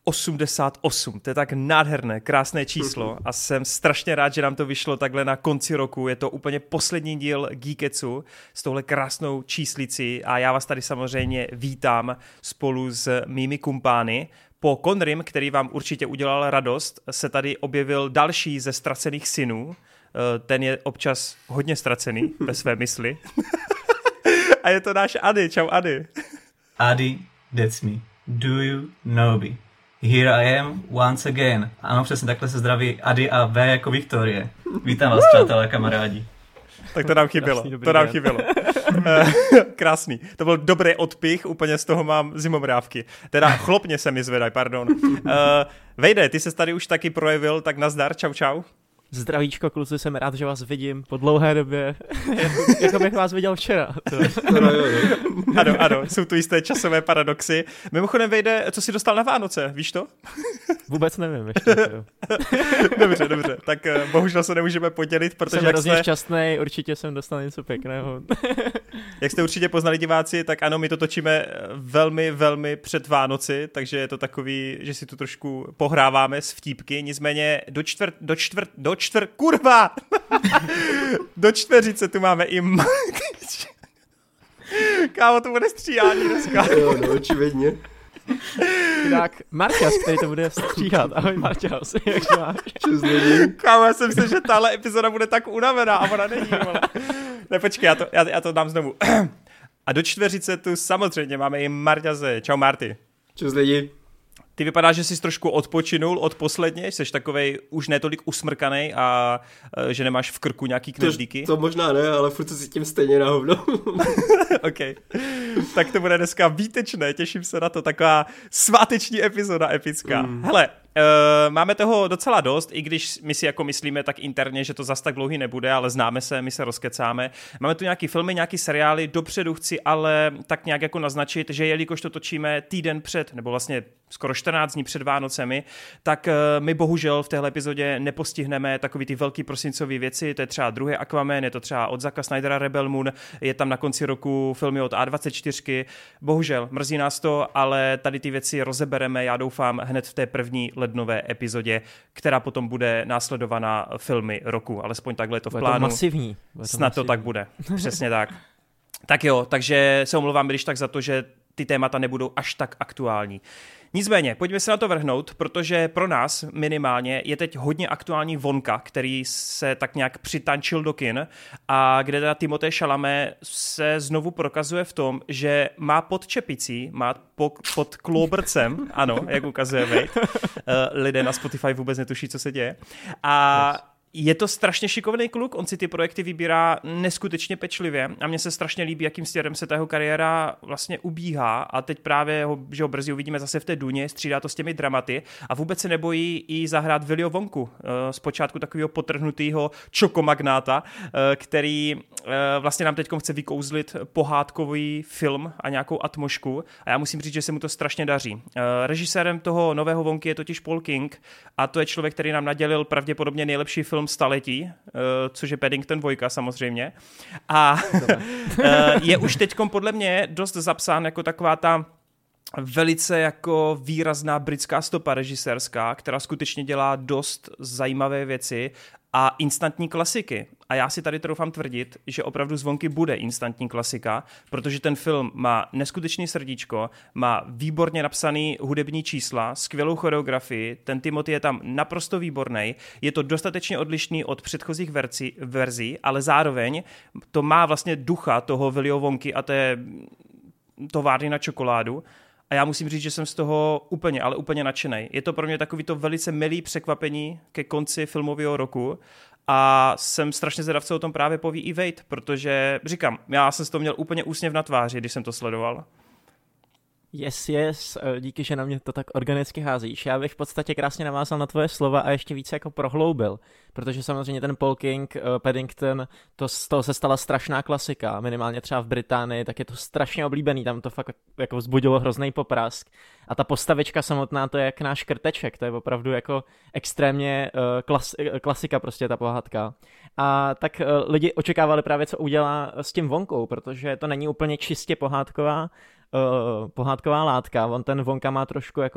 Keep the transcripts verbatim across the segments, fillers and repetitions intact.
osmdesát osm, to je tak nádherné, krásné číslo a jsem strašně rád, že nám to vyšlo takhle na konci roku, je to úplně poslední díl Geeketsu s touhle krásnou číslicí a já vás tady samozřejmě vítám spolu s mými kumpány. Po Conrym, který vám určitě udělal radost, se tady objevil další ze ztracených synů, ten je občas hodně ztracený ve své mysli a je to náš Ady, čau Ady. Ady, that's me. Do you know me? Here I am once again. Ano, přesně takhle se zdraví Ady a V jako Viktorie. Vítám vás, přátelé a kamarádi. Tak to nám chybělo, to nám den. chybělo. Krásný, to byl dobrý odpich, úplně z toho mám zimomrávky. Teda chlopně se mi zvedají, pardon. Uh, Vejde, ty se tady už taky projevil, tak nazdar, čau čau. Zdravíčko, kluci, jsem rád, že vás vidím po dlouhé době, jako, jako bych vás viděl včera. Ano, ano, jsou tu jisté časové paradoxy. Mimochodem, Vejde, co jsi dostal na Vánoce, víš to? Vůbec nevím ještě. Dobře, dobře, tak bohužel se nemůžeme podělit, protože... Jsem hrozně jste... šťastný, určitě jsem dostal něco pěkného. Jak jste určitě poznali diváci, tak ano, my to točíme velmi, velmi před Vánoci, takže je to takový, že si tu trošku pohráváme s vtípky, nicméně do čtvrt, do čtvrt, do čtvrt, kurva! Do čtveřice tu máme i... Kámo, to bude stříhání dneska. Jo, no, očividně. Tak, Marťas, který to bude stříhat. Ahoj, Marťas, jak se máš? Čus lidi. Kámo, já jsem si, že tahle epizoda bude tak unavená a ona není, vole. Ne, počkej, já to, já, já to dám znovu. A do čtveřice tu samozřejmě máme i Marťase. Čau, Marty. Čus lidi. Ty vypadáš, že jsi trošku odpočinul od posledně, jsi takovej už netolik usmrkanej a že nemáš v krku nějaký knedlíky. To, to možná ne, ale furt se cítím stejně na hovno. OK. Tak to bude dneska výtečné, těším se na to, taková sváteční epizoda epická. Mm. Hele, uh, máme toho docela dost, i když my si jako myslíme tak interně, že to zas tak dlouhý nebude, ale známe se, my se rozkecáme. Máme tu nějaký filmy, nějaký seriály, dopředu chci ale tak nějak jako naznačit, že jelikož to točíme týden před, nebo vlastně skoro čtrnáct dní před Vánocemi, tak uh, my bohužel v téhle epizodě nepostihneme takový ty velký prosincový věci, to je třeba druhý Aquaman, je to třeba od Zacka Snydera Rebel Moon, je tam na konci roku filmy od A dvacet čtyři, bohužel, mrzí nás to, ale tady ty věci rozebereme, já doufám, hned v té první lednové epizodě, která potom bude následovaná filmy roku, alespoň takhle to v bude plánu. To masivní. Bude to Snad masivní. to tak bude, přesně tak. Tak jo, takže se omlouvám, když tak za to, že ty témata nebudou až tak aktuální. Nicméně, pojďme se na to vrhnout, protože pro nás minimálně je teď hodně aktuální Vonka, který se tak nějak přitančil do kin a kde teda Timothée Chalamet se znovu prokazuje v tom, že má pod čepicí, má po, pod klóbrcem, ano, jak ukazuje Wade, lidé na Spotify vůbec netuší, co se děje, a je to strašně šikovný kluk, on si ty projekty vybírá neskutečně pečlivě a mně se strašně líbí, jakým směrem se ta jeho kariéra vlastně ubíhá a teď právě ho, že ho brzy uvidíme zase v té Duně, střídá to s těmi dramaty a vůbec se nebojí i zahrát Willyho Wonku, zpočátku takového potrhnutého čokomagnáta, který vlastně nám teď chce vykouzlit pohádkový film a nějakou atmosféru a já musím říct, že se mu to strašně daří. Režisérem toho nového Wonky je totiž Paul King a to je člověk, který nám nadělil pravděpodobně nejlepší film staletí, uh, což je Paddington dva samozřejmě. A je už teďkom podle mě dost zapsán jako taková ta velice jako výrazná britská stopa režisérská, která skutečně dělá dost zajímavé věci a instantní klasiky. A já si tady troufám tvrdit, že opravdu Zvonky bude instantní klasika, protože ten film má neskutečný srdíčko, má výborně napsaný hudební čísla, skvělou choreografii, ten Timothy je tam naprosto výborný, je to dostatečně odlišný od předchozích verzi, verzí, ale zároveň to má vlastně ducha toho Willyho Wonky a té továrny na čokoládu. A já musím říct, že jsem z toho úplně, ale úplně nadšenej. Je to pro mě takový to velice milý překvapení ke konci filmového roku a jsem strašně zvědav, co o tom právě poví i Wade, protože říkám, já jsem z toho měl úplně úsměv na tváři, když jsem to sledoval. Yes, yes, díky, že na mě to tak organicky házíš. Já bych v podstatě krásně navázal na tvoje slova a ještě více jako prohloubil, protože samozřejmě ten Paul King, uh, Paddington, to z toho se stala strašná klasika, minimálně třeba v Británii, tak je to strašně oblíbený, tam to fakt jako vzbudilo hrozný poprask. A ta postavička samotná, to je jak náš krteček, to je opravdu jako extrémně uh, klas, klasika prostě ta pohádka. A tak uh, lidi očekávali právě, co udělá s tím Wonkou, protože to není úplně čistě pohádková, Uh, pohádková látka, on ten Wonka má trošku jako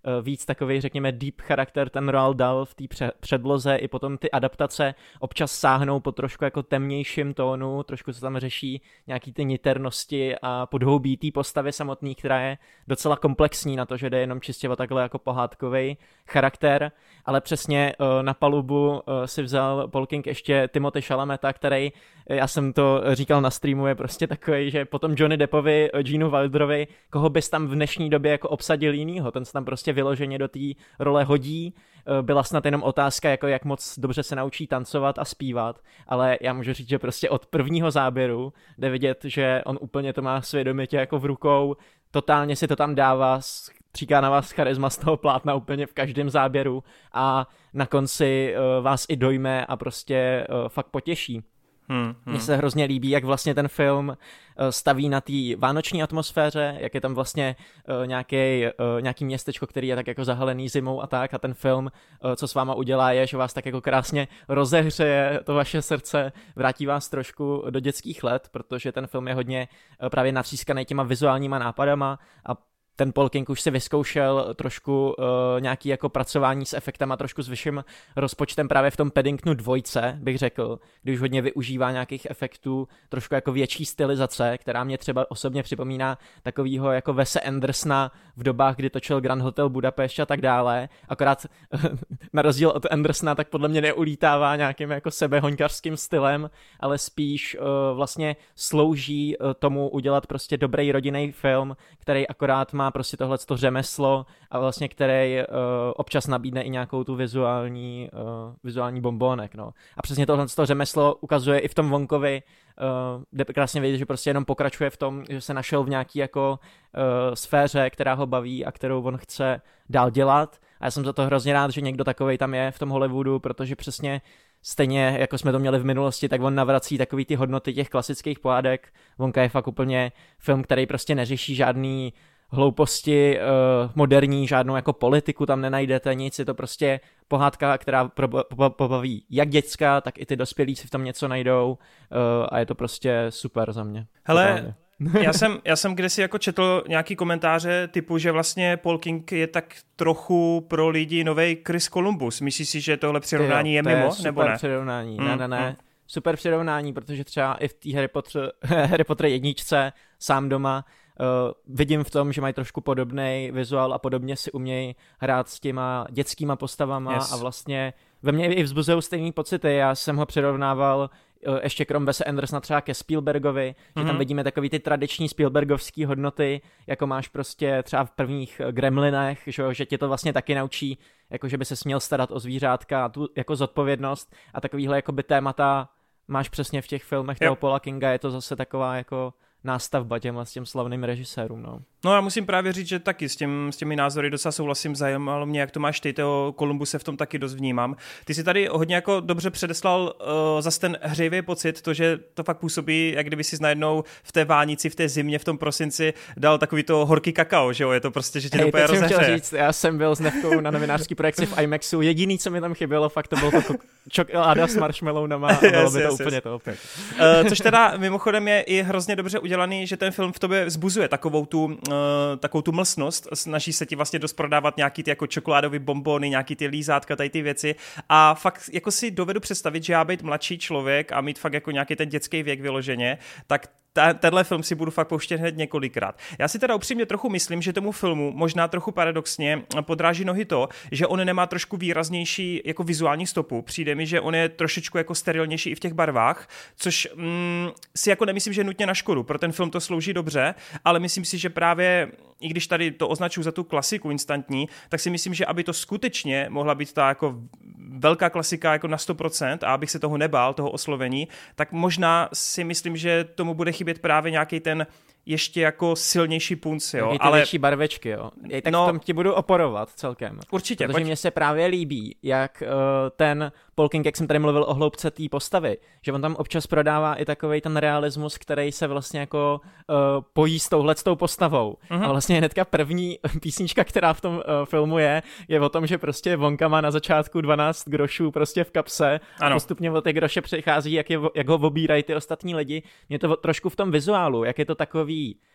víc takový, řekněme, deep charakter ten Roald Dahl v té předloze, i potom ty adaptace občas sáhnou po trošku jako temnějším tónu, trošku se tam řeší nějaký ty niternosti a podhoubí té postavy samotný, která je docela komplexní na to, že jde jenom čistě o takhle jako pohádkovej charakter, ale přesně na palubu si vzal Paul King ještě Timothée Chalameta, který, já jsem to říkal na streamu, je prostě takový, že potom Johnny Deppovi, Genu Wilderovi, koho bys tam v dnešní době jako obsadil jinýho, ten se tam prostě vyloženě do té role hodí. Byla snad jenom otázka, jako jak moc dobře se naučí tancovat a zpívat, ale já můžu říct, že prostě od prvního záběru jde vidět, že on úplně to má svědomitě jako v rukou, totálně si to tam dává, stříká na vás charisma z toho plátna úplně v každém záběru a na konci uh, vás i dojme a prostě uh, fakt potěší. Hmm, hmm. Mně se hrozně líbí, jak vlastně ten film uh, staví na té vánoční atmosféře, jak je tam vlastně uh, nějaký, uh, nějaký městečko, který je tak jako zahalený zimou a tak, a ten film, uh, co s váma udělá, je, že vás tak jako krásně rozehřeje to vaše srdce, vrátí vás trošku do dětských let, protože ten film je hodně uh, právě natřískaný těma vizuálníma nápadama a ten Paul King už si vyzkoušel trošku uh, nějaký jako pracování s efektama, trošku s vyšším rozpočtem právě v tom Paddingtonu dvojce, bych řekl, když hodně využívá nějakých efektů, trošku jako větší stylizace, která mě třeba osobně připomíná takovýho jako Wese Andersona v dobách, kdy točil Grand Hotel Budapešť a tak dále, akorát na rozdíl od Andersona tak podle mě neulítává nějakým jako sebehoňkařským stylem, ale spíš uh, vlastně slouží uh, tomu udělat prostě dobrý rodinný film, který akorát má prostě tohleto řemeslo a vlastně který uh, občas nabídne i nějakou tu vizuální, uh, vizuální bombónek, no. A přesně tohleto řemeslo ukazuje i v tom Wongovi, uh, jde krásně vidět, že prostě jenom pokračuje v tom, že se našel v nějaký jako uh, sféře, která ho baví a kterou on chce dál dělat. A já jsem za to hrozně rád, že někdo takovej tam je v tom Hollywoodu, protože přesně stejně, jako jsme to měli v minulosti, tak on navrací takový ty hodnoty těch klasických pohádek. Wonka je fakt úplně film, který prostě neřeší žádný hlouposti uh, moderní, žádnou jako politiku tam nenajdete, nic, je to prostě pohádka, která pobaví jak děcka, tak i ty dospělí si v tom něco najdou uh, a je to prostě super za mě. Hele, já jsem, já jsem kdysi jako četl nějaký komentáře typu, že vlastně Paul King je tak trochu pro lidi novej Chris Columbus. Myslíš si, že tohle přirovnání jo, je to mimo, je super nebo ne? Přirovnání, mm, ne, ne, ne. Mm. Super přirovnání, protože třeba i v té Harry Potter, Harry Potter jedničce sám doma Uh, vidím v tom, že mají trošku podobný vizuál a podobně si umějí hrát s těma dětskýma postavama yes. a vlastně ve mně i vzbuzují stejný pocity. Já jsem ho přirovnával uh, ještě krom Wese Andersona třeba ke Spielbergovi, mm-hmm. že tam vidíme takový ty tradiční Spielbergovský hodnoty, jako máš prostě třeba v prvních Gremlinech, že, že tě to vlastně taky naučí, jako že by se směl starat o zvířátka a tu jako zodpovědnost a takovýhle jakoby témata máš přesně v těch filmech toho Paula Kinga, je to zase taková jako nástavba těmhle s těm slavným režisérům, no. No já musím právě říct, že taky s, těm, s těmi názory docela souhlasím, zajímalo mě, jak to máš ty, toho Columbuse v tom taky dost vnímám. Ty si tady hodně jako dobře předeslal uh, zase ten hřejivý pocit, to, že to fakt působí, jak kdyby si najednou v té vánici, v té zimě, v tom prosinci dal takový to horký kakao, že jo, je to prostě, že tě hey, úplně rozehřeje. Chtěl říct, já jsem byl s Nevkou na novinářský projekci v IMAXu, jediný, co mi tam chybělo, fakt to bylo to čokoláda s marshmallowama a bylo by to yes, úplně yes. to opět. Uh, což teda mimochodem je i hrozně dobře udělaný, že ten film v tobě vzbuzuje takovou tu, uh, takovou tu mlsnost, snaží se ti vlastně dost prodávat nějaký ty jako čokoládový bonbony, nějaký ty lízátka, tady ty věci a fakt jako si dovedu představit, že já být mladší člověk a mít fakt jako nějaký ten dětský věk vyloženě, tak Ta, tenhle film si budu fakt pouštět hned několikrát. Já si teda upřímně trochu myslím, že tomu filmu možná trochu paradoxně podráží nohy to, že on nemá trošku výraznější jako vizuální stopu. Přijde mi, že on je trošičku jako sterilnější i v těch barvách, což mm, si jako nemyslím, že je nutně na škodu. Pro ten film to slouží dobře, ale myslím si, že právě i když tady to označuji za tu klasiku instantní, tak si myslím, že aby to skutečně mohla být ta jako velká klasika jako na sto procent a abych se toho nebál, toho oslovení, tak možná si myslím, že tomu bude chybět právě nějaký ten ještě jako silnější punc, jo. Ty ale větší barvečky, jo. Já tak no, v tom ti budu oporovat celkem. Určitě. Protože mně se právě líbí, jak uh, ten Paul King, jak jsem tady mluvil o hloubce té postavy, že on tam občas prodává i takovej ten realismus, který se vlastně jako uh, pojí s touhletou postavou. Mm-hmm. A vlastně hnedka první písnička, která v tom uh, filmu je, je o tom, že prostě Wonka má na začátku dvanáct grošů prostě v kapse ano. a postupně o ty groše přichází, jak, je, jak ho obírají ty ostatní lidi. Mě to trošku v tom vizuálu, jak je to takový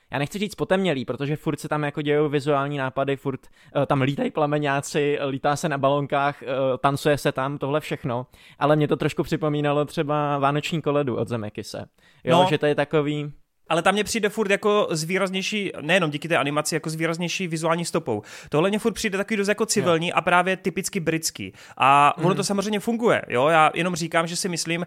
já nechci říct potemnělý, protože furt se tam jako dějou vizuální nápady, furt uh, tam lítají plameňáci, lítá se na balonkách, uh, tancuje se tam, tohle všechno, ale mě to trošku připomínalo třeba Vánoční koledu od Zemeckise. Jo, no. že to je takový... Ale tam mě přijde furt jako zvýraznější, nejenom díky té animaci, jako zvýraznější vizuální stopou. Tohle mě furt přijde takový dost jako civilní jo. a právě typicky britský. A ono mm. to samozřejmě funguje, jo. Já jenom říkám, že si myslím,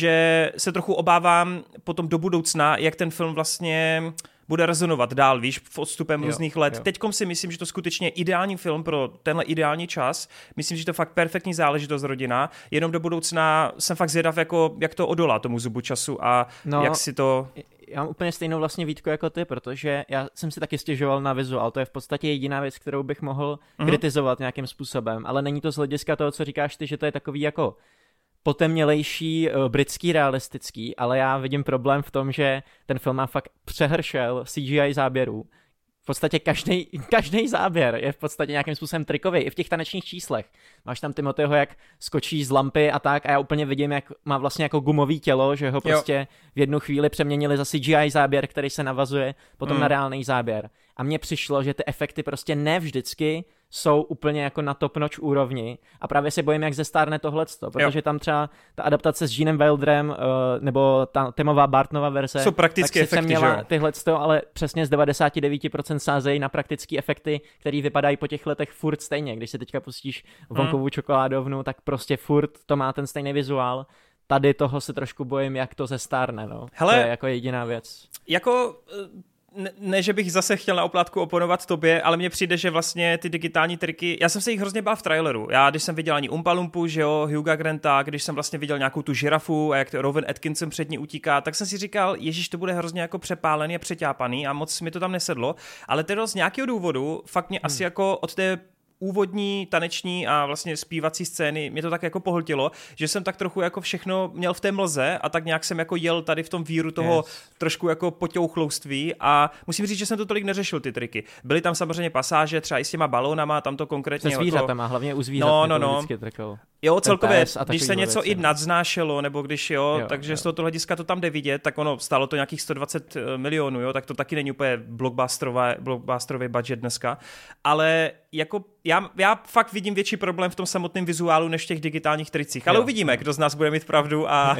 že se trochu obávám potom do budoucna, jak ten film vlastně bude rezonovat dál, víš, v odstupem jo, různých let. Jo. Teďkom si myslím, že to skutečně je ideální film pro tenhle ideální čas. Myslím, že to je fakt perfektní záležitost rodina. Jenom do budoucna jsem fakt zvědav, jako, jak to odolá tomu zubu času a no, jak si to... Já mám úplně stejnou vlastně výtku jako ty, protože já jsem si taky stěžoval na vizuál. To je v podstatě jediná věc, kterou bych mohl mm-hmm. kritizovat nějakým způsobem, ale není to z hlediska toho, co říkáš ty, že to je takový jako potemnělejší, uh, britský, realistický, ale já vidím problém v tom, že ten film má fakt přehršel C G I záběrů. V podstatě každý, každý záběr je v podstatě nějakým způsobem trikový, i v těch tanečních číslech. Máš tam Timothyho, jak skočí z lampy a tak a já úplně vidím, jak má vlastně jako gumový tělo, že ho prostě jo. v jednu chvíli přeměnili za C G I záběr, který se navazuje potom mm. na reálný záběr. A mně přišlo, že ty efekty prostě ne vždycky jsou úplně jako na top notch úrovni a právě se bojím, jak zestárne tohleto, protože jo. tam třeba ta adaptace s Genem Wilderem uh, nebo ta Timová Bartonova verze jsou praktické efekty, měla tyhleto, ale přesně z devadesát devět procent sázejí na praktické efekty, které vypadají po těch letech furt stejně. Když se teďka pustíš Wonkovu hmm. čokoládovnu, tak prostě furt to má ten stejný vizuál. Tady toho se trošku bojím, jak to zestárne, no. Hele, to je jako jediná věc. Jako... Ne, ne, že bych zase chtěl na oplátku oponovat tobě, ale mně přijde, že vlastně ty digitální triky, já jsem se jich hrozně bál v traileru. Já, když jsem viděl ani Umpa Lumpu, že jo, Hugha Granta, když jsem vlastně viděl nějakou tu žirafu a jak Rowan Atkinson před ní utíká, tak jsem si říkal, ježiš, to bude hrozně jako přepálený a přeťápaný a moc mi to tam nesedlo, ale teda z nějakého důvodu fakt mě hmm. asi jako od té úvodní taneční a vlastně zpívací scény mě to tak jako pohltilo, že jsem tak trochu jako všechno měl v té mlze a tak nějak jsem jako jel tady v tom víru toho yes. trošku jako poťouchlouství a musím říct, že jsem to tolik neřešil ty triky. Byly tam samozřejmě pasáže třeba i s těma balónama, tam to konkrétně... Se zvířatama, jako... hlavně u zvířat. No, no, no. Jo, celkově, když se něco věci, i nadznášelo, nebo když jo, jo takže jo. z tohoto hlediska to tam jde vidět, tak ono stálo to nějakých sto dvacet milionů, jo, tak to taky není úplně blockbusterový budget dneska, ale jako já, já fakt vidím větší problém v tom samotném vizuálu než v těch digitálních tricích, ale jo. uvidíme, kdo z nás bude mít pravdu a...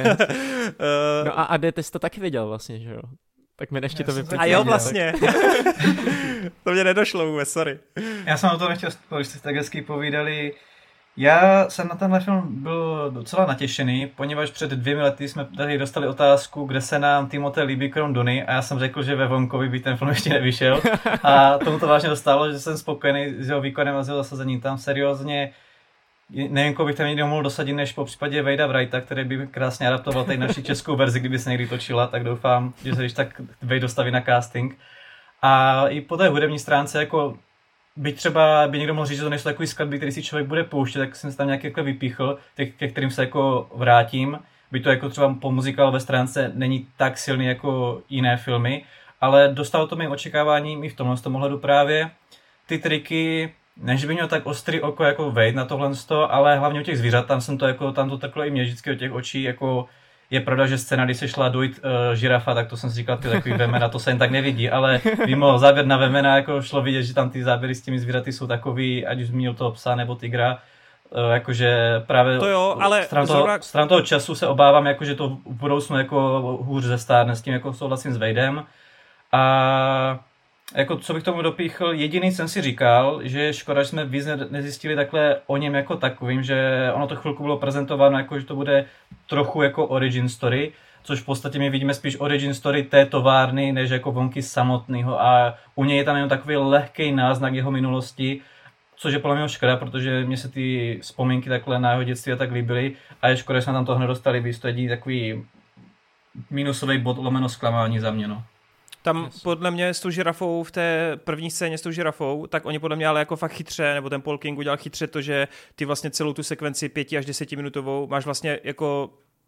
no a Ade, ty jsi to taky viděl vlastně, že jo? Tak mi ještě to vypětí. A jo, vlastně. To mě nedošlo vůbec, sorry. Já jsem o to nechtěl, když jste tak hezky povídali. Já jsem na tenhle film byl docela natěšený, poněvadž před dvěmi lety jsme tady dostali otázku, kde se nám Timothée líbí krom Duny a já jsem řekl, že ve Wonkovi by ten film ještě nevyšel a tomu to vážně dostalo, že jsem spokojený s jeho výkonem a s jeho zasazením tam seriózně. Nevím, koho bych tam někdy mohl dosadit, než po případě Vejda Wrighta, který by krásně adaptoval tady naši českou verzi, kdyby se někdy točila, tak doufám, že se když tak Vejd dostaví na casting. A i po té hudební stránce, jako byť třeba by někdo mohl říct, že to nejsou takový skladby, který si člověk bude pouštět, tak jsem se tam nějak jako vypíchl, ke kterým se jako vrátím. Byť to jako třeba po muzikálové stránce není tak silný jako jiné filmy, ale dostalo to mým očekáváním i v tomhle tom ohledu právě. Ty triky, než by měl tak ostrý oko jako Wade na tohle, ale hlavně u těch zvířat, tam jsem to jako, tam to trklo i mě vždycky od těch očí, jako je pravda, že scéna, když se šla dojít uh, žirafa, tak to jsem si říkal, ty takový vemena, to se jen tak nevidí, ale mimo záběr na vemena, jako šlo vidět, že tam ty záběry s těmi zvířaty jsou takový, ať už zmínil toho psa nebo tygra, uh, jakože právě to jo, ale stran, toho, zrovna... stran toho času se obávám, jako, že to v budoucnu jako hůř zestárne, s tím jako souhlasím s Wadeem. A jako co bych tomu dopíchl, jediný jsem si říkal, že škoda, že jsme víc nezjistili takhle o něm jako takovým, že ono to chvilku bylo prezentováno jako, že to bude trochu jako origin story, což v podstatě my vidíme spíš origin story té továrny, než jako Wonky samotného a u něj je tam jenom takový lehký náznak jeho minulosti, což je podle mě škoda, protože mě se ty vzpomínky takhle na jeho dětství a tak líbily a je škoda, že jsme tam toho nedostali víc, to je jediný takový minusový bod lomeno zklamání za mě, no. Tam yes. podle mě s tou žirafou, v té první scéně s tou žirafou, tak oni podle mě ale jako fakt chytře, nebo ten Paul King udělal chytře to, že ty vlastně celou tu sekvenci pěti až desetiminutovou máš vlastně jako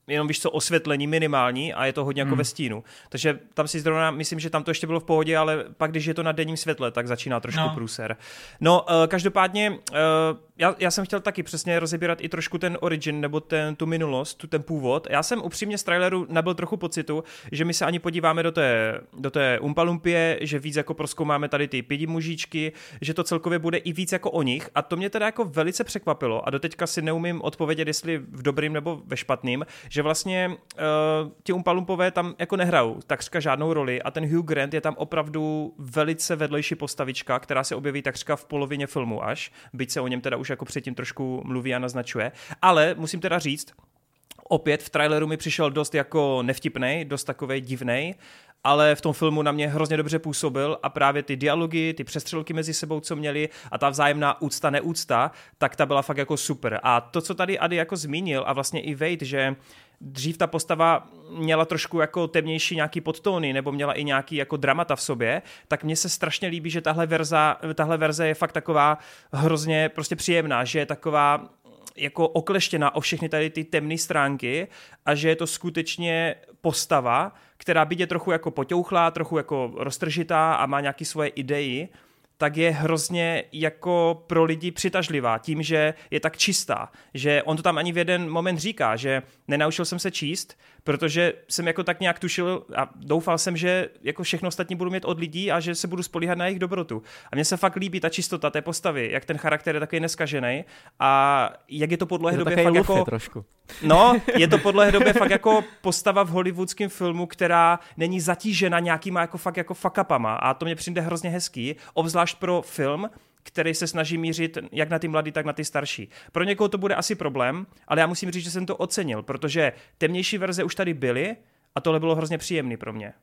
jenom víš co, osvětlení minimální a je to hodně jako Hmm. ve stínu. Takže tam si zrovna, myslím, že tam to ještě bylo v pohodě, ale pak, když je to na denním světle, tak začíná trošku No. průser. No, uh, každopádně, uh, já, já jsem chtěl taky přesně rozebírat i trošku ten origin, nebo ten, tu minulost, tu, ten původ. Já jsem upřímně z traileru nabyl trochu pocitu, že my se ani podíváme do té, do té Umpalumpie, že víc jako prozkoumáme tady ty pidi mužičky, že to celkově bude i víc jako o nich a to mě teda jako velice překvapilo a doteďka si neumím odpovědět, jestli v dobrým nebo ve špatným, že vlastně uh, ti Umpalumpové tam jako nehrajou takřka žádnou roli a ten Hugh Grant je tam opravdu velice vedlejší postavička, která se objeví takřka v polovině filmu až, byť se o něm teda už jako předtím trošku mluví a naznačuje, ale musím teda říct, opět v traileru mi přišel dost jako nevtipnej, dost takovej divnej, ale v tom filmu na mě hrozně dobře působil a právě ty dialogy, ty přestřelky mezi sebou, co měli a ta vzájemná úcta, neúcta, tak ta byla fakt jako super. A to, co tady Ady jako zmínil a vlastně i Wade, že dřív ta postava měla trošku jako temnější nějaký podtóny nebo měla i nějaký jako dramata v sobě, tak mně se strašně líbí, že tahle verze, tahle verze je fakt taková hrozně prostě příjemná, že je taková jako okleštěná o všechny tady ty temné stránky a že je to skutečně postava, která byť je trochu jako poťouchlá, trochu jako roztržitá a má nějaké svoje idei, tak je hrozně jako pro lidi přitažlivá tím, že je tak čistá, že on to tam ani v jeden moment říká, že nenaučil jsem se číst, protože jsem jako tak nějak tušil a doufal jsem, že jako všechno ostatní budu mít od lidí a že se budu spolíhat na jejich dobrotu. A mně se fakt líbí ta čistota té postavy, jak ten charakter je takový neskažený a jak je to po dlouhé době fakt jako... trošku. No, je to po dlouhé době fakt jako postava v hollywoodském filmu, která není zatížena nějakýma jako fakt jako fuck-upama a to mě přijde hrozně hezký, obzvlášť pro film, který se snaží mířit jak na ty mladý, tak na ty starší. Pro někoho to bude asi problém, ale já musím říct, že jsem to ocenil, protože temnější verze už tady byly a tohle bylo hrozně příjemný pro mě.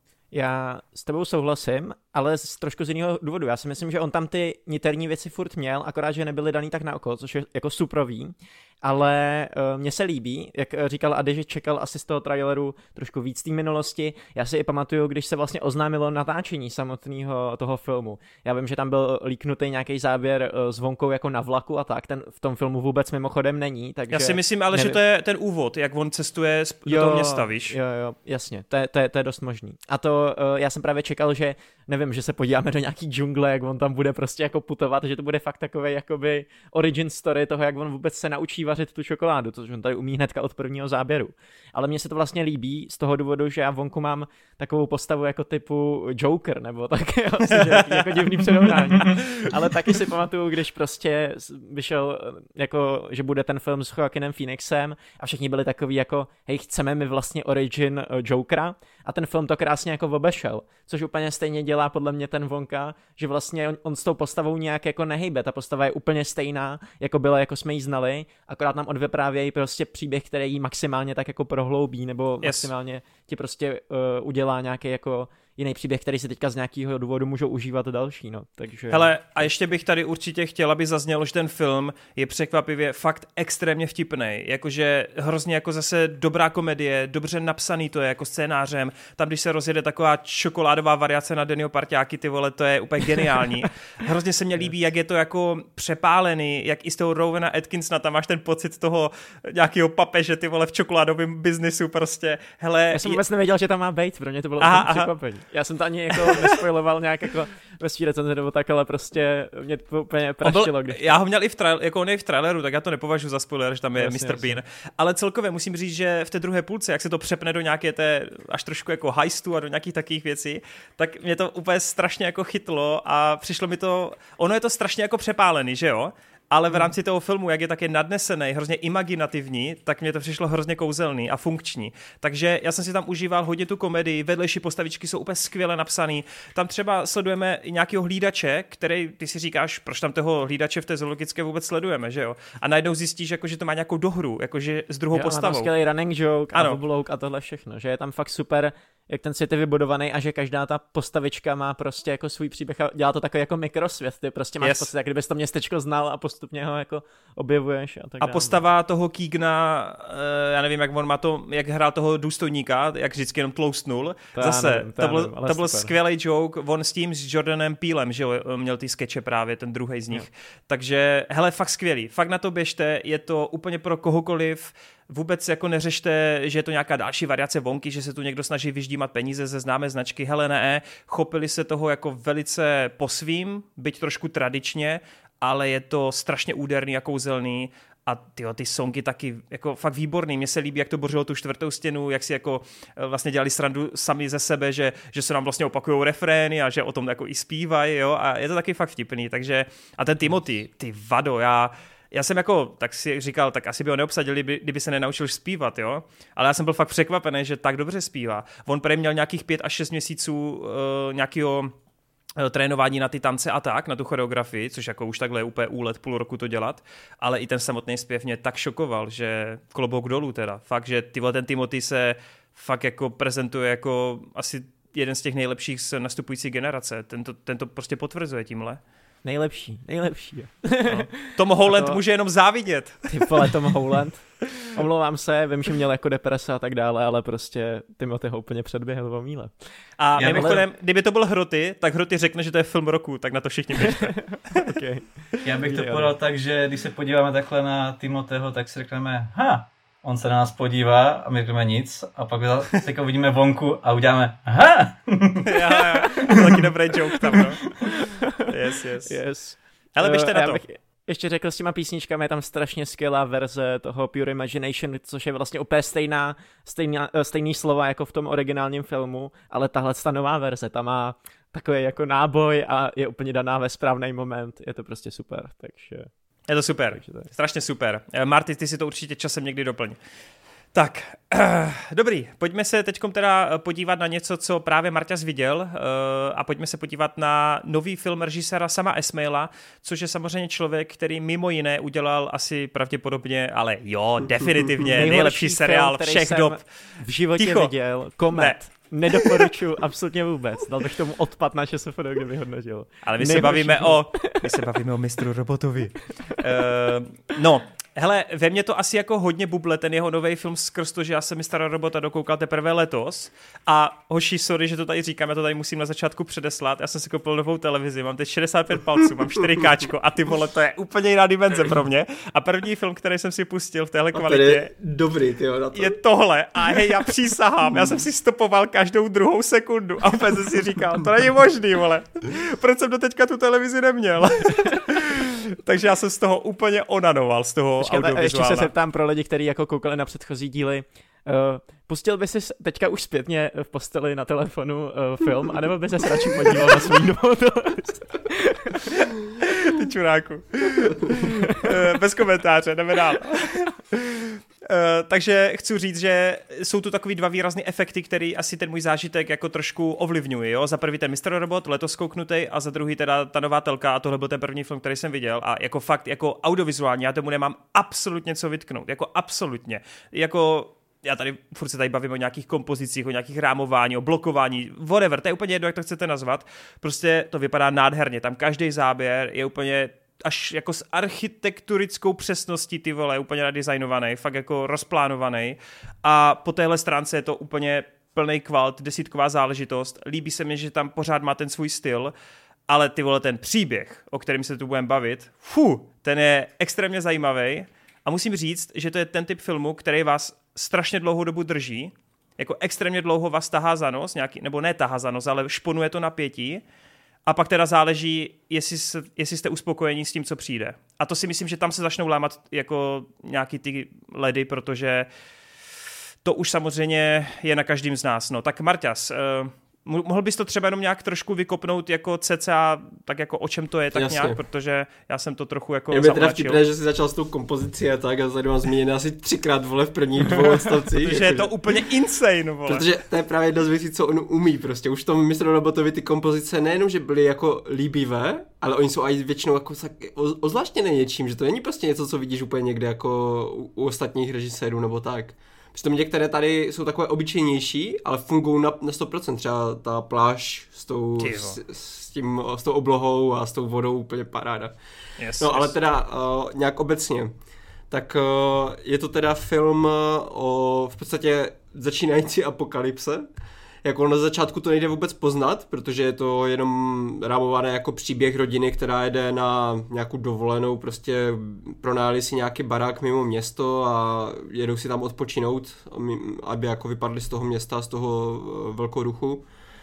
Já s tebou souhlasím, ale z trošku z jiného důvodu. Já si myslím, že on tam ty niterní věci furt měl, akorát, že nebyly daný tak na oko, což je jako suprový, ale uh, mně se líbí, jak říkal Ady, že čekal asi z toho traileru trošku víc té minulosti. Já si i pamatuju, když se vlastně oznámilo natáčení samotného toho filmu. Já vím, že tam byl líknutý nějaký záběr uh, s Wongou jako na vlaku a tak, ten v tom filmu vůbec mimochodem není. Takže já si myslím ale, nevím. že to je ten úvod, jak on cestuje do jo, toho města, víš? Jo, jo, jasně, to je, to je, to je dost možný. A to uh, já jsem právě čekal, že nevím, že se podíváme do nějaký džungle, jak on tam bude prostě jako putovat, že to bude fakt takovej jakoby origin story toho, jak on vůbec se naučí vařit tu čokoládu, což on tady umí hnedka od prvního záběru. Ale mně se to vlastně líbí z toho důvodu, že já vonku mám takovou postavu jako typu Joker, nebo tak, jo, že jako divný přirovnání. Ale taky si pamatuju, když prostě vyšel, jako, že bude ten film s Joaquinem Phoenixem a všichni byli takový jako, hej, chceme mi vlastně origin Jokera a ten film to krásně jako obešel, což úplně stejně dělá podle mě ten Wonka, že vlastně on, on s tou postavou nějak jako nehejbe, ta postava je úplně stejná, jako byla, jako jsme ji znali, akorát nám odvyprávějí prostě příběh, který ji maximálně tak jako prohloubí, nebo yes. maximálně ti prostě uh, udělá nějaký jako jiný příběh, který si teďka z nějakého důvodu můžou užívat další, no, takže... Hele, a ještě bych tady určitě chtěl, aby zaznělo, že ten film je překvapivě fakt extrémně vtipnej, jakože hrozně jako zase dobrá komedie, dobře napsaný to je jako scénářem, tam když se rozjede taková čokoládová variace na Dannyho parťáky, ty vole, to je úplně geniální. Hrozně se mně líbí, jak je to jako přepálený, jak i z toho Rowena Atkinsona, tam máš ten pocit toho nějakého papeže, ty vole, v čokoládovém biznisu prostě, hele... Já jsem vůbec nevěděl, že tam má být, pro mě to bylo aha, překvapení. Já jsem to ani jako nespoiloval nějak jako ve svý recenzi nebo tak, ale prostě mě to úplně praštilo. Když... Já ho měl i v traileru, jako on je v traileru, tak já to nepovažuji za spoiler, že tam je jasně, mister jasně. Bean. Ale celkově musím říct, že v té druhé půlce, jak se to přepne do nějaké té až trošku jako heistu a do nějakých takových věcí, tak mě to úplně strašně jako chytlo a přišlo mi to, ono je to strašně jako přepálený, že jo? Ale v rámci toho filmu, jak je také nadnesený, hrozně imaginativní, tak mě to přišlo hrozně kouzelný a funkční. Takže já jsem si tam užíval hodně tu komedii, vedlejší postavičky jsou úplně skvěle napsaný. Tam třeba sledujeme i nějakého hlídače, který, ty si říkáš, proč tam toho hlídače v té zoologické vůbec sledujeme, že jo? A najednou zjistíš, jako, že to má nějakou dohru, jakože s druhou jo, postavou. Jo, skvělý running joke ano. a oblouk a tohle všechno, že je tam fakt super, jak ten svět je vybudovaný a že každá ta postavička má prostě jako svůj příběh a dělá to takový jako mikrosvět, ty prostě máš yes. pocit, jak kdybys to městečko znal a postupně ho jako objevuješ a tak A dále. postava toho Keegana, já nevím, jak on má to, jak hrál toho důstojníka, jak vždycky jenom tloustnul. To Zase, nevím, to to, byl, nevím, to byl super. skvělý joke, on s tím, s Jordanem Peelem, že jo, měl ty skeče právě, ten druhý z nich. Jo. Takže, hele, fakt skvělý, fakt na to běžte, je to úplně pro kohokoliv, vůbec jako neřešte, že je to nějaká další variace Wonky, že se tu někdo snaží vyždímat peníze ze známé značky, hele ne, chopili se toho jako velice po svým, byť trošku tradičně, ale je to strašně úderný a kouzelný a tyjo, ty songy taky jako fakt výborný. Mně se líbí, jak to bořilo tu čtvrtou stěnu, jak si jako vlastně dělali srandu sami ze sebe, že, že se nám vlastně opakujou refrény a že o tom jako i zpívají, jo, a je to taky fakt vtipný, takže a ten Timothy, ty vado, já Já jsem jako, tak si říkal, tak asi by ho neobsadili, kdyby, kdyby se nenaučil zpívat, jo? Ale já jsem byl fakt překvapený, že tak dobře zpívá. On prý měl nějakých pět až šest měsíců uh, nějakého uh, trénování na ty tance a tak, na tu choreografii, což jako už takhle je úplně úlet půl roku to dělat, ale i ten samotný zpěv mě tak šokoval, že klobouk dolů teda. Fakt, že tyhle ten Timothy se fakt jako prezentuje jako asi jeden z těch nejlepších z nastupující generace. Tento, tento prostě potvrzuje tímhle. Nejlepší, nejlepší. No. Tom Holland to... může jenom závidět. Ty vole, Tom Holland. Omlouvám se, vím, že měl jako deprese a tak dále, ale prostě Timothy ho úplně předběhl o míle. A Já mimochodem, bych... kdyby to byl Hroty, tak Hroty řekne, že to je film roku, tak na to všichni běžte. Okay. Já bych to podal tak, že když se podíváme takhle na Timothyho, tak si řekneme, ha, on se na nás podívá a my řekneme nic a pak teď uvidíme Wonku a uděláme, aha. Já, já, to je taky dobrý joke tam, no. Yes, yes. yes. Hele, běžte uh, na to. Bych ještě řekl s těma písničkami, je tam strašně skvělá verze toho Pure Imagination, což je vlastně úplně stejná, stejná, stejný slova jako v tom originálním filmu, ale tahle ta nová verze, ta má takový jako náboj a je úplně daná ve správný moment, je to prostě super, takže... Je to super, to je. Strašně super. Marty, ty si to určitě časem někdy doplň. Tak, uh, dobrý, pojďme se teďkom teda podívat na něco, co právě Marťas viděl uh, a pojďme se podívat na nový film režiséra Sama Esmaila, což je samozřejmě člověk, který mimo jiné udělal asi pravděpodobně, ale jo, definitivně nejlepší, nejlepší seriál film, všech dob. V životě Ticho. viděl, Komet. Ne. Nedoporučuji absolutně vůbec. Dal bych tomu odpad na ČSFD, kdyby hodnotil. Ale my se bavíme o, my se bavíme o mistru Robotovi. Uh, no, hele, ve mně to asi jako hodně buble, ten jeho nový film skrz to, že já jsem mistra Robota dokoukal teprve letos a hoši, sorry, že to tady říkám, já to tady musím na začátku předeslat, já jsem si koupil novou televizi, mám teď šedesát pět palců, mám čtyři ká a ty vole, to je úplně jiná dimenze pro mě a první film, který jsem si pustil v téhle kvalitě je dobrý, tyjo, na to. Je tohle a hej, já přísahám, já jsem si stopoval každou druhou sekundu a opět jsem si říkal, to není možný, vole, proč jsem do teďka tu televizi neměl? Takže já jsem z toho úplně onanoval, z toho audiovizuála. Ještě se zeptám pro lidi, kteří jako koukali na předchozí díly. Uh, pustil by si teďka už zpětně v posteli na telefonu uh, film, anebo by se radši podíval na svůj novou televizi? Ty čuráku. uh, bez komentáře, jdeme dál. Uh, takže chci říct, že jsou tu takový dva výrazný efekty, který asi ten můj zážitek jako trošku ovlivňují. Jo? Za prvý ten mister Robot, letos kouknutej, a za druhý teda ta nová telka a tohle byl ten první film, který jsem viděl a jako fakt, jako audiovizuálně, já tomu nemám absolutně co vytknout, jako absolutně. Jako já tady furt se tady bavím o nějakých kompozicích, o nějakých rámování, o blokování, whatever, to je úplně jedno, jak to chcete nazvat. Prostě to vypadá nádherně, tam každý záběr je úplně až jako s architekturickou přesností, ty vole, úplně nadizajnovaný, fakt jako rozplánovaný a po téhle stránce je to úplně plný kvalt, desítková záležitost, líbí se mi, že tam pořád má ten svůj styl, ale ty vole, ten příběh, o kterém se tu budeme bavit, fu, ten je extrémně zajímavý a musím říct, že to je ten typ filmu, který vás strašně dlouhou dobu drží, jako extrémně dlouho vás tahá za nos, nějaký, nebo ne tahá za nos, ale šponuje to napětí. A pak teda záleží, jestli, jestli jste uspokojení s tím, co přijde. A to si myslím, že tam se začnou lámat jako nějaký ty ledy, protože to už samozřejmě je na každým z nás. No tak Marťas, uh, mohl bys to třeba jenom nějak trošku vykopnout jako cca, tak jako o čem to je, tak Jasně. nějak, protože já jsem to trochu jako Je mi teda zaulačil. vtipné, že jsi začal s tou kompozicí a tak a tady mám zmíněné asi třikrát, vole, v prvních dvou odstavcích. Protože je to úplně insane, vole. Protože to je právě jedna z věcí, co on umí prostě. Už v tom mistru Robotovi ty kompozice nejenom, že byly jako líbivé, ale oni jsou i většinou jako tak ozvláštněné něčím, že to není prostě něco, co vidíš úplně někde jako u, u ostatních režisérů nebo tak. Přitom některé tady jsou takové obyčejnější, ale fungují na, na sto procent. Třeba ta pláž s tou, s, s, tím, s tou oblohou a s tou vodou úplně paráda. Yes, no yes. ale teda uh, nějak obecně. Tak uh, je to teda film o v podstatě začínající apokalypse. Jako na začátku to nejde vůbec poznat, protože je to jenom rámované jako příběh rodiny, která jede na nějakou dovolenou, prostě pronájeli si nějaký barák mimo město a jedou si tam odpočinout, aby jako vypadli z toho města, z toho velkoruchu.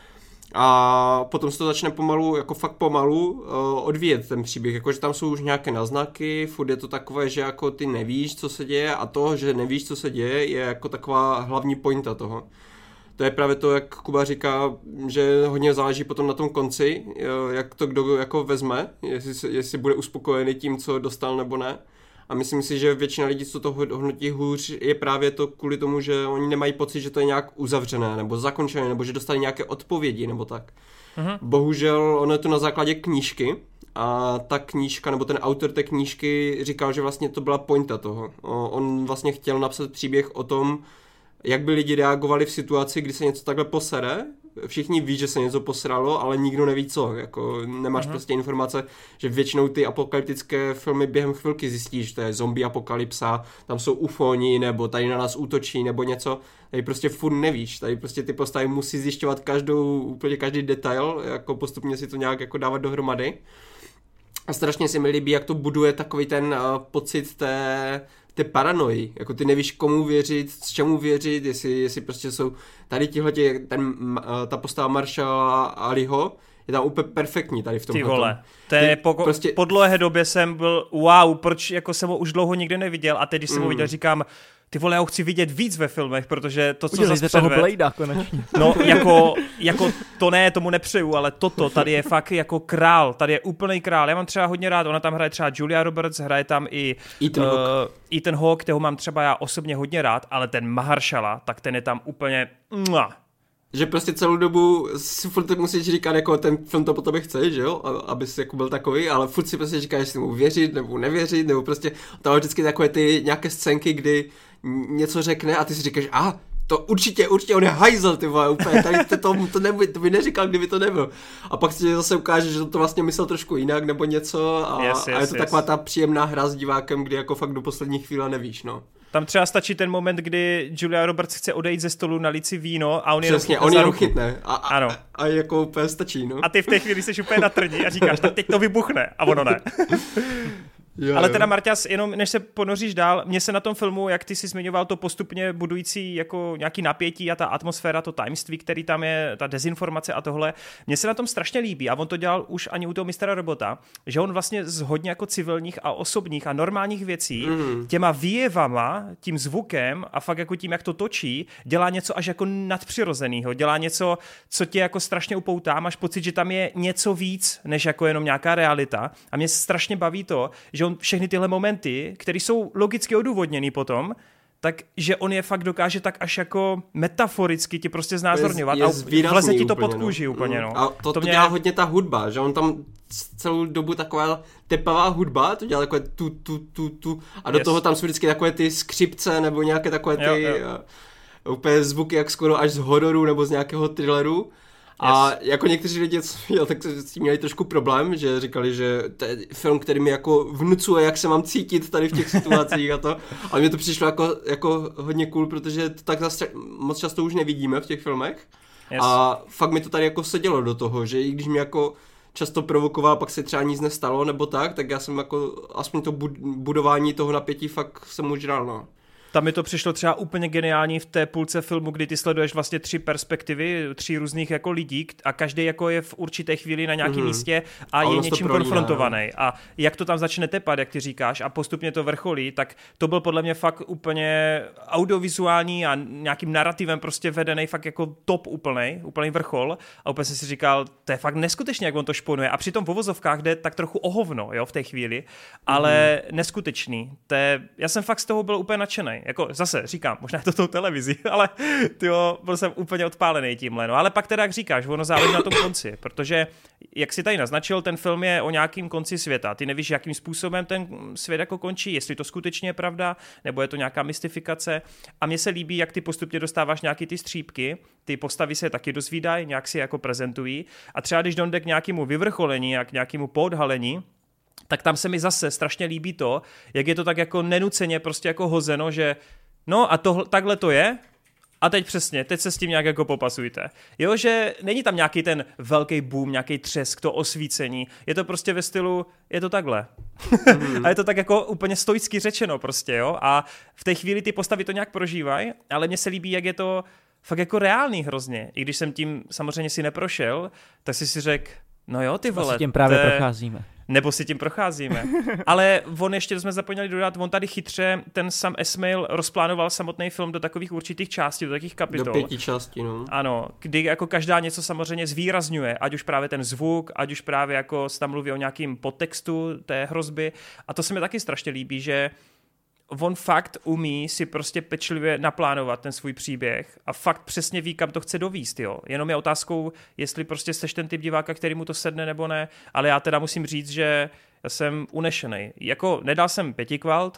A potom se to začne pomalu, jako fakt pomalu odvíjet ten příběh, jakože tam jsou už nějaké náznaky, furt je to takové, že jako ty nevíš, co se děje a to, že nevíš, co se děje, je jako taková hlavní pointa toho. To je právě to, jak Kuba říká, že hodně záleží potom na tom konci, jak to kdo jako vezme, jestli, jestli bude uspokojený tím, co dostal nebo ne. A myslím si, že většina lidí, co to hodnotí hůř, je právě to kvůli tomu, že oni nemají pocit, že to je nějak uzavřené, nebo zakončené, nebo že dostali nějaké odpovědi, nebo tak. Uh-huh. Bohužel ono je to na základě knížky a ta knížka, nebo ten autor té knížky říkal, že vlastně to byla pointa toho. On vlastně chtěl napsat příběh o tom, jak by lidi reagovali v situaci, kdy se něco takhle posere. Všichni ví, že se něco posralo, ale nikdo neví co. Jako nemáš uh-huh. prostě informace, že většinou ty apokalyptické filmy během chvilky zjistíš, že to je zombie apokalypsa, tam jsou ufoni, nebo tady na nás útočí, nebo něco. Tady prostě furt nevíš. Tady prostě ty postavy musí zjišťovat každou, úplně každý detail, jako postupně si to nějak jako dávat dohromady. A strašně se mi líbí, jak to buduje takový ten uh, pocit té ty paranoji, jako ty nevíš komu věřit, s čemu věřit, jestli, jestli prostě jsou tady tihleti, ten, ta postava Marshalla Aliho je tam úplně perfektní tady v tom. Ty vole, to je po, prostě... po dlouhé době jsem byl wow, proč jako jsem ho už dlouho nikdy neviděl a teď, když jsem mm. ho viděl, říkám, ty vole, já ho chci vidět víc ve filmech, protože to, co zase toho Bladea konečně. No, jako, jako to ne, tomu nepřeju, ale toto, tady je fakt jako král, tady je úplný král. Já mám třeba hodně rád, ona tam hraje třeba Julia Roberts, hraje tam i Ethan uh, Hawke, Ethan Hawke, toho mám třeba já osobně hodně rád, ale ten Mahershala, tak ten je tam úplně... Mua. Že prostě celou dobu si furt musíš říkat, jako ten film to po tobě chce, že jo, aby jsi jako byl takový, ale furt si prostě říkáš, jestli mu věřit nebo nevěřit, nebo prostě tam vždycky takové ty nějaké scénky, kdy něco řekne a ty si říkáš, a ah, to určitě, určitě on je hajzel, ty vole, úplně, tady to, to, to, nebude, to by neříkal, kdyby to nebyl. A pak si zase ukáže, že to vlastně myslel trošku jinak nebo něco a, yes, yes, a je to yes. taková ta příjemná hra s divákem, kdy jako fakt do poslední chvíle nevíš, no. Tam třeba stačí ten moment, kdy Julia Roberts chce odejít ze stolu, nalít si víno a on jenom Přesně, on jenom chytne a, a, ano. a, a jako úplně stačí, no. A ty v té chvíli jsi úplně na trní a říkáš, no teď to vybuchne a ono ne. Jo, Ale jo. teda Marťas, jenom než se ponoříš dál, mně se na tom filmu, jak ty jsi zmiňoval, to postupně budující jako nějaký napětí a ta atmosféra, to tajemství, který tam je, ta dezinformace a tohle, mně se na tom strašně líbí a on to dělal už ani u toho mistera Robota, že on vlastně z hodně jako civilních a osobních a normálních věcí mm. těma výjevama, tím zvukem a fakt jako tím, jak to točí, dělá něco až jako nadpřirozenýho, dělá něco, co tě jako strašně upoutá, máš pocit, že tam je něco víc, než jako jenom nějaká realita a mě strašně baví to, že on všechny tyhle momenty, které jsou logicky odůvodněný potom, tak že on je fakt dokáže tak až jako metaforicky ti prostě znázorňovat je, je a vleze ti to úplně, pod kůži no. úplně. No. A to, to, to mě... dělá hodně ta hudba, že on tam celou dobu taková tepavá hudba, to dělá takové tu, tu, tu, tu a do yes. toho tam jsou vždycky takové ty skřipce nebo nějaké takové ty jo, jo. Uh, úplně zvuky jak skoro až z hororu nebo z nějakého thrilleru. A yes. jako někteří lidi, co viděl, tak s tím měli trošku problém, že říkali, že to je film, který mi jako vnucuje, jak se mám cítit tady v těch situacích a to. Ale mně to přišlo jako, jako hodně cool, protože to tak zase moc často už nevidíme v těch filmech. Yes. A fakt mi to tady jako sedělo do toho, že i když mě jako často provokoval, pak se třeba nic nestalo nebo tak, tak já jsem jako aspoň to budování toho napětí fakt jsem už dal, no. Tam mi to přišlo třeba úplně geniální v té půlce filmu, kdy ty sleduješ vlastně tři perspektivy, tři různých jako lidí a každý jako je v určité chvíli na nějakém mm-hmm. místě a, a je něčím konfrontovaný. A jak to tam začne tepat, jak ty říkáš, a postupně to vrcholí, tak to byl podle mě fakt úplně audiovizuální a nějakým narrativem prostě vedený fakt jako top úplnej, úplný vrchol. A úplně jsem si říkal, to je fakt neskutečně, jak on to šponuje. A přitom v uvozovkách jde tak trochu o hovno, jo, v té chvíli, ale mm-hmm. neskutečný. To je, já jsem fakt z toho byl úplně nadšenej. Jako zase říkám, možná je to tou televizí, ale tyjo, byl jsem úplně odpálený tímhle. No ale pak teda, jak říkáš, ono záleží na tom konci, protože jak si tady naznačil, ten film je o nějakým konci světa. Ty nevíš, jakým způsobem ten svět jako končí, jestli to skutečně je pravda, nebo je to nějaká mystifikace. A mně se líbí, jak ty postupně dostáváš nějaký ty střípky, ty postavy se taky dozvídají, nějak si jako prezentují. A třeba když dojde k nějakému vyvrcholení, k nějakému podhalení, tak tam se mi zase strašně líbí to, jak je to tak jako nenuceně prostě jako hozeno, že no a tohle, takhle to je a teď přesně, teď se s tím nějak jako popasujte. Jo, že není tam nějaký ten velký boom, nějaký třesk, to osvícení, je to prostě ve stylu, je to takhle. Mm. A je to tak jako úplně stoicky řečeno prostě, jo, a v té chvíli ty postavy to nějak prožívají, ale mně se líbí, jak je to fakt jako reálný hrozně. I když jsem tím samozřejmě si neprošel, tak si si řekl, no jo, ty vole. Asi tím právě te... procházíme. Nebo si tím procházíme. Ale on ještě, to jsme zapomněli dodat, on tady chytře, ten Sam Esmail rozplánoval samotný film do takových určitých částí, do takových kapitol. Do pěti částí, no. Ano, kdy jako každá něco samozřejmě zvýrazňuje, ať už právě ten zvuk, ať už právě jako se tam mluví o nějakým podtextu té hrozby. A to se mi taky strašně líbí, že on fakt umí si prostě pečlivě naplánovat ten svůj příběh a fakt přesně ví, kam to chce dovíst, jo. Jenom je otázkou, jestli prostě seš ten typ diváka, který mu to sedne nebo ne, ale já teda musím říct, že já jsem unešený. Jako nedal jsem pětikvalt,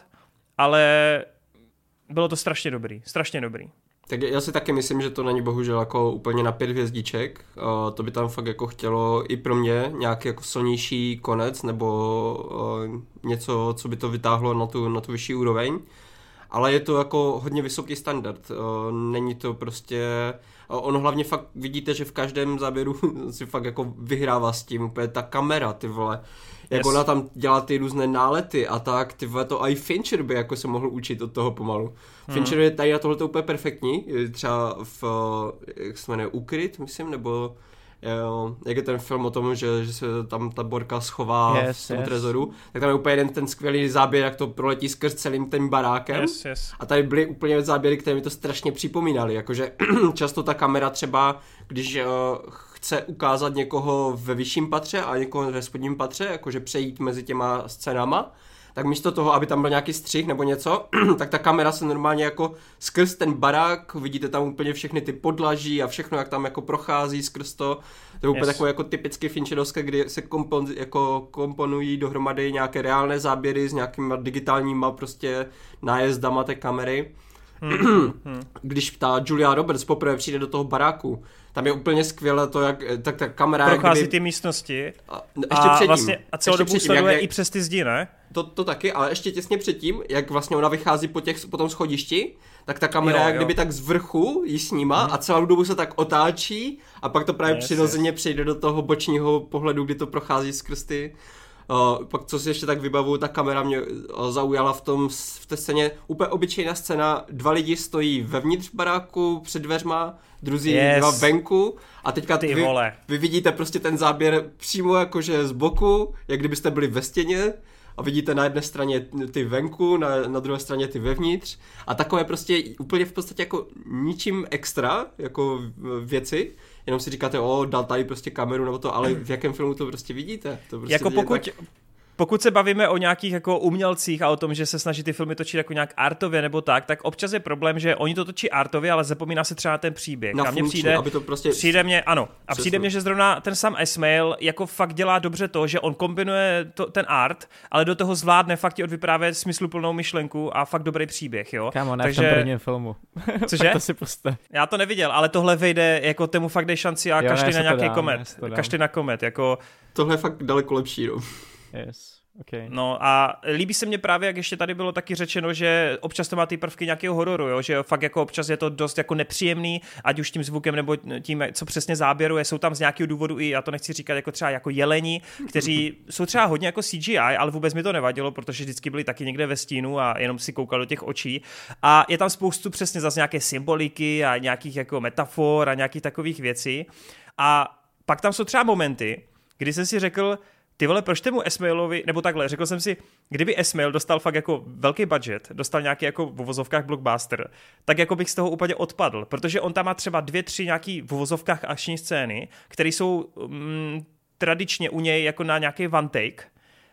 ale bylo to strašně dobrý, strašně dobrý. Tak já si taky myslím, že to není bohužel jako úplně na pět hvězdiček. Uh, to by tam fakt jako chtělo i pro mě nějaký jako silnější konec nebo uh, něco, co by to vytáhlo na tu, na tu vyšší úroveň. Ale je to jako hodně vysoký standard. Uh, není to prostě... Uh, ono hlavně fakt vidíte, že v každém záběru si fakt jako vyhrává s tím úplně ta kamera, ty vole. Jak yes. Ona tam dělá ty různé nálety a tak, ty vole, to i Fincher by jako se mohl učit od toho pomalu. Hmm. Fincher je tady na tohleto úplně perfektní, třeba v, jak se jmenuje, Ukryt, myslím, nebo jo, jak je ten film o tom, že, že se tam ta Borka schová yes, v tom yes. trezoru, tak tam je úplně jeden ten skvělý záběr, jak to proletí skrz celým tím barákem. Yes, yes. A tady byly úplně záběry, které mi to strašně připomínaly, jakože často ta kamera třeba, když uh, chce ukázat někoho ve vyšším patře a někoho ve spodním patře, jakože přejít mezi těma scénama, tak místo toho, aby tam byl nějaký střih nebo něco, tak ta kamera se normálně jako skrz ten barák, vidíte tam úplně všechny ty podlaží a všechno, jak tam jako prochází skrz to. To je úplně yes. takové jako typicky fincherovské, kdy se kompon, jako komponují dohromady nějaké reálné záběry s nějakýma digitálníma prostě nájezdama té kamery. Hmm. Když ta Julia Roberts poprvé přijde do toho baráku, tam je úplně skvělé to, jak tak ta kamera... Prochází kdyby... ty místnosti a, ještě a, předtím, vlastně, a celou dobu sleduje jak... i přes ty zdi, ne? To, to taky, ale ještě těsně předtím, jak vlastně ona vychází po, těch, po tom schodišti, tak ta kamera jo, jak kdyby tak z vrchu jí snímá hmm. a celou dobu se tak otáčí a pak to právě yes, přirozeně yes. přijde do toho bočního pohledu, kdy to prochází skrz ty... Uh, pak co si ještě tak vybavuju, ta kamera mě uh, zaujala v tom, v té scéně, úplně obyčejná scéna, dva lidi stojí vevnitř baráku před dveřma, druzí yes. dva venku a teďka vy, vy vidíte prostě ten záběr přímo jakože z boku, jak kdybyste byli ve stěně a vidíte na jedné straně ty venku, na, na druhé straně ty vevnitř a takové prostě úplně v podstatě jako ničím extra, jako věci. Jenom si říkáte, o, dal tady prostě kameru nebo to, ale v jakém filmu to prostě vidíte? To prostě jako pokud, tak... pokud se bavíme o nějakých jako umělcích a o tom, že se snaží ty filmy točit jako nějak artově nebo tak, tak občas je problém, že oni to točí artově, ale zapomíná se třeba na ten příběh. Na a mně funkčně, přijde, aby to prostě... přijde mě, ano, a přesně. přijde mě, že zrovna ten Sam Esmail jako fakt dělá dobře to, že on kombinuje to, ten art, ale do toho zvládne fakt ti odvyprávět smysluplnou myšlenku a fakt dobrý příběh, jo. Kámo, ne takže... v tom prvním filmu. Cože? To si puste. Já to neviděl, ale tohle vejde, jako tému fakt dej šanci a jo, kašli na nějaký dám, komet. Kašli na komet, jako... Tohle je fakt daleko lepší, no. Yes. Okay. No a líbí se mně právě, jak ještě tady bylo taky řečeno, že občas to má ty prvky nějakého hororu, jo? Že fakt jako občas je to dost jako nepříjemný, ať už tím zvukem nebo tím, co přesně záběruje, jsou tam z nějakého důvodu i, já to nechci říkat jako třeba jako jeleni, kteří jsou třeba hodně jako C G I, ale vůbec mi to nevadilo, protože vždycky byli taky někde ve stínu a jenom si koukal do těch očí a je tam spoustu přesně zase nějaké symboliky a nějakých jako metafor a nějakých takových věcí a pak tam jsou třeba momenty, kdy jsem si řekl, ty vole, proč tému Esmailovi, nebo takhle, řekl jsem si, kdyby Esmail dostal fakt jako velký budget, dostal nějaký jako v uvozovkách blockbuster, tak jako bych z toho úplně odpadl, protože on tam má třeba dvě, tři nějaký v uvozovkách akční scény, které jsou mm, tradičně u něj jako na nějaký one take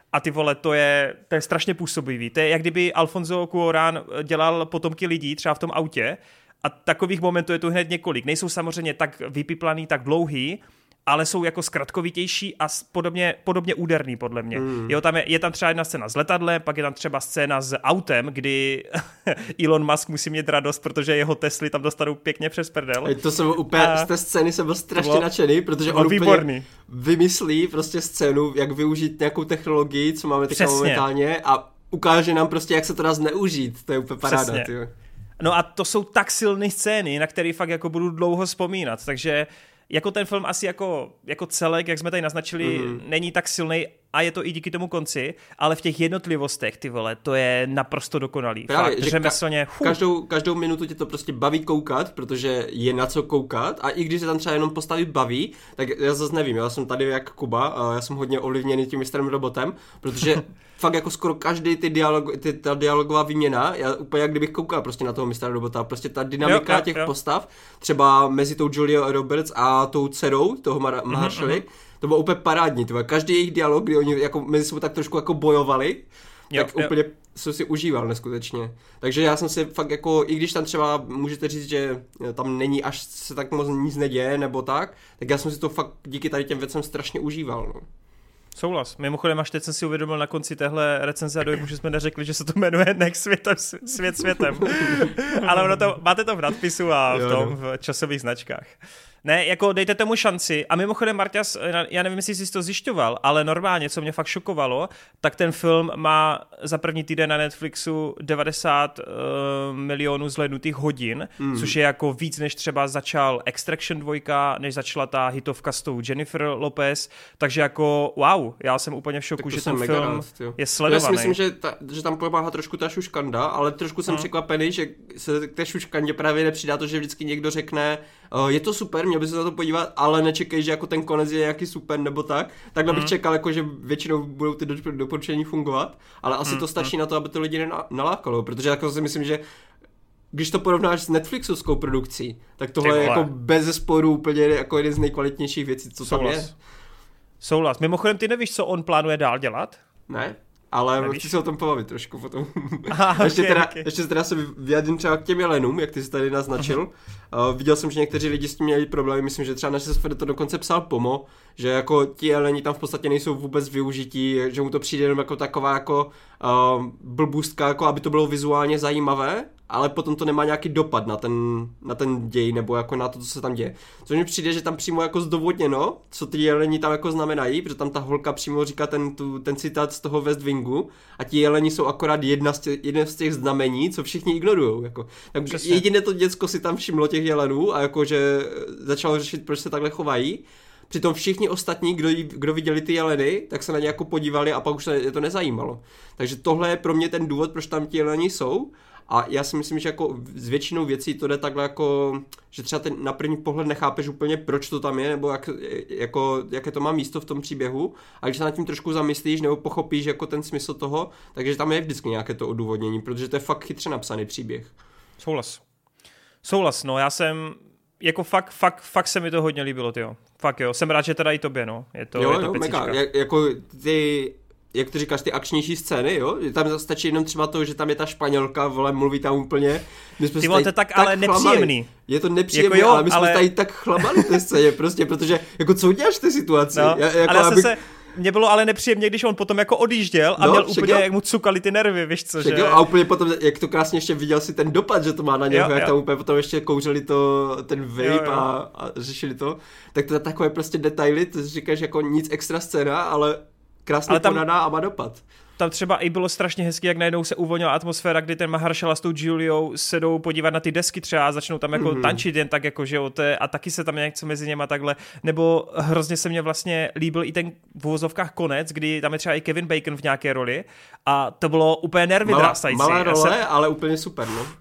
A ty vole, to je, to je strašně působivý. To je jak kdyby Alfonso Cuarón dělal Potomky lidí třeba v tom autě a takových momentů je tu hned několik. Nejsou samozřejmě tak vypiplaný, tak dlouhý, ale jsou jako zkratkovitější a podobně, podobně úderný podle mě. Mm. Jo, tam je, je tam třeba jedna scéna s letadlem, pak je tam třeba scéna s autem, kdy Elon Musk musí mít radost, protože jeho Tesly tam dostanou pěkně přes prdel. To jsem úplně, a z té scény jsem byl strašně bylo, nadšený, protože on výborný. úplně vymyslí prostě scénu, jak využít nějakou technologii, co máme teď momentálně a ukáže nám prostě, jak se to dá zneužít. To je úplně paráda. Tyjo. No a to jsou tak silné scény, na které fakt jako budu dlouho vzpomínat, takže jako ten film asi jako, jako celek, jak jsme tady naznačili, mm. není tak silný a je to i díky tomu konci, ale v těch jednotlivostech, ty vole, to je naprosto dokonalý. Právě, fakt, že řemeslně, ka- každou, každou minutu tě to prostě baví koukat, protože je na co koukat a i když se tam třeba jenom postavit baví, tak já zase nevím, já jsem tady jak Kuba a já jsem hodně ovlivněný tím mistrem Robotem, protože fakt jako skoro každý ty dialog, ty, ta dialogová výměna, já úplně jak kdybych koukal prostě na toho mistra Robota, prostě ta dynamika jo, jo, těch jo. postav, třeba mezi tou Julia Roberts a tou dcerou toho Mar- Mahershally, mm-hmm. to bylo úplně parádní, tyhle. Každý jejich dialog, kdy oni jako mezi sebou tak trošku jako bojovali, jo, tak jo. úplně jsem si užíval neskutečně. Takže já jsem si fakt jako, i když tam třeba můžete říct, že tam není až se tak moc nic neděje nebo tak, tak já jsem si to fakt díky tady těm věcem strašně užíval. No. Souhlas. Mimochodem, až teď jsem si uvědomil na konci téhle recenze a dojmu, že jsme neřekli, že se to jmenuje Next svět, svět světem. Ale ono to, máte to v nadpisu a v tom, v časových značkách. Ne, jako dejte tomu šanci. A mimochodem, Marťas, já nevím, jestli jsi to zjišťoval, ale normálně, co mě fakt šokovalo, tak ten film má za první týden na Netflixu devadesát uh, milionů zhlédnutých hodin, mm. což je jako víc, než třeba začal Extraction dva, než začala ta hitovka s tou Jennifer Lopez, takže jako wow, já jsem úplně v šoku, že ten film rád, je sledovaný. Já si myslím, že, ta, že tam pomáhá trošku ta šuškanda, ale trošku jsem hmm. překvapený, že se k té šuškandě právě nepřidá to, že vždycky někdo řekne, uh, je to super, měl by se na to podívat, ale nečekej, že jako ten konec je nějaký super nebo tak. Takhle hmm. bych čekal, jako, že většinou budou ty doporučení fungovat, ale asi hmm. to stačí hmm. na to, aby to lidi nalákalo, protože jako si myslím, že když to porovnáš s Netflixovskou produkcí, tak tohle je jako bez zesporu úplně jako jeden z nejkvalitnějších věcí, co tam je. Souhlas. Mimochodem, ty nevíš, co on plánuje dál dělat? Ne, ale nevíš? Chci se o tom pobavit trošku potom. Aha, ještě, okay, teda, okay. ještě teda se vyjádřím třeba k těm jelenům, jak ty jsi tady naznačil. Uh-huh. Uh, viděl jsem, že někteří lidi s tím měli problémy, myslím, že třeba naše Sfere to dokonce psal Pomo, že jako ti jeleni tam v podstatě nejsou vůbec využití, že mu to přijde jenom jako taková jako uh, blbůstka, jako aby to bylo vizuálně zajímavé, ale potom to nemá nějaký dopad na ten, na ten děj, nebo jako na to, co se tam děje. Což mi přijde, že tam přímo jako zdůvodněno, co ty jeleni tam jako znamenají, protože tam ta holka přímo říká ten, tu, ten citát z toho West Wingu a ti jeleni jsou akorát jedna z těch, jeden z těch znamení, co všichni ignorujou. Jako. Tak jediné to děcko si tam všimlo těch jelenů a jakože začalo řešit, proč se takhle chovají. Přitom všichni ostatní, kdo, kdo viděli ty jeleny, tak se na ně jako podívali a pak už se je to nezajímalo. Takže tohle je pro mě ten důvod, proč tam ti jeleni jsou. A já si myslím, že jako s většinou věcí to jde takhle jako, že třeba ten na první pohled nechápeš úplně, proč to tam je, nebo jak, jako, jaké to má místo v tom příběhu. A když se nad tím trošku zamyslíš, nebo pochopíš jako ten smysl toho, takže tam je vždycky nějaké to odůvodnění, protože to je fakt chytře napsaný příběh. Souhlas. Souhlas, no já jsem, jako fakt, fakt, fakt se mi to hodně líbilo, tyjo. Fakt jo, jsem rád, že teda i tobě, no. Je to, jo, je to jo, mega, jak, jako ty... jak ty říkáš, ty akčnější scény, jo? Tam stačí jenom třeba to, že tam je ta Španělka, vole, mluví tam úplně. My jsme ty vole, to je tak, tak ale nepříjemný. Je to nepříjemný, jako jo, ale my jsme ale... tady tak chlamali v té scéně, prostě, protože, jako co uděláš v té situaci? No, já, jako, ale abych... se... Mně bylo ale nepříjemně, když on potom jako odjížděl a no, měl úplně, jo. jak mu cukali ty nervy, víš co, že... Jo, a úplně potom, jak to krásně ještě viděl si ten dopad, že to má na něho, jo, jak jo. tam úplně potom ještě kouřili to, ten vape jo, jo. A, a řešili to. Tak to je takové prostě detaily, to říkáš jako nic extra scéna, ale krásně tam... podaná a má dopad. Tam třeba i bylo strašně hezky, jak najednou se uvolnila atmosféra, kdy ten Mahershala s tou Juliou se jdou podívat na ty desky třeba a začnou tam jako mm-hmm. tančit jen tak jako, že jo, te, a taky se tam něco mezi něma takhle, nebo hrozně se mně vlastně líbil i ten v uvozovkách konec, kdy tam je třeba i Kevin Bacon v nějaké roli a to bylo úplně nervy drásající. Malá role, jsem... ale úplně super, no.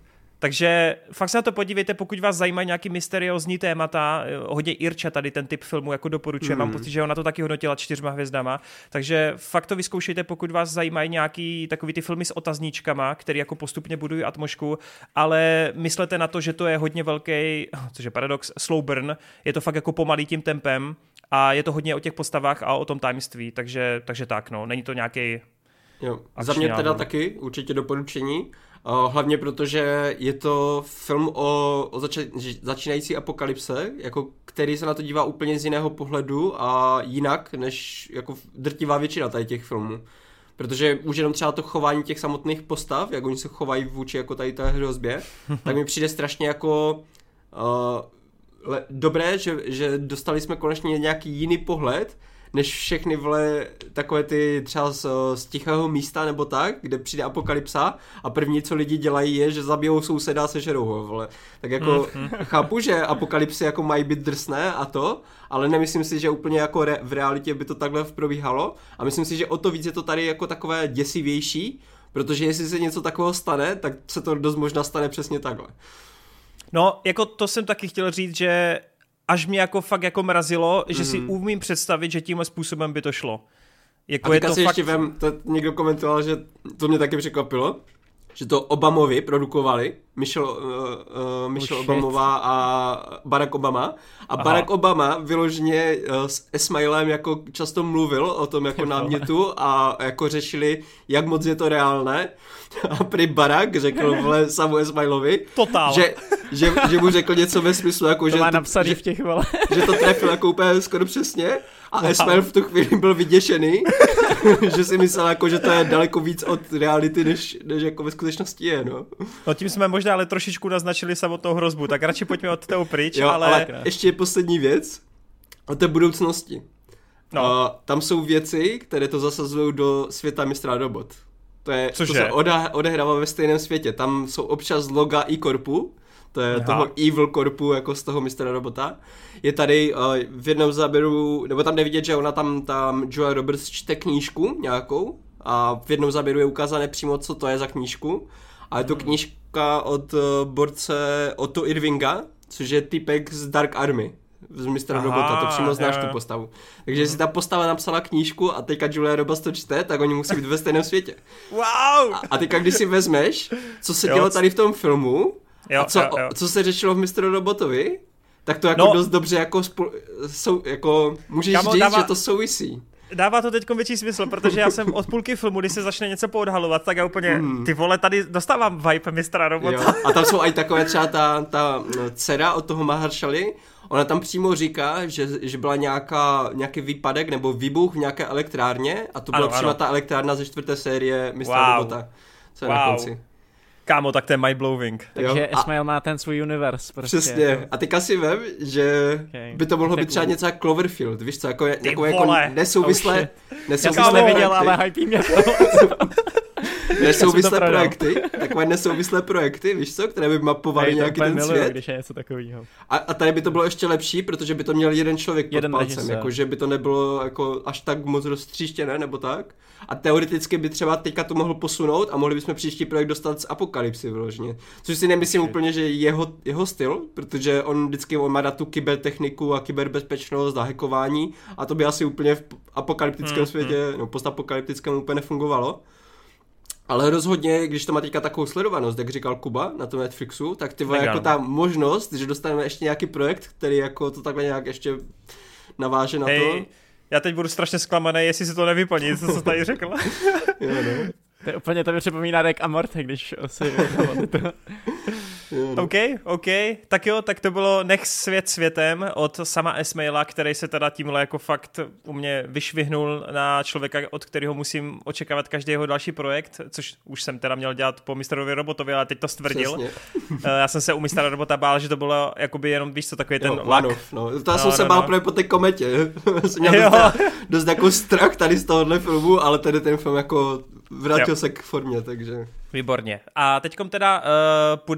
Takže fakt se na to podívejte, pokud vás zajímají nějaký mysteriózní témata, hodně Irča tady ten typ filmu jako doporučuje, mm. mám pocit, že ona to taky hodnotila čtyřma hvězdama, takže fakt to vyzkoušejte, pokud vás zajímají nějaký takový ty filmy s otazníčkama, který jako postupně budují atmosféru, ale myslete na to, že to je hodně velký, což je paradox, slow burn, je to fakt jako pomalý tím tempem a je to hodně o těch postavách a o tom tajemství, takže, takže tak, no, není to nějaký. Jo, za mě teda album. Taky určitě doporučení, uh, hlavně protože je to film o, o zač- začínající apokalypse, jako který se na to dívá úplně z jiného pohledu a jinak, než jako drtivá většina tady těch filmů. Protože už jenom třeba to chování těch samotných postav, jak oni se chovají vůči jako tady té hrozbě, tak mi přijde strašně jako uh, le- dobré, že, že dostali jsme konečně nějaký jiný pohled, než všechny vle takové ty třeba z, z tichého místa nebo tak, kde přijde apokalypsa a první, co lidi dělají, je, že zabijou souseda a sežerou ho, vle. Tak jako mm-hmm. chápu, že apokalypsy jako mají být drsné a to, ale nemyslím si, že úplně jako re- v realitě by to takhle probíhalo a myslím si, že o to víc je to tady jako takové děsivější, protože jestli se něco takového stane, tak se to dost možná stane přesně takhle. No, jako to jsem taky chtěl říct, že až mě jako fakt jako mrazilo, že mm-hmm. si umím představit, že tímhle způsobem by to šlo. Jako a je to si fakt... ještě vem, to někdo komentoval, že to mě taky překvapilo, že to Obamovi produkovali, Michelle, uh, uh, Michelle oh, Obamová a Barack Obama. A Aha. Barack Obama vyloženě uh, s Esmailem jako často mluvil o tom jako námětu a jako řešili, jak moc je to reálné. A prý Barack řekl vle samu Esmailovi, že, že, že mu řekl něco ve smyslu, jako, to že, má to, že, v těch, že to trefil jako úplně skoro přesně. A wow. Esmail v tu chvíli byl vyděšený, že si myslel, jako, že to je daleko víc od reality, než, než jako ve skutečnosti je, no. No tím jsme možná ale trošičku naznačili samotnou hrozbu, tak radši pojďme od toho pryč, jo, ale... ale ještě poslední věc, o té budoucnosti. No. Uh, tam jsou věci, které to zasazují do světa mistra robot. To, je, to se oda, odehrává ve stejném světě. Tam jsou občas loga E-Corpu, to je Aha. toho Evil Corpu, jako z toho mistra Robota. Je tady uh, v jednom záběru, nebo tam nevidět, že ona tam, tam Julia Roberts čte knížku nějakou a v jednom záběru je ukázané přímo, co to je za knížku. A je to knížka od uh, borce Otto Irvinga, což je typek z Dark Army. Z mistra Robota, to přímo znáš tu postavu. Takže jestli ta postava napsala knížku a teďka Julia Roberts to čte, tak oni musí být ve stejném světě. Wow! A, a teďka, když si vezmeš, co se dělo tady v tom filmu, jo, a co, jo, jo. co se řešilo v mistru Robotovi, tak to jako no. dost dobře jako, spol, sou, jako můžeš Kamo, říct, dává, že to souvisí. Dává to teď větší smysl, protože já jsem od půlky filmu, když se začne něco poodhalovat, tak já úplně, mm. ty vole, tady dostávám vibe mistra Robota. Jo. A tam jsou i takové třeba ta, ta dcera od toho Mahershali, ona tam přímo říká, že, že byla nějaká, nějaký výpadek nebo výbuch v nějaké elektrárně a to byla ano, přímo ano. ta elektrárna ze čtvrté série mistra wow. Robota. Co je wow. na konci. Kámo, tak to je mind-blowing. Takže Esmail má ten svůj univerz. Prostě. Přesně. A teďka si vem, že okay. by to mohlo být třeba něco jak Cloverfield, víš co, jako, jako, jako nesouvislé, oh nesouvislé Já jsem to neviděl, ale hype mě to. Nesouvislé projekty, takové nesouvislé projekty, víš co, které by mapovaly hey, nějaký ten miluju, svět. Když je něco takového. A, a tady by to bylo ještě lepší, protože by to měl jeden člověk pod jeden palcem, jako, že by to nebylo jako až tak moc roztříštěné nebo tak. A teoreticky by třeba teďka to mohl posunout a mohli bychom příští projekt dostat z Apokalypsy vyloženě. Což si nemyslím okay. úplně, že jeho, jeho styl, protože on vždycky on má dát tu kybertechniku a kyberbezpečnost a hackování a to by asi úplně v apokalyptickém hmm, světě, hmm. no postapokalyptickém úplně nefungovalo. Ale rozhodně, když to má teďka takovou sledovanost, jak říkal Kuba na tom Netflixu, tak ty jako ta možnost, že dostaneme ještě nějaký projekt, který jako to takhle nějak ještě naváže na hey, to. Já teď budu strašně zklamaný, jestli si to nevyplní, co jsi tady řekl. Jo, no. To je úplně, to mi připomíná Rick a Morty, když asi to. OK, OK, tak jo, tak to bylo Nech svět světem od sama Esmaila, který se teda tímhle jako fakt u mě vyšvihnul na člověka, od kterého musím očekávat každý jeho další projekt, což už jsem teda měl dělat po mistrovi Robotovi, ale teď to stvrdil. Přesně. Já jsem se u mistra Robota bál, že to bylo jakoby jenom, víš co, takový ten jo, lak. No, to já jsem no, se no, bál no. po té kometě. jsem měl dost, dost jako strach tady z tohohle filmu, ale tady ten film jako vrátil jo. se k formě, takže... Výborně. A teďkom teda uh, půjdeme dál.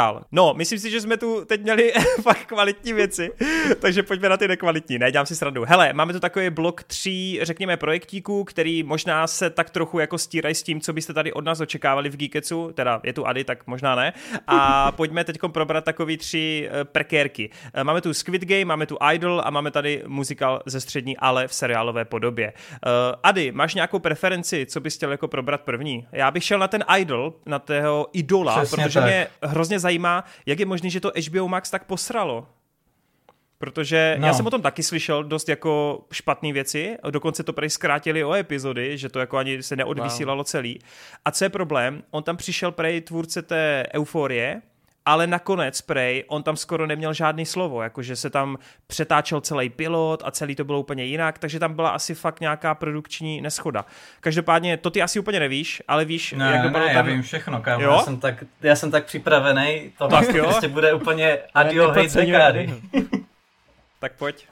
dál. No, myslím si, že jsme tu teď měli fakt kvalitní věci, takže pojďme na ty nekvalitní, ne, dělám si srandu. Hele, máme tu takový blok tří, řekněme, projektíků, který možná se tak trochu jako stírají s tím, co byste tady od nás očekávali v Geeketsu, teda je tu Ady, tak možná ne. A pojďme teď probrat takový tři prekérky. Máme tu Squid Game, máme tu Idol a máme tady muzikál ze střední, ale v seriálové podobě. Uh, Ady, máš nějakou preferenci, co bys chtěl jako probrat první? Já bych šel na ten Idol, na tého idola, přesně protože tak. Mě hrozně zajímá, jak je možné, že to H B O Max tak posralo. Protože no. já jsem o tom taky slyšel dost jako špatné věci, dokonce to prej zkrátili o epizody, že to jako ani se neodvysílalo wow. celý. A co je problém? On tam přišel prej tvůrce té Euforie, ale nakonec prej, on tam skoro neměl žádný slovo, jakože se tam přetáčel celý pilot a celý to bylo úplně jinak, takže tam byla asi fakt nějaká produkční neschoda. Každopádně, to ty asi úplně nevíš, ale víš, ne, jak dopadlo ne, tam... já vím všechno, kámo, já jsem tak, já jsem tak připravený, to vlastně tak prostě bude úplně adio hate dekády. Tak pojď.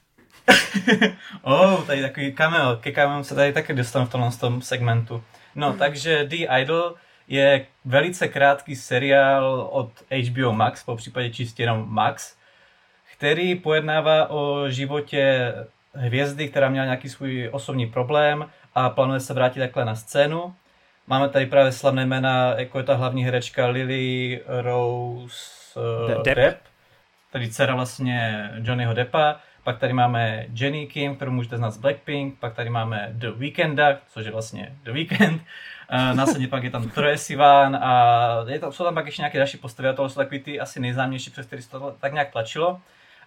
oh, tady takový cameo, ke cameo se tady taky dostanu v tomhle tom segmentu. No, takže The Idol je velice krátký seriál od H B O Max, po případě čistě jenom Max, který pojednává o životě hvězdy, která měla nějaký svůj osobní problém a plánuje se vrátit takhle na scénu. Máme tady právě slavné jména, jako je ta hlavní herečka Lily Rose uh, Depp, Depp, tady dcera vlastně Johnnyho Deppa. Pak tady máme Jennie Kim, kterou můžete znát z Blackpink, pak tady máme The Weeknda, což je vlastně The Weeknd. Uh, následně pak je tam Troye Sivan a je tam, jsou tam pak ještě nějaké další postavy a tohle jsou takový ty asi nejznámější, přes který se to tak nějak tlačilo.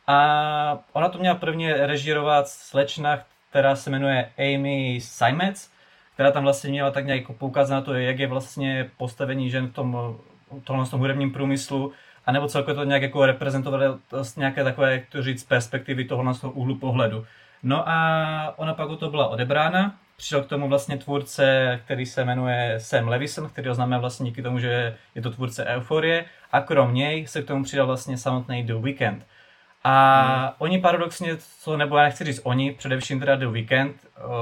A ona to měla prvně režírovat slečna, která se jmenuje Amy Seimetz, která tam vlastně měla tak nějak poukázat na to, jak je vlastně postavení žen v tom, tomhle tom hudebním průmyslu, anebo celkově to nějak jako reprezentovalo z nějaké takové, jak to říct, perspektivy tohohle z toho úhlu pohledu. No a ona pak o to byla odebrána. Přišel k tomu vlastně tvůrce, který se jmenuje Sam Levinson, který ho známe vlastně díky tomu, že je to tvůrce Euforie, a krom něj se k tomu přidal vlastně samotný The Weeknd. A hmm. oni paradoxně, co, nebo já nechci říct oni, především teda The Weeknd,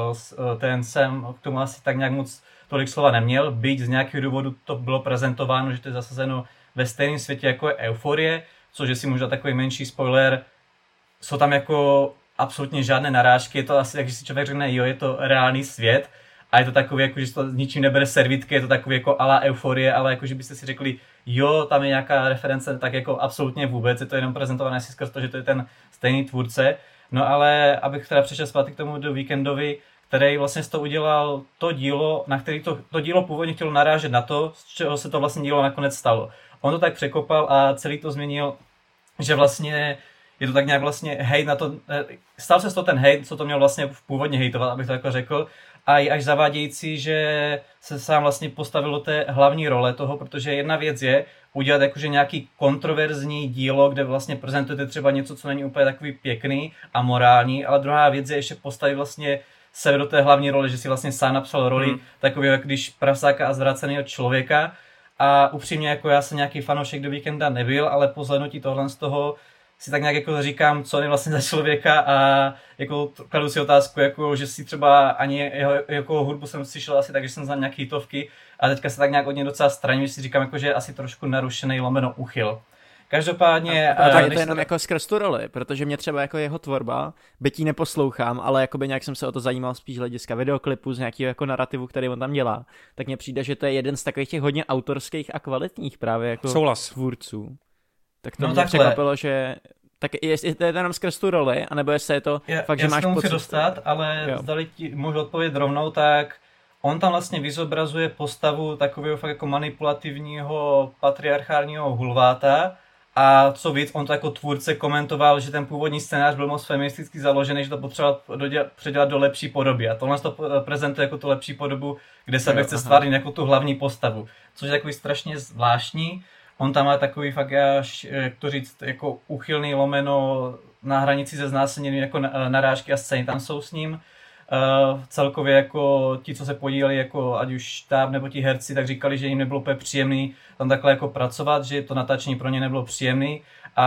ten Sam k tomu asi tak nějak moc tolik slova neměl, byť z nějakého důvodu to bylo prezentováno, že to je zasazeno ve stejném světě jako je Euforie, což je si možná takový menší spoiler, jsou tam jako absolutně žádné narážky, je to asi tak, že si člověk řekne, jo, je to reálný svět a je to takový, jako, že to ničím nebere servítky, je to takový jako a la Euforie, ale jako, že byste si řekli, jo, tam je nějaká reference, tak jako absolutně vůbec, je to jenom prezentované asi skrz to, že to je ten stejný tvůrce. No ale abych teda přešel zpátky k tomu do Weekndovi, který vlastně z toho udělal to dílo, na který to, to dílo původně chtělo narážet na to, z čeho se to vlastně dílo nakonec stalo. On to tak překopal a celý to změnil, že vlastně je to tak nějak vlastně hejt na to, stal se z toho ten hejt, co to měl vlastně původně hejtovat, abych to jako řekl, a je až zavádějící, že se sám vlastně postavil do té hlavní role toho, protože jedna věc je udělat jakože nějaký kontroverzní dílo, kde vlastně prezentujete třeba něco, co není úplně takový pěkný a morální, ale druhá věc je ještě postavit vlastně sebe do té hlavní role, že si vlastně sám napsal roli hmm. takového, jak když prasáka a zvraceného člověka. A upřímně, jako já jsem nějaký fanoušek do Weeknda nebyl, ale po zhlédnutí tohle z toho si tak nějak jako říkám, co je vlastně za člověka a jako kladu si otázku, jako, že si třeba ani jeho jako hudbu jsem slyšel asi tak, že jsem znal nějaké hitovky a teďka se tak nějak od něj docela straním, že si říkám, jako, že je asi trošku narušený lomeno uchyl. Každopádně... A, a tak je to jenom to... jako skrz tu roli, protože mě třeba jako jeho tvorba, byť ji neposlouchám, ale jakoby nějak jsem se o to zajímal spíš hlediska videoklipu, z nějakého jako narrativu, který on tam dělá, tak mně přijde, že to je jeden z takových těch hodně autorských a kvalitních právě jako Souhlas. tvůrců. Tak to no mě takhle. překvapilo, že... Tak jestli to je jenom skrz tu roli, anebo jestli je to já, fakt, já že máš pocit... Já dostat, ale jo. Zdali ti můžu odpovědět rovnou, tak on tam vlastně vyzobrazuje postavu takového fakt jako manipulativního patriarchálního hulváta a co víc, on to jako tvůrce komentoval, že ten původní scénář byl moc feministicky založený, že to potřeboval dodělat, předělat do lepší podoby a tohle to prezentuje jako tu lepší podobu, kde se chce stvárnit jako tu hlavní postavu, což je takový strašně zvláštní. On tam má takový fakt, až, jak to říct, jako uchylný lomeno na hranici se znásilněním jako narážky a scény tam jsou s ním. Uh, celkově jako ti, co se podíleli, jako ať už štáb nebo ti herci, tak říkali, že jim nebylo úplně příjemný tam takhle jako pracovat, že to natáčení pro ně nebylo příjemný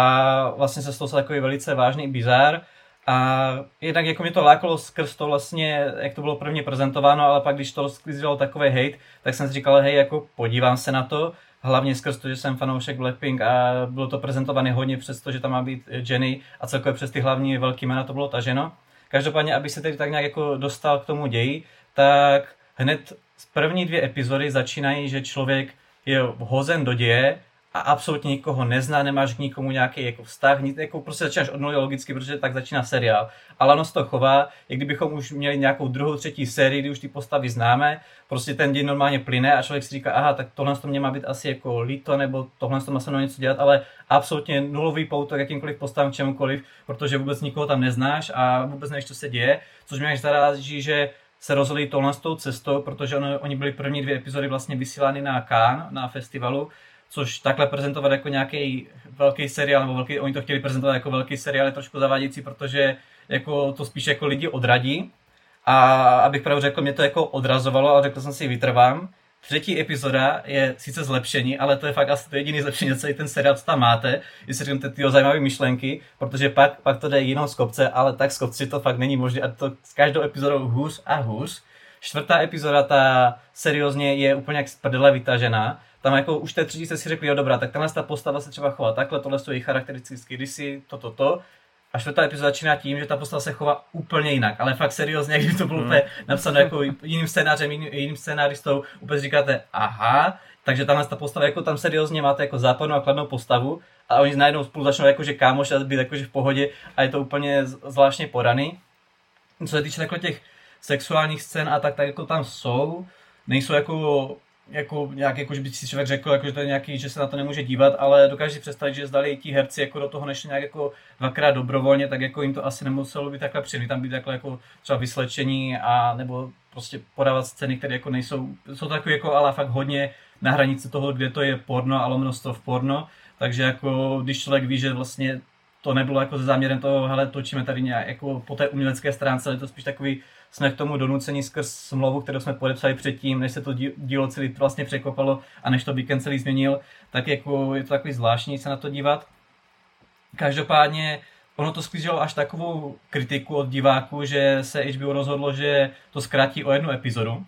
a vlastně se stalo takový velice vážný bizár. A jednak jako mě to lákalo skrz to vlastně, jak to bylo prvně prezentováno, ale pak když to sklízelo takový hejt, tak jsem si říkal, hej, jako podívám se na to. hlavně skrz to, že jsem fanoušek Blackpink a bylo to prezentované hodně přes to, že tam má být Jennie a celkově přes ty hlavní velký jména to bylo taženo. Každopádně, aby se tedy tak nějak jako dostal k tomu ději, tak hned z první dvě epizody začínají, že člověk je hozen do děje a absolutně nikoho nezná, nemáš k nikomu nějaký jako vztah, nic, jako prostě začínáš od nuly logicky, protože tak začíná seriál. Ale ono se to chová, jak kdybychom už měli nějakou druhou, třetí sérii, kdy už ty postavy známe, prostě ten děj normálně plyne a člověk si říká, aha, tak tohle to mě má být asi jako líto, nebo tohle to má se mnou něco dělat, ale absolutně nulový pouto jakýmkoliv postavám k čemukoliv, protože vůbec nikoho tam neznáš a vůbec nevíš, co se děje, což mě až zaráží, že se rozhodli tohle s tou cestou, protože ono, oni byli první dvě epizody vlastně vysílány na Cannes, na festivalu, což takhle prezentovat jako nějaký velký seriál, nebo velký, oni to chtěli prezentovat jako velký seriál, je trošku zavádějící, protože jako to spíš jako lidi odradí. A abych pravdu řekl, mě to jako odrazovalo, ale řekl jsem si, vytrvám. Třetí epizoda je sice zlepšení, ale to je fakt asi to jediný zlepšení, celý ten seriál, co tam máte, když si říkáte tyho zajímavé myšlenky, protože pak, pak to jde jinou z kopce, ale tak z kopci to fakt není možné a to s každou epizodou hůř a hůř. Čtvrtá epizoda, ta seriózně je úplně jak z prdele vytažená. Tam jako už té třetí jste si řekli, jo dobrá, tak tenhle ta postava se třeba chová takhle, tohle jsou její charakteristické rysy, toto, to, to. A čtvrtá epizoda začíná tím, že ta postava se chová úplně jinak, ale fakt seriózně, jak by to bylo hmm. úplně napsáno jako jiným scénářem, jiným, jiným scénáristou, úplně říkáte, aha, takže tamhle ta postava, jako tam seriózně máte jako západnou a kladnou postavu a oni najednou spolu začnou jakože kámoš a být jakože v pohodě a je to úplně zvláštně podaný. Co se týče takhle těch sexuálních scén a tak, tak jako tam jsou, nejsou jako jako nějak, jako, že by si člověk řekl, jako, že to je nějaký, že se na to nemůže dívat, ale dokážu si představit, že zdali ti herci jako do toho nešli nějak jako dvakrát dobrovolně, tak jako jim to asi nemuselo být takhle příjemný, tam být takhle jako třeba vyslečení a nebo prostě podávat scény, které jako nejsou, jsou takové jako ale fakt hodně na hranici toho, kde to je porno a lomenostvo v porno, takže jako když člověk ví, že vlastně to nebylo jako se záměrem toho, hele, točíme tady nějak jako po té umělecké stránce, ale to spíš takový jsme k tomu donuceni skrz smlouvu, kterou jsme podepsali předtím, než se to dílo celý vlastně překopalo a než to víkend celý změnil, tak jako je to takový zvláštní se na to dívat. Každopádně ono to sklíželo až takovou kritiku od diváků, že se H B O rozhodlo, že to zkrátí o jednu epizodu.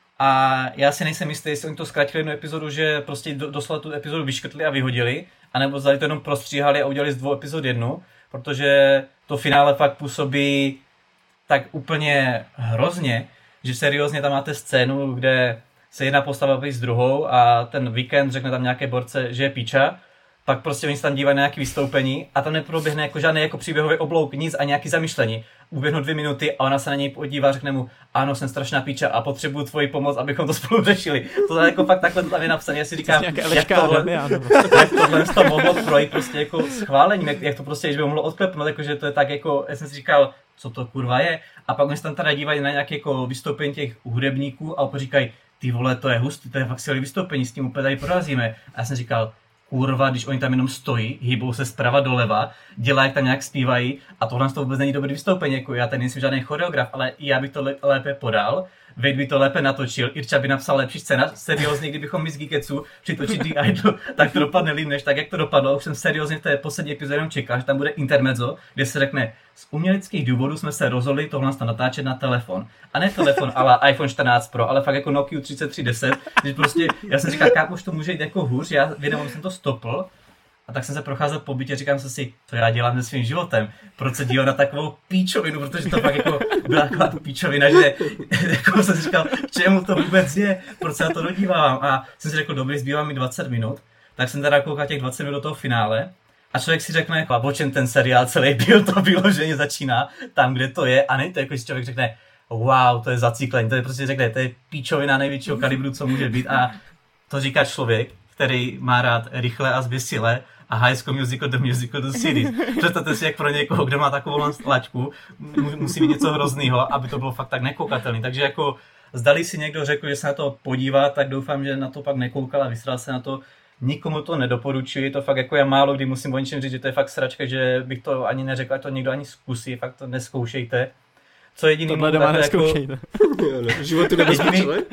A já si nejsem jistý, jestli oni to zkrátili jednu epizodu, že prostě doslova tu epizodu vyškrtli a vyhodili, anebo zdali to jenom prostříhali a udělali z dvou epizod jednu, protože to finále fakt působí tak úplně hrozně, že seriózně tam máte scénu, kde se jedna postava baví s druhou a ten víkend řekne tam nějaké borce, že je píča, pak prostě oni se tam dívají na nějaké vystoupení a tam neproběhne jako žádný jako příběhový oblouk, nic a nějaký zamyšlení. Uběhnou dvě minuty a ona se na něj podívá a řekne mu, ano, jsem strašná píča a potřebuju tvoji pomoc, abychom to spolu řešili. To je jako fakt takhle tam je napsané. Já si říkám, jak tohle, jak tohle to mohlo projít prostě jako schválením, jak, jak to prostě by mohlo odklepnout, jakože to je tak jako, já jsem si říkal, co to kurva je. A pak oni se tam teda dívají na nějaké jako vystoupení těch hudebníků a opět říkají, ty vole, to je hustý, to je fakt silný vystoupení, s tím úplně tady prorazíme. A já jsem říkal, kurva, když oni tam jenom stojí, hýbou se zprava doleva, dělají, jak tam nějak zpívají a tohle to vůbec není dobrý vystoupení, jako já tady nejsem žádný choreograf, ale i já bych to lépe podal, Vejt by to lépe natočil, Irča by napsal lepší scénář, seriózně, kdybychom my z Geeketsu přitočili The Idol, tak to dopadne líp než tak, jak to dopadlo. Už jsem seriózně v té poslední epizodě jenom čekal, že tam bude intermezzo, kde se řekne, z uměleckých důvodů jsme se rozhodli tohle natáčet na telefon. A ne telefon ale iPhone čtrnáct Pro, ale fakt jako Nokia třicet tři deset, že prostě, já jsem říkal, jak už to může jít jako hůř, já vědomě jsem to stopl. A tak jsem se procházel po bytě a říkám se si, co já dělám se svým životem. Proč se díval na takovou píčovinu, protože to fakt jako byla taková píčovina, že jako jsem si říkal, čemu to vůbec je, proč se na to dodívám. A jsem si řekl, dobrý, zbývá mi dvacet minut, tak jsem teda koukal těch dvacet minut do toho finále. A člověk si řekne, jako, o čem ten seriál celý byl, to bylo, že začíná tam, kde to je. A není to jako, že člověk řekne, wow, to je zacíklení, to je prostě řekne, to je píčovina největšího kalibru, co může být. A to říká člověk, který má rád rychle a zběsile a High School Musical, The Musical, The Series. Představte si, jak pro někoho, kdo má takovou laťku, musí být něco hroznýho, aby to bylo fakt tak nekoukatelný. Takže jako zdali si někdo řekl, že se na to podívá, tak doufám, že na to pak nekoukal a vysral se na to. Nikomu to nedoporučuji, to fakt jako já málo kdy musím o něčem říct, že to je fakt sračka, že bych to ani neřekl, ať to někdo ani zkusí, fakt to neskoušejte. Co jediný tohle doma neskoušejte. Jako... Životu nebezpečné.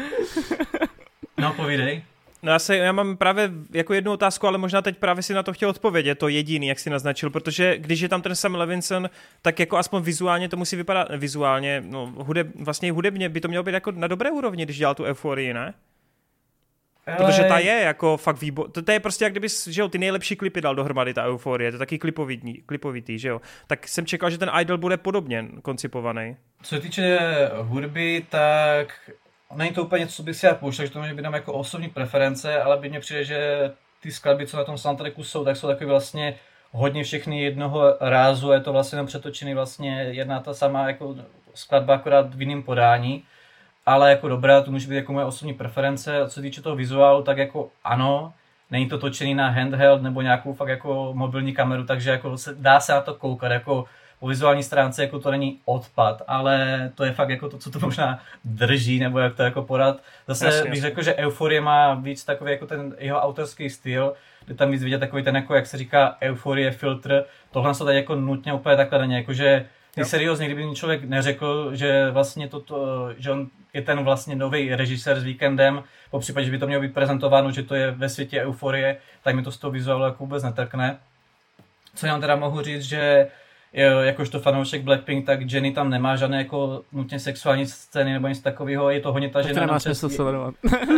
No, povídej. No já, se, já mám právě jako jednu otázku, ale možná teď právě si na to chtěl odpovědět, to jediný, jak si naznačil, protože když je tam ten Sam Levinson, tak jako aspoň vizuálně to musí vypadat, vizuálně, no hudeb, vlastně hudebně by to mělo být jako na dobré úrovni, když dělal tu euforii, ne? Protože ta je jako fakt výborná. To, to je prostě jak kdyby, že jo, ty nejlepší klipy dal dohromady, ta Euforie, to je taky klipovitý, klipovitý, že jo. Tak jsem čekal, že ten Idol bude podobně koncipovaný. Co se týče hudby, tak není to úplně něco, co bych si já pouštěl, že to může být tam jako osobní preference, ale by mě přijde, že ty skladby, co na tom soundtracku jsou, tak jsou takové vlastně hodně všechny jednoho rázu, je to vlastně jenom přetočený vlastně jedna ta sama jako skladba, akorát v jiném podání. Ale jako dobrá, to může být jako moje osobní preference. A co se týče toho vizuálu, tak jako ano, není to točený na handheld nebo nějakou fakt jako mobilní kameru, takže jako se, dá se na to koukat, jako po vizuální stránce jako to není odpad, ale to je fakt jako to, co to možná drží, nebo jak to jako podat. Zase jasně, bych řekl, že Euforie má víc takový jako ten jeho autorský styl, kde tam víc vidět takový ten jako, jak se říká, Euforie filtr. Tohle se tady jako nutně úplně takhle není, jakože ty seriózně, kdyby mi člověk neřekl, že vlastně toto, že on je ten vlastně nový režisér s Víkendem, po případě, že by to mělo být prezentováno, že to je ve světě Euforie, tak mi to z toho vizuálu jako vůbec netrkne. Co já teda mohu říct, že jakožto fanoušek Blackpink, tak Jennie tam nemá žádné jako nutně sexuální scény nebo nic takového, je to hodně ta žena. To nemá smysl sledovat.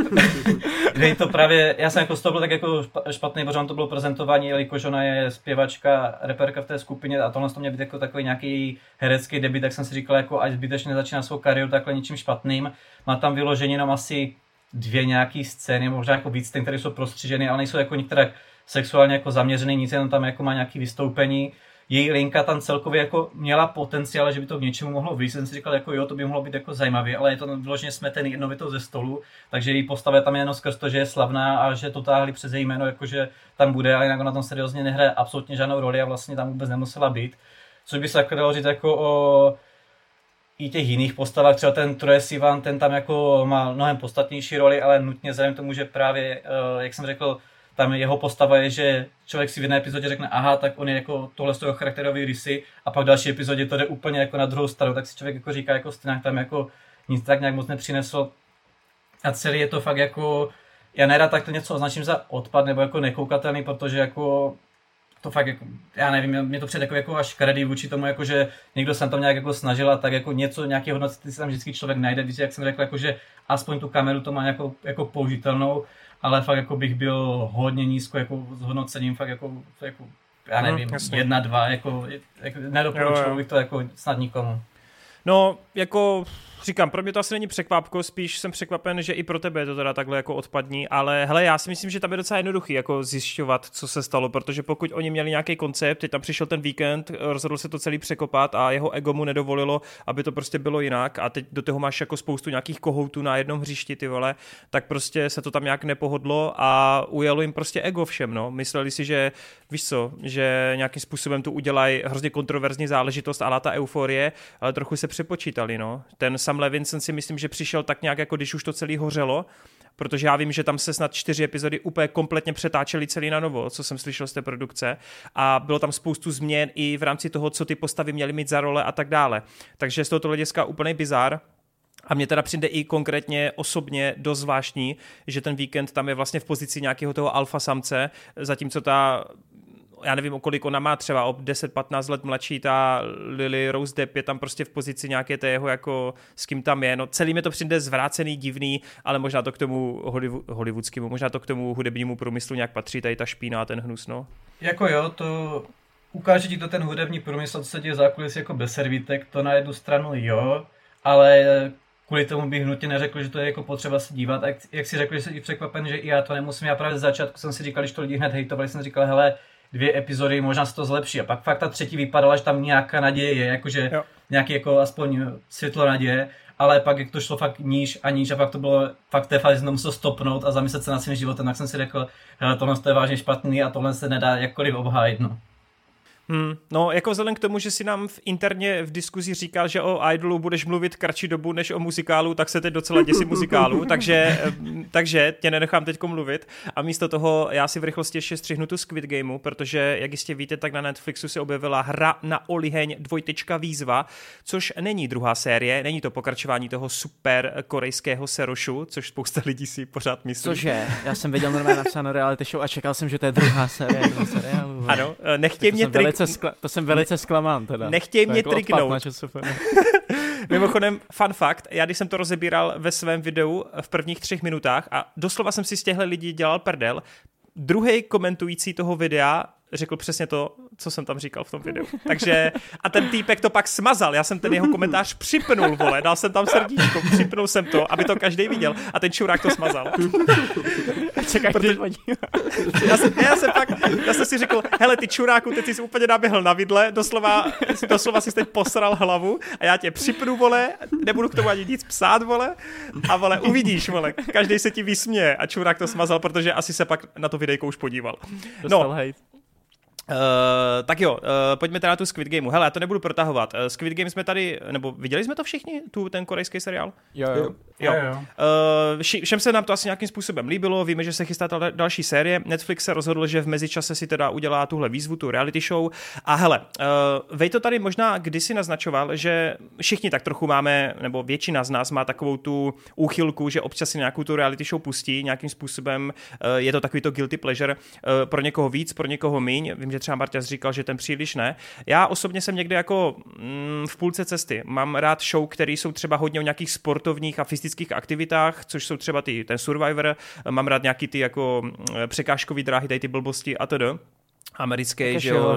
Je to právě, já jsem jako z toho byl tak jako špatný, protože on to bylo prezentování, jelikož ona je zpěvačka, reperka v té skupině a tohle to měl být jako takový nějaký herecký debut, tak jsem si říkal, jako ať zbytečně začíná svou kariéru takhle ničím špatným. Má tam vyloženě jenom asi dvě nějaký scény, možná jako víc, které jsou prostřiženy, ale nejsou jako některé sexuálně jako zaměřený, nic, jenom tam jako má nějaký vystoupení. Její linka tam celkově jako měla potenciál, že by to k něčemu mohlo vyjít. Jsem si říkal, jako jo, to by mohlo být jako zajímavé, ale je to vyloženě smetený jednovitou ze stolu, takže její postava tam je jenom skrz to, že je slavná a že to táhli přes její jméno, jakože tam bude, ale jinak na tom seriózně nehraje absolutně žádnou roli a vlastně tam vůbec nemusela být. Což by se jako dalo říct jako o i těch jiných postavách, třeba ten Troye Sivan, ten tam jako má mnohem podstatnější roli, ale nutně vzhledem tomu, že právě, jak jsem řekl, tam jeho postava je, že člověk si v jedné epizodě řekne, aha, tak on je jako tohle z toho charakterový rysy a pak v další epizodě to jde úplně jako na druhou stranu, tak si člověk jako říká, jako stejně tam jako nic tak nějak moc nepřinesl. A celý je to fakt jako, já nerad tak to něco označím za odpad nebo jako nekoukatelný, protože jako to fakt jako, já nevím, mě to přijde jako, jako až kredit vůči tomu, jako že někdo se tam nějak jako snažil a tak jako něco, nějaký hodnoty si tam vždycky člověk najde, víc, jak jsem řekl, jako že aspoň tu kameru to má nějakou jako použitelnou, ale fakt jako bych byl hodně nízko jako s hodnocením, fakt jako, jako já nevím, hmm, jedna, dva, jako, jako nedoporučil bych to jako snad nikomu. No, jako říkám, pro mě to asi není překvapko, spíš jsem překvapen, že i pro tebe je to teda takhle jako odpadní, ale hele, já si myslím, že tam je docela jednoduchý jako zjišťovat, co se stalo, protože pokud oni měli nějaký koncept, teď tam přišel ten víkend, rozhodl se to celý překopat a jeho ego mu nedovolilo, aby to prostě bylo jinak a teď do toho máš jako spoustu nějakých kohoutů na jednom hřišti, ty vole, tak prostě se to tam nějak nepohodlo a ujelo jim prostě ego všem, no. Mysleli si, že víš co, že nějakým způsobem tu udělají hrozně kontroverzní záležitost, ale ta Euforie, ale trochu se přepočítali, no. Ten Sam Levinson si myslím, že přišel tak nějak, jako když už to celý hořelo, protože já vím, že tam se snad čtyři epizody úplně kompletně přetáčely celý na novo, co jsem slyšel z té produkce a bylo tam spoustu změn i v rámci toho, co ty postavy měly mít za role a tak dále. Takže z tohoto hlediska úplný bizár. A mně teda přijde i konkrétně osobně dost zvláštní, že ten víkend tam je vlastně v pozici nějakého toho alfa samce, zatímco ta, já nevím, o kolik ona má, třeba o deset patnáct let mladší, ta Lily Rose Depp je tam prostě v pozici nějaké tého, jako s kým tam je. No celý mi to přijde zvrácený, divný, ale možná to k tomu Hollywood, hollywoodskému, možná to k tomu hudebnímu průmyslu nějak patří, tady ta špína a ten hnus, no. Jako jo, to ukáže ti to ten hudební průmysl, co se děje zákulisí jako bez servítek, to na jednu stranu jo, ale kvůli tomu bych nutně neřekl, že to je jako potřeba se dívat. A jak, jak si řekl, že jsi překvapen, že i já to nemusím, já právě z začátku jsem si říkal, když to lidi hned hejtovali, jsem říkal, hele, dvě epizody, možná se to zlepší. A pak fakt ta třetí vypadala, že tam nějaká naděje je, jakože jo. Nějaký jako aspoň světlo naděje, ale pak jak to šlo fakt níž a níž a pak to bylo, fakt té fázi jsem musel stopnout a zamyslet se nad svým životem, tak jsem si řekl, hele, tohle je vážně špatný a tohle se nedá jakkoliv obhájit, no. Hmm, no, jako vzhledem k tomu, že si nám v interně v diskuzi říkal, že o Idolu budeš mluvit kratší dobu než o muzikálu, tak se teď docela děsím muzikálu, takže, takže tě nenechám teďko mluvit a místo toho já si v rychlosti ještě střihnu tu Squid Gameu, protože, jak jistě víte, tak na Netflixu se objevila Hra na oliheň dvojtečka výzva, což není druhá série, není to pokračování toho super korejského serošu, což spousta lidí si pořád myslí. Cože? Já jsem viděl normálně napsáno reality show a čekal jsem, že to je druhá série toho seriálu. Ano, nechtěj mě trik... Skla... To jsem velice zklamán teda. Nechtěj mě jako triknout. Mimochodem, fun fact, já když jsem to rozebíral ve svém videu v prvních třech minutách a doslova jsem si z těchto lidí dělal prdel, druhý komentující toho videa řekl přesně to, co jsem tam říkal v tom videu. Takže, a ten týpek to pak smazal, já jsem ten jeho komentář připnul, vole, dal jsem tam srdíčko, připnul jsem to, aby to každý viděl a ten čurák to smazal. Čekaj, Protože, já, jsem, já, jsem pak, já jsem si řekl, hele, ty čuráku, teď jsi úplně naběhl na vidle, doslova, doslova jsi teď posral hlavu a já tě připnu, vole, nebudu k tomu ani nic psát, vole, a vole, uvidíš, vole, každý se ti vysměje a čurák to smazal, protože asi se pak na to videjko už podíval. No, Uh, tak jo, uh, pojďme teda na tu Squid Gameu. Hele, já to nebudu protahovat. Uh, Squid Game jsme tady, nebo viděli jsme to všichni, tu, ten korejský seriál? Jo, jo. jo. jo. jo. Uh, všem se nám to asi nějakým způsobem líbilo, víme, že se chystá ta další série. Netflix se rozhodl, že v mezičase si teda udělá tuhle výzvu, tu reality show. A hele, uh, Vej to tady možná kdysi naznačoval, že všichni tak trochu máme, nebo většina z nás má takovou tu úchylku, že občas si nějakou tu reality show pustí, nějakým způsobem uh, je to takový to guilty pleasure, uh, pro někoho víc, pro někoho míň. Vím, že třeba Marťas říkal, že ten příliš ne. Já osobně jsem někde jako mm, v půlce cesty. Mám rád show, které jsou třeba hodně o nějakých sportovních a fyzických aktivitách, což jsou třeba ty, ten Survivor. Mám rád nějaký ty jako překážkový dráhy, tady ty blbosti a td. Americký, že jo,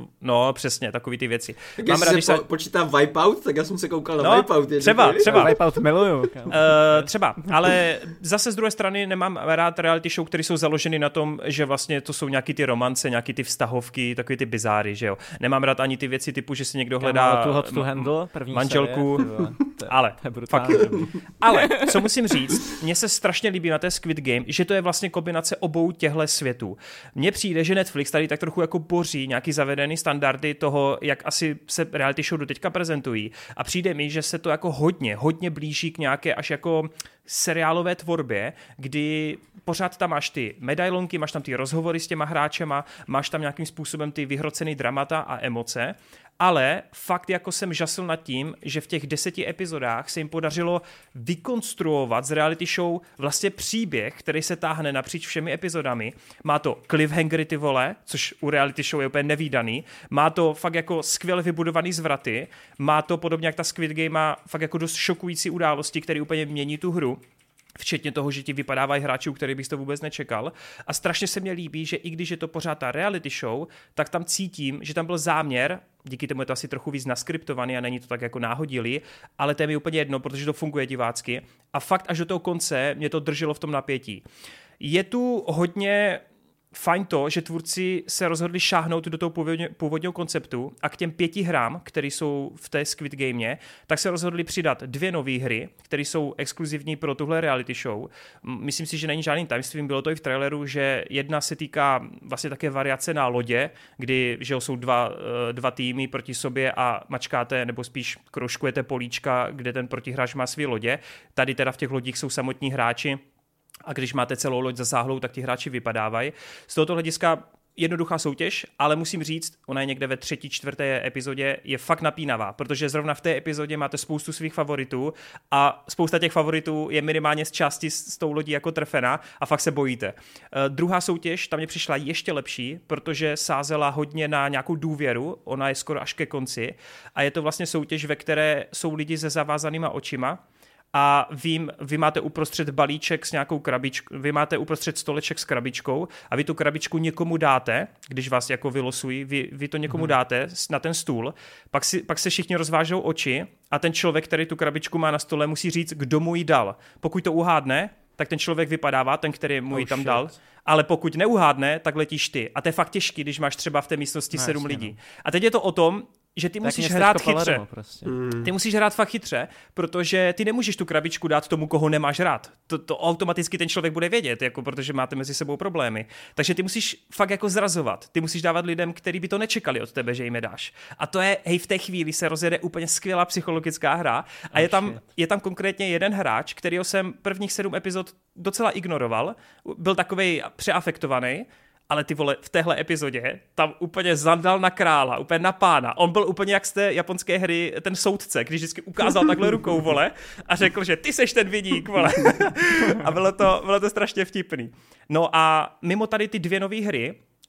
no přesně, takový ty věci. Tak mám rád, když se po, počítá Wipeout, tak já jsem se koukal na no, Wipeout. Třeba, třeba. Wipeout miluju. Uh, třeba, ale zase z druhé strany nemám rád reality show, které jsou založeny na tom, že vlastně to jsou nějaký ty romance, nějaký ty vztahovky, takový ty bizáry, že jo. Nemám rád ani ty věci typu, že si někdo hledá tu hot to handle, první manželku, série, ale, fakt. Ale, co musím říct, mně se strašně líbí na té Squid Game, že to je vlastně kombinace obou těchto světů. Mně přijde, že Netflix tady tak trochu jako boří nějaký zavedený standardy toho, jak asi se reality show doteďka prezentují. A přijde mi, že se to jako hodně, hodně blíží k nějaké až jako seriálové tvorbě, kdy pořád tam máš ty medailonky, máš tam ty rozhovory s těma hráčema, máš tam nějakým způsobem ty vyhrocený dramata a emoce, ale fakt jako jsem žasl nad tím, že v těch deseti epizodách se jim podařilo vykonstruovat z reality show vlastně příběh, který se táhne napříč všemi epizodami. Má to cliffhangery, ty vole, což u reality show je úplně nevídaný. Má to fakt jako skvěle vybudovaný zvraty. Má to podobně jak ta Squid Game, má fakt jako dost šokující události, které úplně mění tu hru. Včetně toho, že ti vypadávají hráči, u kterých bys to vůbec nečekal. A strašně se mně líbí, že i když je to pořád ta reality show, tak tam cítím, že tam byl záměr, díky tomu je to asi trochu víc naskriptovaný a není to tak jako náhodilý, ale to je mi úplně jedno, protože to funguje divácky. A fakt až do toho konce mě to drželo v tom napětí. Je tu hodně fajn to, že tvůrci se rozhodli šáhnout do toho původně, původního konceptu a k těm pěti hrám, které jsou v té Squid Game, tak se rozhodli přidat dvě nové hry, které jsou exkluzivní pro tuhle reality show. Myslím si, že není žádným tajemstvím, bylo to i v traileru, že jedna se týká vlastně také variace na lodě, kdy že jsou dva, dva týmy proti sobě a mačkáte, nebo spíš kroužkujete políčka, kde ten protihráč má svý lodě. Tady teda v těch lodích jsou samotní hráči, a když máte celou loď zasáhlou, tak ti hráči vypadávají. Z tohoto hlediska jednoduchá soutěž, ale musím říct, ona je někde ve třetí, čtvrté epizodě, je fakt napínavá, protože zrovna v té epizodě máte spoustu svých favoritů a spousta těch favoritů je minimálně z části s tou lodí jako trefená a fakt se bojíte. Uh, druhá soutěž, tam mě přišla ještě lepší, protože sázela hodně na nějakou důvěru, ona je skoro až ke konci a je to vlastně soutěž, ve které jsou lidi se zavázanýma očima, a vy, vy máte uprostřed balíček s nějakou krabičkou, vy máte uprostřed stoleček s krabičkou a vy tu krabičku někomu dáte, když vás jako vylosují, vy, vy to někomu hmm. dáte na ten stůl, pak, si, pak se všichni rozvážou oči a ten člověk, který tu krabičku má na stole, musí říct, kdo mu ji dal. Pokud to uhádne, tak ten člověk vypadává, ten, který mu ji oh, tam shit. dal, ale pokud neuhádne, tak letíš ty. A to je fakt těžký, když máš třeba v té místnosti no, sedm lidí. No. A teď je to o tom, že ty tak musíš hrát chytře. Prostě. Mm. Ty musíš hrát fakt chytře, protože ty nemůžeš tu krabičku dát tomu, koho nemáš rád. To, to automaticky ten člověk bude vědět, jako protože máte mezi sebou problémy. Takže ty musíš fakt jako zrazovat. Ty musíš dávat lidem, kteří by to nečekali od tebe, že jim je dáš. A to je, hej, v té chvíli se rozjede úplně skvělá psychologická hra a oh, je tam, je tam konkrétně jeden hráč, kterýho jsem prvních sedm epizod docela ignoroval. Byl takovej přeafektovaný. Ale ty vole, v téhle epizodě tam úplně zadal na krála, úplně na pána. On byl úplně jak z té japonské hry ten soudce, když vždycky ukázal takhle rukou, vole, a řekl, že ty seš ten viník, vole. A bylo to, bylo to strašně vtipný. No a mimo tady ty dvě nové hry,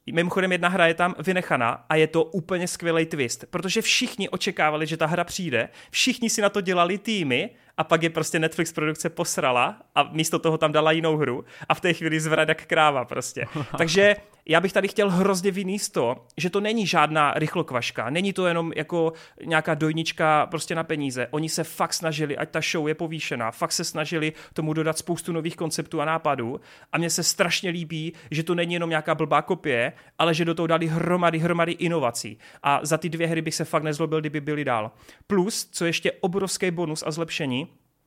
Mimochodem jedna hra je tam vynechaná a je to úplně skvělý twist, protože všichni očekávali, že ta hra přijde, všichni si na to dělali týmy a pak je prostě Netflix produkce posrala a místo toho tam dala jinou hru a v té chvíli zvrad jak kráva prostě. Takže já bych tady chtěl hrozně vynést to, že to není žádná rychlokvaška, není to jenom jako nějaká dojnička prostě na peníze. Oni se fakt snažili, ať ta show je povýšená, fakt se snažili tomu dodat spoustu nových konceptů a nápadů a mně se strašně líbí, že to není jenom nějaká blbá kopie, ale že do toho dali hromady, hromady inovací. A za ty dvě hry bych se fakt nezlobil, kdyby byly dál. Plus, co ještě obrovský bonus a zlepšení,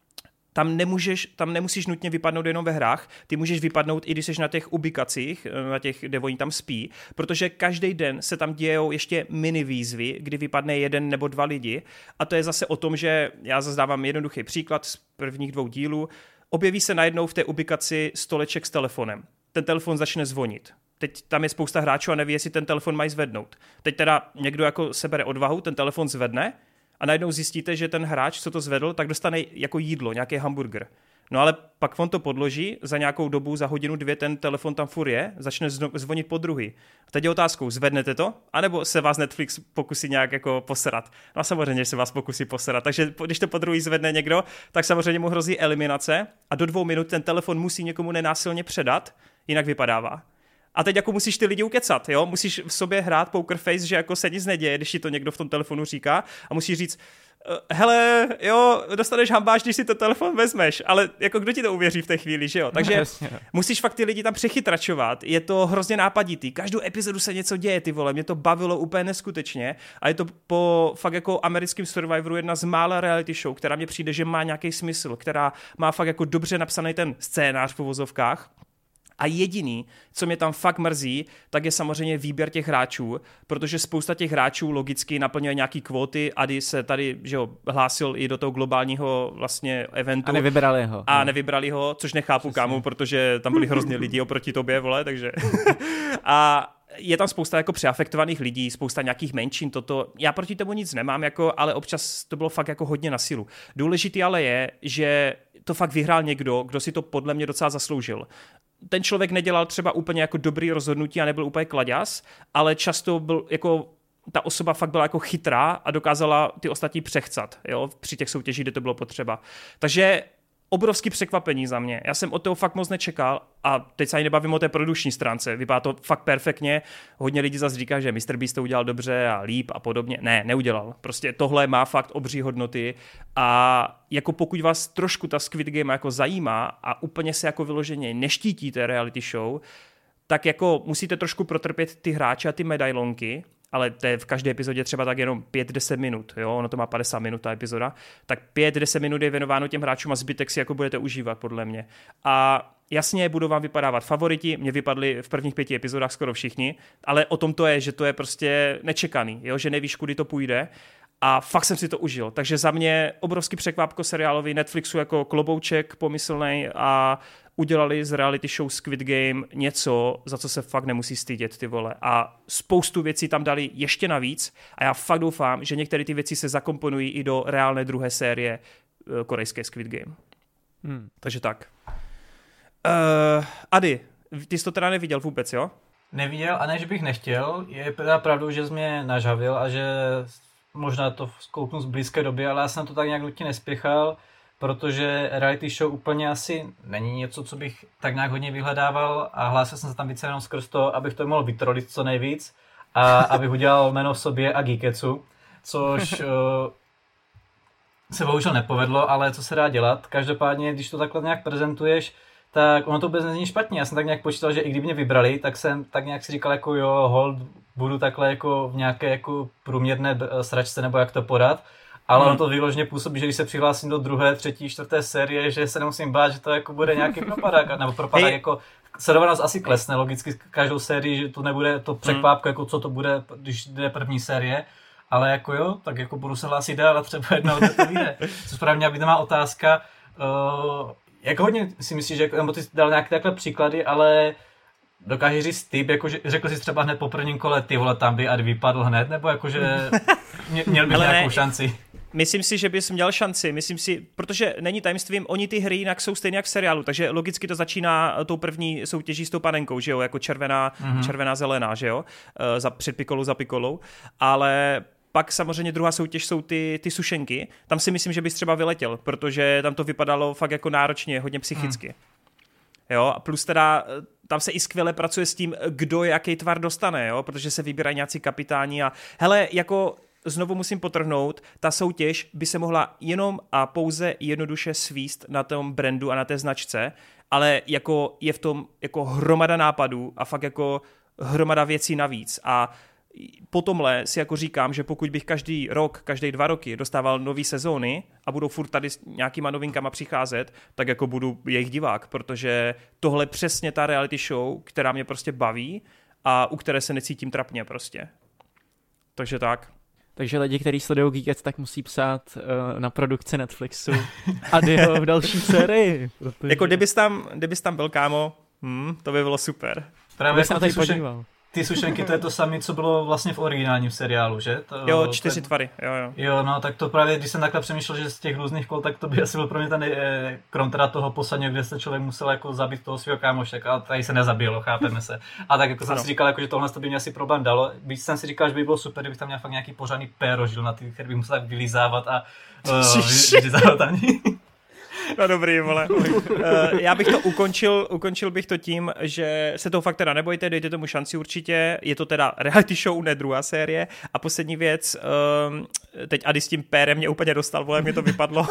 tam nemůžeš, tam nemusíš nutně vypadnout jenom ve hrách, ty můžeš vypadnout i když jsi na těch ubikacích, na těch, kde oni tam spí, protože každý den se tam dějou ještě mini výzvy, kdy vypadne jeden nebo dva lidi a to je zase o tom, že já zase dávám jednoduchý příklad z prvních dvou dílů, objeví se najednou v té ubikaci stoleček s telefonem. Ten telefon začne zvonit. Teď tam je spousta hráčů a neví, jestli ten telefon mají zvednout. Teď teda někdo jako sebere odvahu, ten telefon zvedne a najednou zjistíte, že ten hráč, co to zvedl, tak dostane jako jídlo, nějaký hamburger. No ale pak on to podloží, za nějakou dobu, za hodinu, dvě ten telefon tam furt je, začne zvonit po druhý. A teď je otázkou, zvednete to? A nebo se vás Netflix pokusí nějak jako poserat? No a samozřejmě, že se vás pokusí poserat. Takže když to po druhý zvedne někdo, tak samozřejmě mu hrozí eliminace a do dvou minut ten telefon musí někomu nenásilně předat, jinak vypadává. A teď jako musíš ty lidi ukecat, jo? Musíš v sobě hrát poker face, že jako se nic neděje, když ti to někdo v tom telefonu říká a musíš říct, hele, jo, dostaneš hambáž, když si to telefon vezmeš, ale jako kdo ti to uvěří v té chvíli, že jo? Takže no, musíš fakt ty lidi tam přechytračovat, je to hrozně nápaditý, každou epizodu se něco děje, ty vole, mě to bavilo úplně neskutečně a je to po fakt jako americkém Survivoru jedna z mála reality show, která mně přijde, že má nějaký smysl, která má fakt jako dobře napsaný ten scénář v uvozovkách. A jediný, co mě tam fakt mrzí, tak je samozřejmě výběr těch hráčů, protože spousta těch hráčů logicky naplňuje nějaký kvóty, Ady se tady, že jo, hlásil i do toho globálního vlastně eventu. A nevybrali ho. A nevybrali ho, což nechápu Přesně. Kámu, protože tam byli hrozně lidi oproti tobě, vole, takže... a je tam spousta jako přeafektovaných lidí, spousta nějakých menšin, toto, já proti tomu nic nemám, jako, ale občas to bylo fakt jako hodně na silu. Důležitý ale je, že to fakt vyhrál někdo, kdo si to podle mě docela zasloužil. Ten člověk nedělal třeba úplně jako dobrý rozhodnutí a nebyl úplně kladěz, ale často byl jako ta osoba fakt byla jako chytrá a dokázala ty ostatní přechcat, jo, při těch soutěžích, kde to bylo potřeba. Takže obrovský překvapení za mě. Já jsem od toho fakt moc nečekal a teď se ani nebavím o té produkční stránce. Vypadá to fakt perfektně. Hodně lidí zase říká, že MrBeast to udělal dobře a líp a podobně. Ne, neudělal. Prostě tohle má fakt obří hodnoty a jako pokud vás trošku ta Squid Game jako zajímá a úplně se jako vyloženě neštítíte reality show, tak jako musíte trošku protrpět ty hráče a ty medailonky, ale to je v každé epizodě třeba tak jenom pět deset minut, jo, ono to má padesát minut ta epizoda, tak pět deset minut je věnováno těm hráčům a zbytek si jako budete užívat podle mě. A jasně budou vám vypadávat favoriti, mě vypadli v prvních pěti epizodách skoro všichni, ale o tom to je, že to je prostě nečekaný, jo, že nevíš, kudy to půjde. A fakt jsem si to užil. Takže za mě obrovský překvápko seriálový Netflixu jako klobouček pomyslnej a udělali z reality show Squid Game něco, za co se fakt nemusí stydět, ty vole. A spoustu věcí tam dali ještě navíc a já fakt doufám, že některé ty věci se zakomponují i do reálné druhé série korejské Squid Game. Hmm. Takže tak. Uh, Ady, ty jsi to teda neviděl vůbec, jo? Neviděl a ne, že bych nechtěl. Je teda pravdou, že jsi mě nažavil a že možná to zkouknu z blízké doby, ale já jsem to tak nějak nutně nespěchal, protože reality show úplně asi není něco, co bych tak nějak hodně vyhledával a hlásil jsem se tam více jenom skrz to, abych to mohl vytrolit co nejvíc a abych udělal jméno v sobě a Geeketsu, což uh, se bohužel nepovedlo, ale co se dá dělat. Každopádně, když to takhle nějak prezentuješ, tak ono to vůbec nezní špatně. Já jsem tak nějak počítal, že i kdyby mě vybrali, tak jsem tak nějak si říkal jako jo, hold, budu takhle jako v nějaké jako průměrné sračce nebo jak to podat. Ale hmm. ono to vyloženě působí, že když se přihlásím do druhé, třetí, čtvrté série, že se nemusím bát, že to jako bude nějaký propadák, nebo propadák hey. Jako sledovanost asi klesne logicky každou sérii, že to nebude to překvápko, jako co to bude, když jde první série. Ale jako jo, tak jako budu se hlásit dál a třeba jednou to vyjde. Co správně, aby to má otázka, uh, jak hodně si myslíš, že, nebo ty jsi dal nějaké takhle příklady, ale dokážeš říct typ, jako že řekl jsi třeba hned po prvním kole, ty vole, tam by Ady vypadl hned, nebo jakože mě, měl bych nějakou ne, šanci? Myslím si, že bys měl šanci, myslím si, protože není tajemstvím, oni ty hry jinak jsou stejně jak v seriálu, takže logicky to začíná tou první soutěží s tou panenkou, že jo, jako červená, mm-hmm. červená zelená, že jo, za, před pikolou za pikolou, ale pak samozřejmě druhá soutěž jsou ty, ty sušenky, tam si myslím, že bys třeba vyletěl, protože tam to vypadalo fakt jako náročně, hodně psychicky. Mm. Jo, a plus teda tam se i skvěle pracuje s tím, kdo jaký tvar dostane, jo, protože se vybírají nějací kapitáni a hele, jako znovu musím potrhnout, ta soutěž by se mohla jenom a pouze jednoduše svíst na tom brandu a na té značce, ale jako je v tom jako hromada nápadů a fakt jako hromada věcí navíc a po tomhle si jako říkám, že pokud bych každý rok, každý dva roky dostával nový sezóny a budou furt tady s nějakýma novinkama přicházet, tak jako budu jejich divák, protože tohle přesně ta reality show, která mě prostě baví a u které se necítím trapně prostě. Takže tak. Takže lidi, kteří sledují Geekette, tak musí psát uh, na produkci Netflixu Adio v další sérii. Protože... Jako kdybys tam, kdybys tam byl, kámo, hmm, to by bylo super. Právě jsem na tady podíval. Ty sušenky, to je to samé, co bylo vlastně v originálním seriálu, že? To, jo, čtyři to, tvary, jo, jo. Jo, no, tak to právě, když jsem takhle přemýšlel, že z těch různých kol, tak to by asi byl pro mě ten eh, krom teda toho posledního, kde se člověk musel jako zabít toho svého kámoše, a tady se nezabilo, chápeme se. A tak jako jsem si říkal, jako, že tohle to by mě asi problém dalo. Když jsem si říkal, že by bylo super, kdybych tam měl fakt nějaký pořádný péro žil na ty, který bych musel tak vylizávat a uh, vylizávat ani. No dobrý, vole. Uh, já bych to ukončil, ukončil bych to tím, že se toho fakt teda nebojte, dejte tomu šanci určitě, je to teda reality show, ne druhá série. A poslední věc, um, teď Ady s tím pérem mě úplně dostal, vole, mě to vypadlo.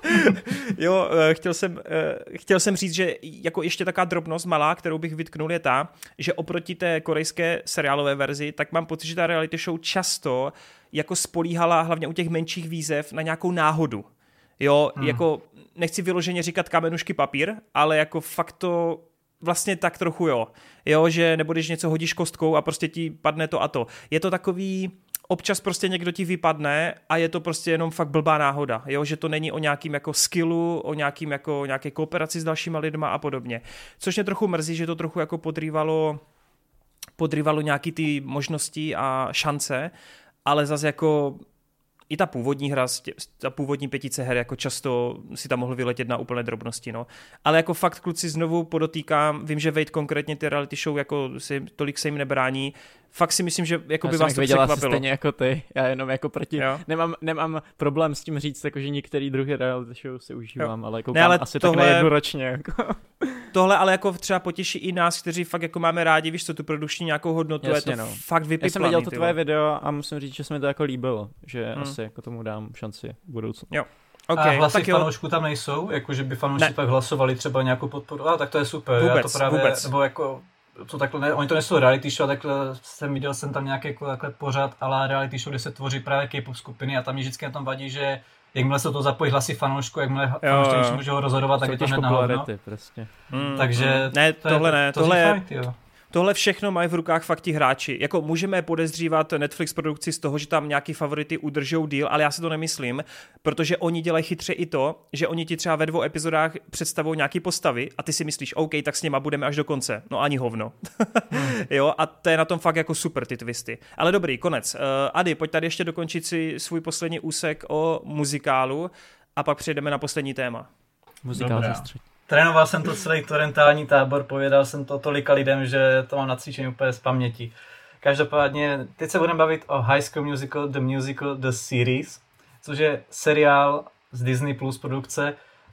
Jo, uh, chtěl jsem, uh, chtěl jsem říct, že jako ještě taková drobnost malá, kterou bych vytknul, je ta, že oproti té korejské seriálové verzi, tak mám pocit, že ta reality show často jako spolíhala hlavně u těch menších výzev na nějakou náhodu. Jo, hmm. jako nechci vyloženě říkat kamenušky papír, ale jako fakt to vlastně tak trochu jo. Jo, že nebo když něco hodíš kostkou a prostě ti padne to a to. Je to takový, občas prostě někdo ti vypadne a je to prostě jenom fakt blbá náhoda. Jo, že to není o nějakým jako skillu, o nějakým jako nějaké kooperaci s dalšíma lidma a podobně. Což mě trochu mrzí, že to trochu jako podrývalo podrývalo nějaký ty možnosti a šance, ale zase jako i ta původní hra, ta původní pětice her, jako často si tam mohl vyletět na úplné drobnosti, no. Ale jako fakt, kluci, znovu podotýkám, vím, že Wade konkrétně ty reality show, jako si, tolik se jim nebrání, fakt si myslím, že jako by vás to překvapilo. Já jsem stejně jako ty, já jenom jako proti, nemám, nemám problém s tím říct, jako, že některý druhý reality show si užívám, jo. ale koukám ne, ale asi tohle, tak na jednu ročně. Jako. Tohle ale jako třeba potěší i nás, kteří fakt jako máme rádi, víš co, tu produkční nějakou hodnotu, jasně, je to no. fakt vypiplaný. Já jsem viděl to tvoje video a musím říct, že se mi to jako líbilo, že hmm. asi jako tomu dám šanci v budoucnu. Jo. Okay, a hlasy fanoušků tam nejsou? Jakože by fanoušci tak hlasovali třeba nějakou podporu? A tak to je super. Vůbec, já to právě, vůbec. Nebo jako, to takhle, ne, oni to nejsou reality show, takhle jsem viděl jsem tam nějaký jako takhle pořád, ale reality show, kde se tvoří právě K-pop skupiny a tam mě vždycky na tom vadí, že jakmile se to zapojí hlasy fanoušků, jakmile fanoušci můžou rozhodovat, tak je to hned na hovno. Prostě. Mm, Takže mm. Ne, to tohle je, ne, to tohle je... Fajt, jo. Tohle všechno mají v rukách fakt ti hráči. Jako můžeme podezřívat Netflix produkci z toho, že tam nějaký favority udržou díl, ale já si to nemyslím, protože oni dělají chytře i to, že oni ti třeba ve dvou epizodách představují nějaký postavy a ty si myslíš, OK, tak s nima budeme až do konce. No ani hovno. hmm. Jo, a to je na tom fakt jako super ty twisty. Ale dobrý, konec. Uh, Ady, pojď tady ještě dokončit si svůj poslední úsek o muzikálu a pak přejdeme na poslední téma. Muzikál ze střed. Trénoval jsem to celý torrentální tábor, povědal jsem to tolika lidem, že to mám nacvičený úplně z paměti. Každopádně, teď se budeme bavit o High School Musical, The Musical, The Series, což je seriál z Disney Plus produkce,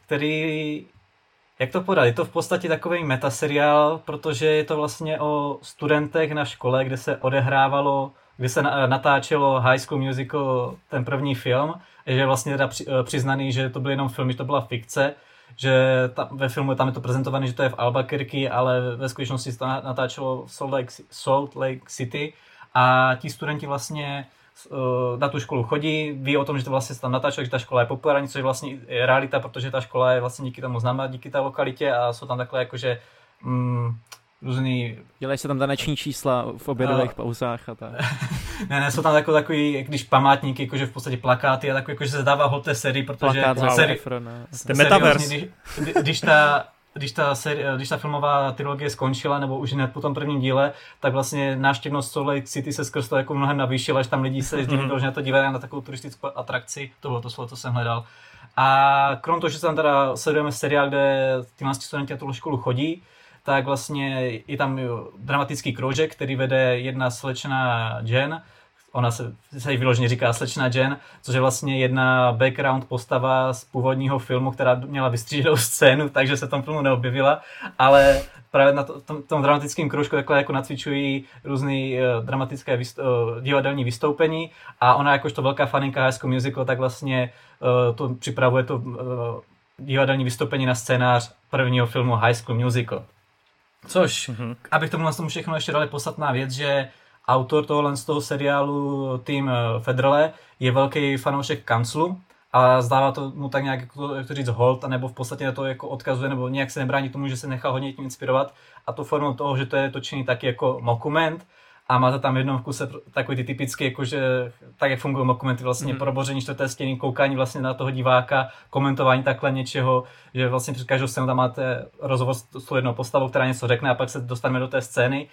který, jak to podat, je to v podstatě takový metaseriál, protože je to vlastně o studentech na škole, kde se odehrávalo, kde se natáčelo High School Musical, ten první film, že vlastně teda přiznaný, že to byl jenom film, že to byla fikce, že tam, ve filmu tam je to prezentované, že to je v Albuquerque, ale ve skutečnosti se to natáčelo v Salt Lake, Salt Lake City a ti studenti vlastně uh, na tu školu chodí, ví o tom, že to vlastně se tam natáčelo, že ta škola je populární, což je vlastně realita, protože ta škola je vlastně díky tomu známá, díky té lokalitě a jsou tam takhle jakože mm, různý... Dělají se tam taneční čísla v obědových no. pauzách a tak. ne, ne, jsou tam jako takový, když památníky, jakože v podstatě plakáty a takový, jakože se dává hol té sérii, protože... Plakát wow, sérii... The Metaverse. Vlastně, když, když ta když ta, seri, když ta filmová trilogie skončila, nebo už hned po tom prvním díle, tak vlastně návštěvnost Salt Lake City se skrz to jako mnohem navýšila, že tam lidi se jezdí mm-hmm. že na to dívají na takovou turistickou atrakci, to bylo to slovo, co jsem hledal. A krom toho, že se tam teda sledujeme seriál, kde ty mladí studenti na tu školu chodí, tak vlastně je tam dramatický kroužek, který vede jedna slečna Jen. Ona se, se jí vyloženě říká slečna Jen, což je vlastně jedna background postava z původního filmu, která měla vystříženou scénu, takže se v tom filmu neobjevila, ale právě na to, tom, tom dramatickém kroužku takhle jako nacvičují různý uh, dramatické vyst, uh, divadelní vystoupení a ona jakožto velká faninka High School Musical, tak vlastně uh, to připravuje to uh, divadelní vystoupení na scénář prvního filmu High School Musical. Což, mm-hmm. abych tomu tomu všechno ještě dali podstatná věc, že autor tohohle z toho seriálu Tim Federle je velký fanoušek kanclu a zdává to mu tak nějak, jak to říct, hold, nebo v podstatě to jako odkazuje, nebo nějak se nebrání tomu, že se nechal hodně tím inspirovat a to formou toho, že to je točený taky jako mockument a máte tam v jednom vkuse takový ty typický, jakože tak jak fungují mockumenty, vlastně mm-hmm. proboření čtvrté stěny, koukání vlastně na toho diváka, komentování takhle něčeho, že vlastně před každou scénu tam máte rozhovor s tou jednou postavou, která něco řekne a pak se dostaneme do té scény.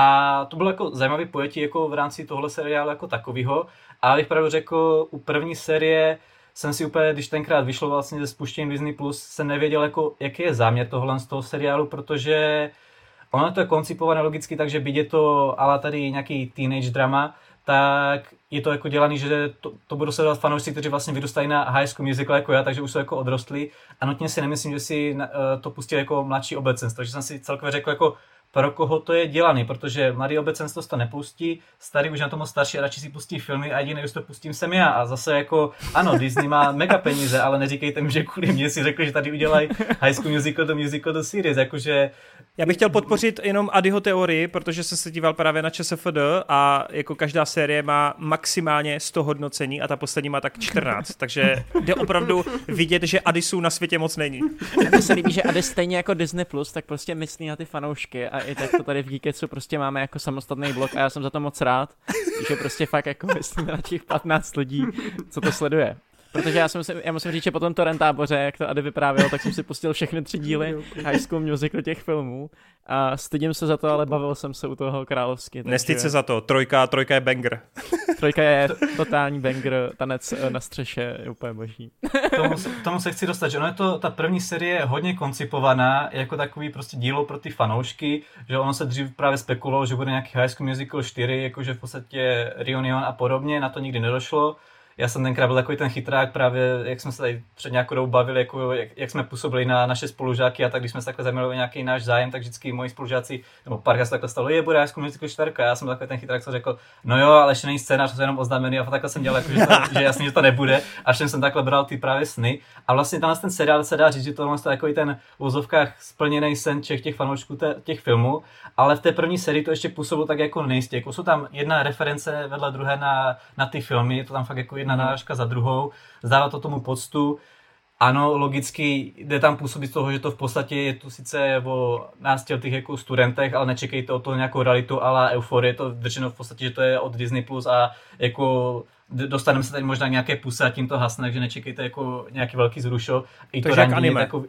A to bylo jako zajímavý pojetí jako v rámci tohle seriálu jako takového. A abych pravdu řekl, u první série jsem si úplně, když tenkrát vyšlo vlastně ze spuštění Disney Plus, jsem nevěděl, jako, jaký je záměr tohle z toho seriálu, protože ono to je koncipované logicky, takže byť je to ale tady nějaký teenage drama, tak je to jako dělaný, že to, to budou sledovat fanoušci, kteří vlastně vyrůstají na High School Musical jako já, takže už jsou jako odrostlí a nutně si nemyslím, že si uh, to pustili jako mladší obecenstvo, takže jsem si celkově řekl jako pro koho to je dělaný, protože mladý obecenstvo to nepustí, starý už na to moc starší a radši si pustí filmy a jediný už to pustím jsem já a zase jako ano, Disney má mega peníze, ale neříkejte mi, že kvůli mě si řekli, že tady udělají High School Musical do Musical do Series, jakože... Já bych chtěl podpořit jenom Adyho teorii, protože jsem se díval právě na ČSFD a jako každá série má maximálně sto hodnocení a ta poslední má tak čtrnáct, takže jde opravdu vidět, že Adysů na světě moc není. Mně se líbí, že Ady stejně jako Disney Plus, tak prostě myslí na ty fanoušky a i tak to tady v Geeketsu prostě máme jako samostatný blog a já jsem za to moc rád, že prostě fakt jako myslíme na těch patnáct lidí, co to sleduje. Protože já, jsem, já musím říct, že po tom torrent táboře, jak to Ady vyprávěl, tak jsem si pustil všechny tři díly High School Musical těch filmů a stydím se za to, ale bavil jsem se u toho královsky. Takže... Nestyd se za to, trojka, trojka je banger. Trojka je totální banger, tanec na střeše je úplně boží. Tomu, tomu se chci dostat, že ono je to, ta první série je hodně koncipovaná jako takový prostě dílo pro ty fanoušky, že ono se dřív právě spekulovalo, že bude nějaký High School Musical čtyři, jakože v podstatě Reunion a podobně, na to nikdy nedošlo. Já jsem tenkrát byl takový ten chytrák právě, jak jsme se tady před nějakou dobou bavili, jako jak, jak jsme působili na naše spolužáky a tak, když jsme se takhle zaměřili nějaký náš zájem, tak vždycky moji spolužáci, nebo párkrát se takhle stalo, je, bude High School Musical čtyři, já jsem takový ten chytrák, co řekl, no jo, ale ještě není scénář, to je jenom oznámený a takhle jsem dělal, jako, že, to, že jasně, že to nebude, až jsem takhle bral ty právě sny. A vlastně tenhle ten seriál se dá říct, že tohle je takový ten v uvozovkách splněný sen všech těch fanoušků těch filmů, ale v té první sérii to ještě působilo tak jako nejistě, jako jsou tam jedna reference vedle druhé na, na ty filmy, je to tam fakt jako jedna narážka za druhou, zdává to tomu poctu. Ano, logicky jde tam působit z toho, že to v podstatě je to sice o náctiletých jako studentech, ale nečekejte o to nějakou realitu a la euforie, to drženo v podstatě, že to je od Disney Plus a jako dostaneme se tady možná nějaké puse a tím to hasne, takže nečekejte jako nějaký velký zrušo. I to, to randění anime. Je takový...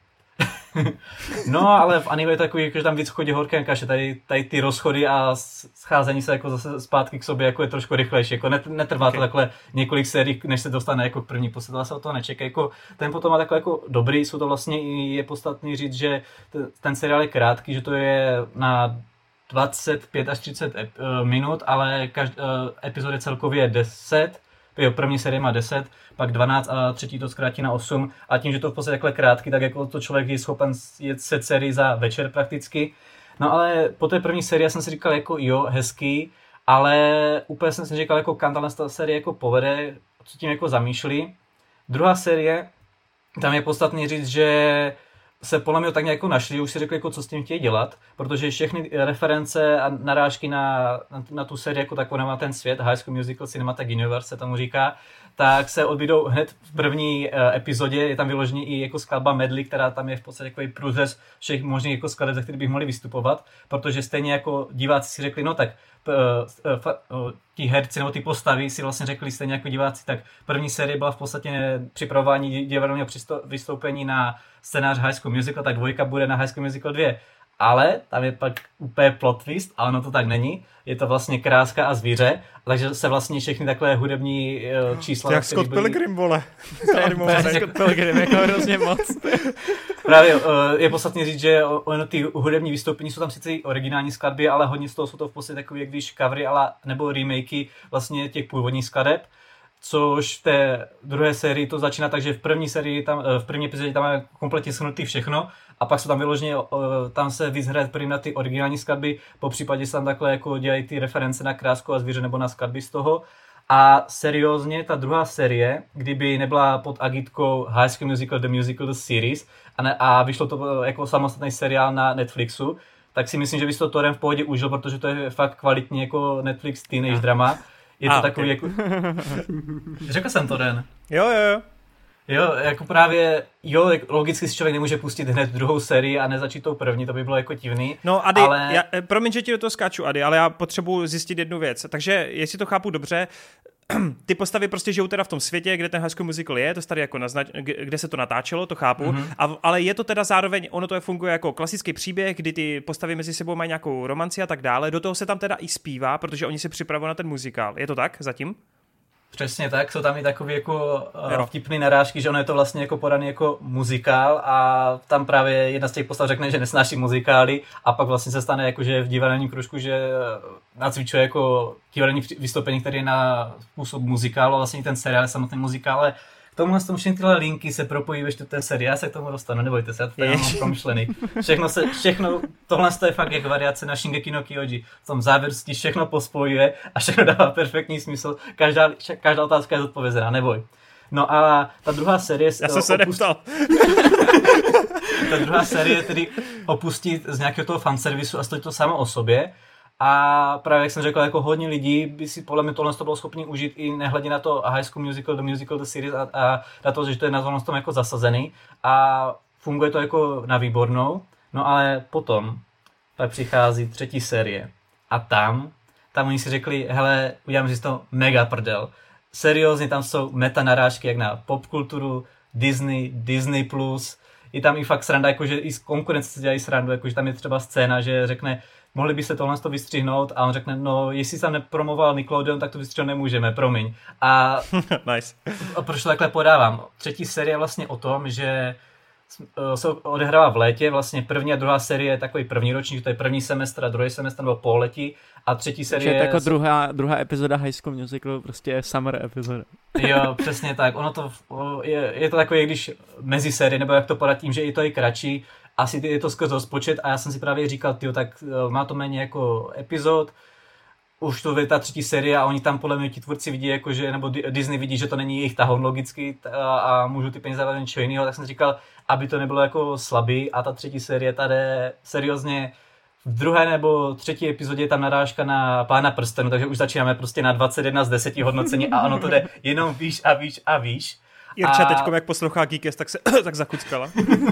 No, ale v anime je takový, že tam víc chodí horké kaše, tady, tady ty rozchody a scházení se jako zase zpátky k sobě jako je trošku rychlejší, jako netrvá okay. to takhle několik sérií, než se dostane jako k první posled, se o toho nečeká, jako ten potom má takhle jako dobrý, jsou to vlastně i je podstatný říct, že ten, ten seriál je krátký, že to je na dvacet pět až třicet ep, minut, ale každý epizod je celkově deset, jo, první série má deset, pak dvanáct a třetí to zkrátí na osm a tím, že to v podstatě takhle krátký, tak jako to člověk je schopen jet se sérii za večer prakticky. No ale po té první sérii jsem si říkal jako jo, hezký, ale úplně jsem si říkal jako kam ta série jako povede, co tím jako zamýšlí. Druhá série, tam je podstatný říct, že se podle mě tak nějak jako našli, už si řekli, jako, co s tím chtějí dělat, protože všechny reference a narážky na, na, na tu sérii jako takovou, na ten svět, High School Musical Cinematic Universe se tomu říká, tak se odbydou hned v první uh, epizodě, je tam vyloženě i jako skladba medley, která tam je v podstatě takový průřez všech možných jako skladeb, za kterých bych mohli vystupovat, protože stejně jako diváci si řekli, no tak uh, uh, uh, ti herci nebo ty postavy si vlastně řekli stejně jako diváci, tak první série byla v podstatě připravování divadelního vystoupení na scénář High School Musical, tak dvojka bude na High School Musical dva. Ale tam je pak úplně plot twist, ale ono to tak není. Je to vlastně Kráska a zvíře, takže se vlastně všechny takové hudební uh, čísla... Jak Scott byli... Pilgrim, vole. Scott Pilgrim, jako hrozně moc. Právě uh, je podstatně říct, že ono ty hudební vystoupení jsou tam sice i originální skladby, ale hodně z toho jsou to v podstatě takové, jak když covery ale, nebo remakey vlastně těch původních skladeb. Což v té druhé sérii to začíná tak, že v první sérii tam, v první epizodě tam je kompletně shrnutý všechno a pak se tam vyloženě, tam se víc hraje první na ty originální skladby, po případě se tam takhle jako dělají ty reference na Krásku a zvíře nebo na skladby z toho. A seriózně ta druhá série, kdyby nebyla pod agitkou High School Musical, The Musical, The Series a, ne, a vyšlo to jako samostatný seriál na Netflixu, tak si myslím, že bys to Torem v pohodě užil, protože to je fakt kvalitní jako Netflix teenage drama. Je to ah, takový okay. jako... Řekl jsem to, Den. Jo, jo, jo. Jo, jako právě, jo, logicky si člověk nemůže pustit hned druhou sérii a nezačít tou první, to by bylo jako divný. No, Ady, ale... já, promiň, že ti do toho skáču, Ady, ale já potřebuji zjistit jednu věc. Takže, jestli to chápu dobře, ty postavy prostě žijou teda v tom světě, kde ten High School Musical je, to tady jako naznač, kde se to natáčelo, to chápu, mm-hmm. a, ale je to teda zároveň, ono to je funguje jako klasický příběh, kdy ty postavy mezi sebou mají nějakou romanci a tak dále, do toho se tam teda i zpívá, protože oni se připravují na ten muzikál. Je to tak zatím? Přesně tak, jsou tam i takové jako uh, vtipné narážky, že ono je to vlastně jako podaný jako muzikál a tam právě jedna z těch postav řekne, že nesnáší muzikály a pak vlastně se stane jako, že v divadelním kružku, že nacvičuje jako divadelní vystoupení, který je na způsob muzikálu a vlastně ten seriál je samotný muzikál, ale k tomuhle tomu všechny tyhle linky se propojí ve ten seriál, já se k tomu dostanu, nebojte se, já to tady mám promyšlený. Všechno se, všechno, tohle je fakt jak variace na Shingeki no Kyoji. V tom závěru si všechno pospojuje a všechno dává perfektní smysl. Každá, každá otázka je zodpovězená, neboj. No a ta druhá série... Já jsem se opust... neptal. Ta druhá série tedy opustit z nějakého toho fanservisu a stojí to samo o sobě. A právě jak jsem řekl, jako hodně lidí by si podle mě tohle to bylo schopný užít i nehledě na to High School Musical, The Musical, The Series a, a na to, že to je na tom jako zasazený a funguje to jako na výbornou. No ale potom pak přichází třetí série a tam, tam oni si řekli, hele, uděláme si to mega prdel. Seriózně tam jsou meta narážky jak na popkulturu, Disney, Disney plus, je tam i fakt sranda, jakože i z konkurence se dělají srandu, jakože tam je třeba scéna, že řekne, mohli by se tohle to vystřihnout a on řekne, no jestli jsem nepromoval Nickelodeon, tak to vystřihnout nemůžeme, promiň. A, nice. a proč to takhle podávám? Třetí série je vlastně o tom, že se odehrává v létě, vlastně první a druhá série je takový první ročník, to je první semestr a druhý semestr nebo pololetí a třetí série je... jako druhá, druhá epizoda High School Musical, prostě je summer epizoda. Jo, přesně tak, ono to je, je to takové, když mezi série, nebo jak to podat tím, že je to i kratší, asi je to skrz rozpočet a já jsem si právě říkal, tyjo, tak má to méně jako epizod, už to je ta třetí série a oni tam podle mě ti tvůrci vidí, jako že, nebo Disney vidí, že to není jejich tahon logicky a, a můžu ty peníze dát něčeho jiného, tak jsem si říkal, aby to nebylo jako slabý a ta třetí série tady seriózně v druhé nebo třetí epizodě je tam narážka na Pána prstenů, takže už začínáme prostě na dvacet jedna z deseti hodnocení a ono to jde jenom výš a výš a výš. Jirča a... teďkom, jak poslouchá Geekest, tak se tak zakuckala.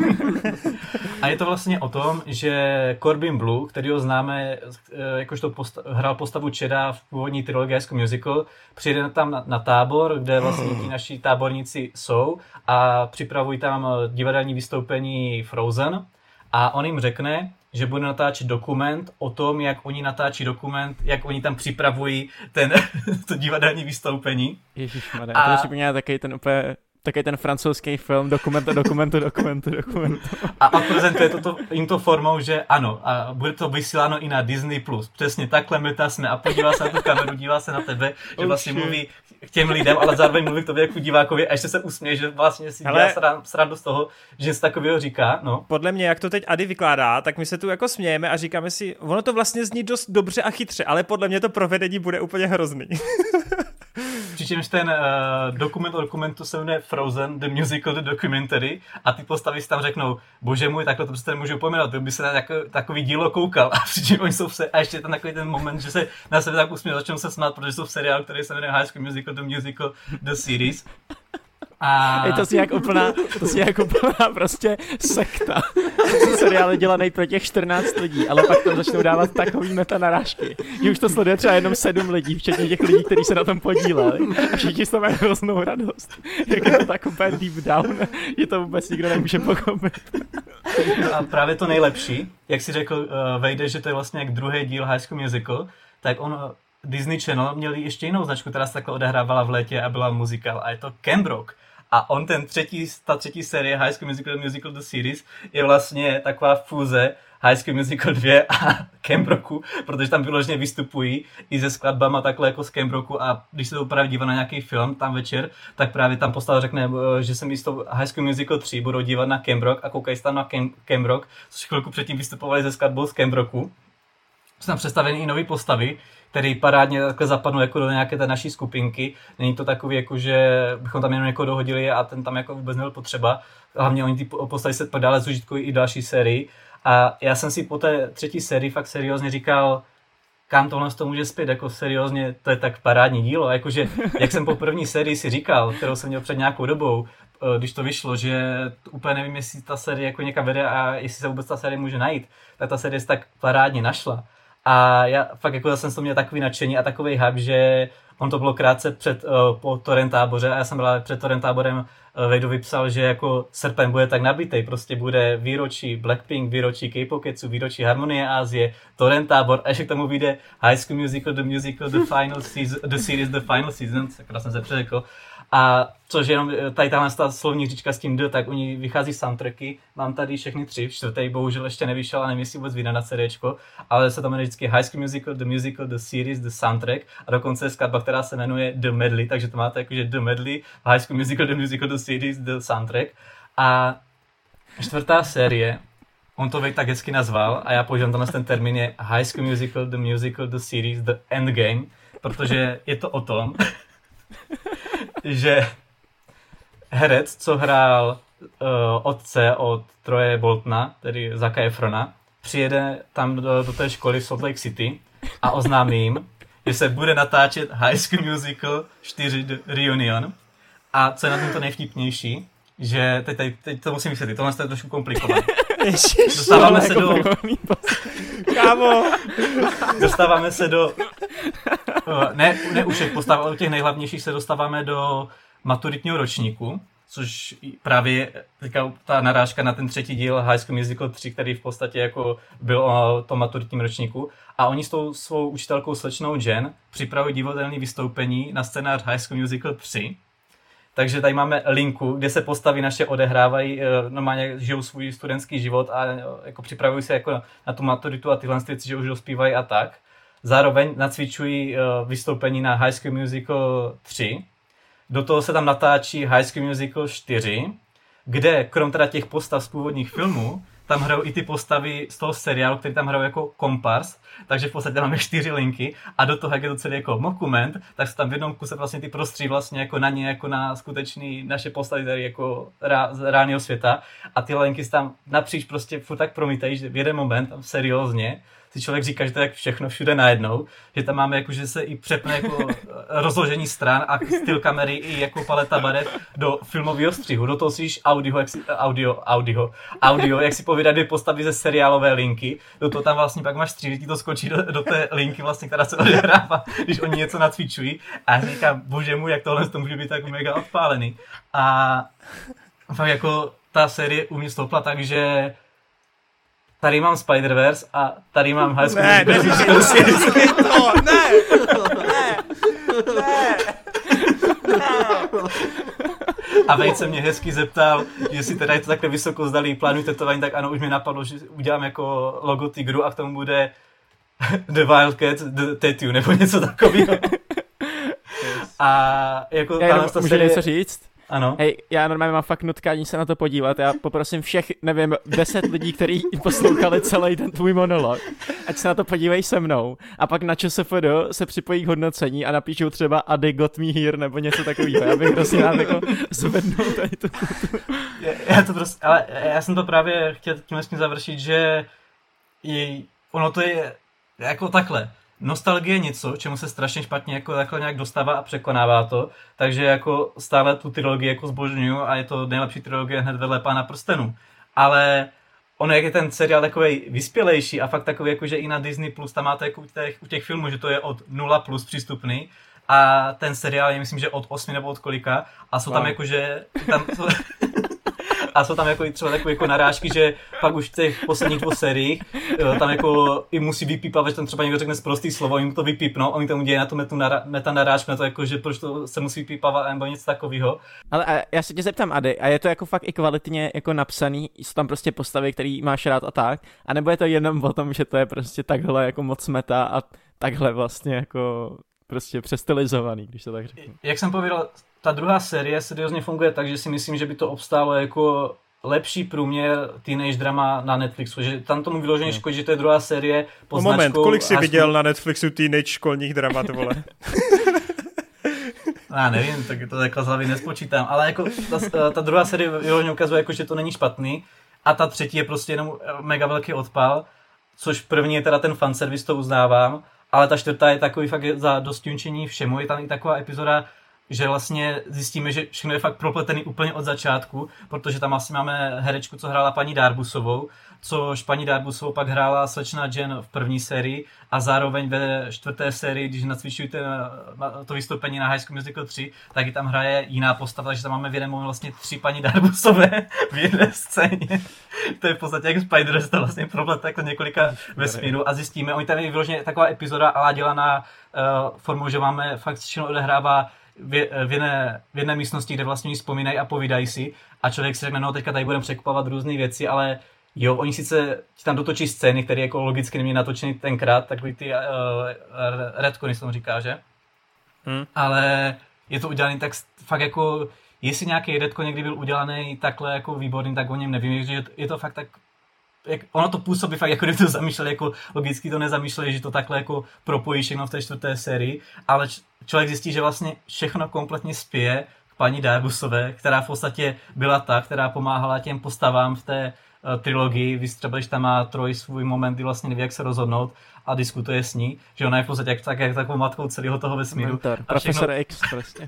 A je to vlastně o tom, že Corbin Bleu, kterýho známe, jakožto posta- hrál postavu Cheda v původní trilogii High School Musical, přijde tam na, na tábor, kde vlastně ti naši táborníci jsou a připravují tam divadelní vystoupení Frozen a on jim řekne, že bude natáčet dokument o tom, jak oni natáčí dokument, jak oni tam připravují ten, to divadelní vystoupení. Ježišmarja, a... to připomíná taky ten úplně... Taky ten francouzský film, dokumentu, dokumentu, dokumentu, dokumentu. A, a prezentuje to jim to formou, že ano, a bude to vysíláno i na Disney plus. Přesně takhle meta jsme a podívá se na tu kameru, dívá se na tebe, že vlastně mluví k těm lidem, ale zároveň mluví k tobě jako divákovi a ještě se usměje, že vlastně si dělá srandu z toho, že se takového říká. No. Podle mě, jak to teď Ady vykládá, tak my se tu jako smějeme a říkáme si, ono to vlastně zní dost dobře a chytře, ale podle mě to provedení bude úplně hrozný. přičemž ten uh, dokument o dokumentu se jmenuje Frozen, The Musical, The Documentary a ty postavy si tam řeknou, bože můj, takhle to prostě nemůžu pojmenovat, to by se na jako, takový dílo koukal a přičemž oni jsou v se- a ještě je tam takový ten moment, že se na sebe tak usměl, začnou se smát, protože jsou v seriálu, který se jmenuje High School Musical, The Musical, The Series. A... Je to si jak úplná, to si jak úplná prostě sekta. Seriály dělaný pro těch čtrnáct lidí, ale pak tam začnou dávat takový meta narážky. Že už to sleduje třeba jenom sedm lidí, včetně těch lidí, kteří se na tom podíleli. A všichni z toho mají hroznou radost. Jak je to tak úplně deep down, že to vůbec nikdo nemůže pochopit. A právě to nejlepší, jak si řekl, uh, Vejde, že to je vlastně jak druhý díl High School Musical, tak on Disney Channel měli ještě jinou značku, která se takhle odehrávala v létě a byla muzikál a je to Camp Rock. A on ten třetí, ta třetí série High School Musical, Musical The Series je vlastně taková fúze High School Musical dva a Camp Rocku, protože tam vyloženě vystupují i se skladbama takhle jako z Camp Rocku a když se to právě dívá na nějaký film tam večer, tak právě tam postava řekne, že se místo High School Musical tři budou dívat na Camp Rock a koukají se tam na Camp, Camp Rock, což chvilku předtím vystupovali ze skladbou z Camp Rocku. Jsou tam představeny i nové postavy, který parádně takhle zapadnou jako do nějaké té naší skupinky. Není to takový, jako že bychom tam jenom někoho dohodili a ten tam jako vůbec nebyl potřeba. Hlavně oni ty postavy se pak dále zužitkují i další sérii. A já jsem si po té třetí sérii fakt seriózně říkal, kam tohle to může zpět, jako seriózně, to je tak parádní dílo. A jakože, jak jsem po první sérii si říkal, kterou jsem měl před nějakou dobou, když to vyšlo, že úplně nevím, jestli ta série jako někam vede a jestli se vůbec ta série může najít, tak ta série se tak parádně našla. A já fakt jako já jsem to měl takový nadšení a takový hype, že on to bylo krátce před, uh, po torrent táboře a já jsem byl před torrent táborem uh, Vejdo vypsal, že jako srpen bude tak nabitej, prostě bude výročí Blackpink, výročí K-Poketsu, výročí Harmonie Asie, torrent tábor a ještě k tomu vyjde High School Musical, The Musical, The Final Season, The Series, The Final Season, tak jsem se přeřekl. A což jenom tady tahle slovní říčka s tím D, tak u ní vychází soundtracky, mám tady všechny tři, čtvrtý bohužel ještě nevyšel a nevím, jestli vůbec vyjde na CDčko, ale se tam jmenuje vždycky High School Musical, The Musical, The Series, The Soundtrack a dokonce je skladba, která se jmenuje The Medley, takže to máte jakože The Medley, High School Musical, The Musical, The Series, The Soundtrack. A čtvrtá série, on to Vejt tak hezky nazval a já používám tenhle ten termín je High School Musical, The Musical, The Series, The Endgame, protože je to o tom, že herec, co hrál uh, otce od Troye Boltona, tedy Zacka Efrona, přijede tam do, do té školy v Salt Lake City a oznámí jim, že se bude natáčet High School Musical čtyři The Reunion. A co je na tom to nejvtipnější, že teď, teď, teď to musím vysvětlit, tohle je trošku komplikované. Dostáváme se do... Kámo! Dostáváme se do... Ne, ne u všech postav, ale u těch nejhlavnějších se dostáváme do maturitního ročníku, což právě teďka ta narážka na ten třetí díl High School Musical tři, který v podstatě jako byl o tom maturitním ročníku. A oni s tou svou učitelkou slečnou Jen připravují divadelné vystoupení na scénář High School Musical tři. Takže tady máme linku, kde se postavy naše odehrávají, normálně žijou svůj studentský život a jako připravují se jako na tu maturitu a tyhle věci, že už dospívají a tak. Zároveň nacvičují vystoupení na High School Musical tři. Do toho se tam natáčí High School Musical čtyři, kde krom teda těch postav z původních filmů, tam hrajou i ty postavy z toho seriálu, který tam hrajou jako kompars, takže v podstatě máme čtyři linky a do toho, jak je to celý jako dokument, tak se tam v jednom kuse vlastně ty prostří vlastně jako na ně, jako na skutečný naše postavy tady jako rá, z reálného světa a ty linky se tam napříč prostě furt tak promítají, že v jeden moment tam seriózně si člověk říká, že to je jak všechno všude najednou, že tam máme jako, že se i přepne jako rozložení stran a styl kamery i jako paleta barev do filmového střihu. Do toho slyšíš audio, jak si, audio, audio, audio, jak si povídá dvě postavy ze seriálové linky. Do toho tam vlastně pak máš střih, že ti to skočí do, do té linky vlastně, která se odehrává, když oni něco nacvičují. A já říkám, bože můj, jak tohle to může být tak mega odpálený. A fakt jako ta série u mě stoupla tak, že tady mám Spider-Verse a tady mám High School ne, Musical. Ne, to, ne, ne, ne, ne. A Vejt se mě hezky zeptal, jestli teda je to takhle vysoko zdalý, plánuji tetování, tak ano, už mi napadlo, že udělám jako logo Tigru a k tomu bude The Wildcats, The Tattoo, nebo něco takového. A jako já jenom, můžu série... něco říct? Ano. Hej, já normálně mám fakt nutkání se na to podívat. Já poprosím všech, nevím, deset lidí, kteří poslouchali celý ten tvůj monolog, ať se na to podívají se mnou. A pak na ČSFD se připojí k hodnocení a napíšou třeba Ady got me here nebo něco takového. Já bych prostě rád jako zvednul tady tu kulturu. Já to prostě, ale já jsem to právě chtěl tím s tím završit, že je, ono to je jako takhle. Nostalgie je něco, čemu se strašně špatně jako takhle nějak dostává a překonává to, takže jako stále tu trilogii jako zbožňuju a je to nejlepší trilogie hned vedle Pána prstenů. Ale ono, jak je ten seriál takovej vyspělejší a fakt takový, jako že i na Disney Plus tam máte jako u těch, u těch filmů, že to je od nula plus přístupný a ten seriál je myslím, že od osmi nebo od kolika a jsou wow. tam jako, že tam jsou, a jsou tam jako třeba takové jako narážky, že pak už v těch posledních dvou sériích tam jako i musí vypípat, že tam třeba někdo řekne sprostý slovo, jim to vypípnou, oni tam udělají na to metu nara- meta narážku na to, jako, že proč to se musí vypípávat nebo něco takového. Ale a já se tě zeptám, Ady, a je to jako fakt i kvalitně jako napsaný, jsou tam prostě postavy, který máš rád a tak, a nebo je to jenom o tom, že to je prostě takhle jako moc meta a takhle vlastně jako prostě přestylizovaný, když to tak řeknu. Jak jsem pověděl, ta druhá série seriózně funguje tak, že si myslím, že by to obstálo jako lepší průměr teenage drama na Netflixu, že tam tomu vyloženě no. škodí, že to je druhá série pod no moment, značkou... kolik jsi High viděl School... na Netflixu teenage školních dramat, vole? Já nevím, tak to takhle z hlavy nespočítám, ale jako ta, ta druhá série vyloženě ukazuje, jako, že to není špatný a ta třetí je prostě jenom mega velký odpal, což první je teda ten fanservice, to uznávám, ale ta čtvrtá je takový fakt za dostunčení všemu, je tam i taková epizoda, že vlastně zjistíme, že všechno je fakt propletený úplně od začátku, protože tam asi máme herečku, co hrála paní Darbusovou, což paní Darbusovou pak hrála slečna Jen v první sérii a zároveň ve čtvrté sérii, když nacvičují to vystoupení na High School Musical tři, tak i tam hraje jiná postava, takže tam máme v jeden moment vlastně tři paní Darbusové v jedné scéně. To je v podstatě jak Spider-Man, to vlastně proplet jako několika vesmíru a zjistíme, oni tam je vyloženě taková epizoda alá dělaná uh, formou, že máme fakt všechno odehrává v, v, jedné, v jedné místnosti, kde vlastně vzpomínají a povídají si a člověk si řekne, no teďka tady budeme překupovat různé věci, ale jo, oni sice tam dotočí scény, které jako logicky neměli natočený tenkrát, takový ty uh, retcony, se tomu říká, že? Hmm. Ale je to udělané tak fakt jako, jestli nějaký retcon někdy byl udělaný takhle jako výborný, tak o něm nevím, že je to fakt tak, jak, ono to působí fakt, jako kdyby to zamýšleli, jako logicky to nezamýšleli, že to takhle jako propojí všechno v té čtvrté sérii, ale č- člověk zjistí, že vlastně všechno kompletně spěje k paní Darbusové, která v podstatě byla ta, která pomáhala těm postavám v té uh, trilogii, víš, třeba když tam má Troj svůj moment, kdy vlastně neví, jak se rozhodnout a diskutuje s ní, že ona je v podstatě jak, tak, jak takovou matkou celého toho vesmíru. Mentor, profesor všechno... X prostě.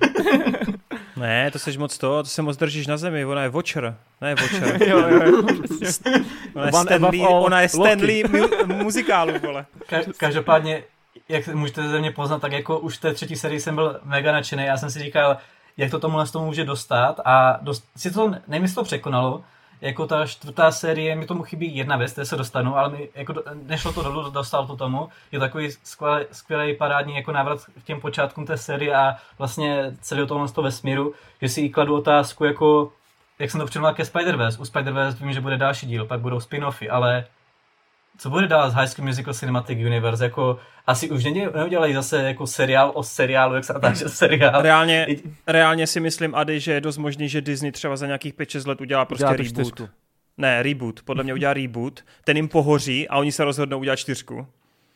Ne, to seš moc to, to se moc držíš na zemi, ona je Watcher, ne Watcher. jo, jo, jo. Ona je Stanley, ona je Stanley mu- muzikálu, vole. Ka- každopádně, jak můžete ze mě poznat, tak jako už v té třetí sérii jsem byl mega nadšený, já jsem si říkal, jak to tomuhle z tomu může dostat a dost, si to, nevím, jestli to překonalo, jako ta čtvrtá série, mi tomu chybí jedna věc, které se dostanu, ale mi jako nešlo to dolů, dostal to tomu. Je takový skvělý, skvělý parádní jako návrat k těm počátkům té série a vlastně celého tohle z toho vesmíru, že si i kladu otázku, jako, jak jsem to přirovnal ke Spider-Verse. U Spider-Verse vím, že bude další díl, pak budou spin-offy, ale co bude dál z High School Musical Cinematic Universe? Jako, asi už neudělají zase jako seriál o seriálu, jak se natáče seriál. Reálně, reálně si myslím, Ady, že je dost možný, že Disney třeba za nějakých pět šest let udělá prostě udělá reboot. Čtyřku. Ne, reboot. Podle mě udělá reboot. Ten jim pohoří a oni se rozhodnou udělat čtyřku.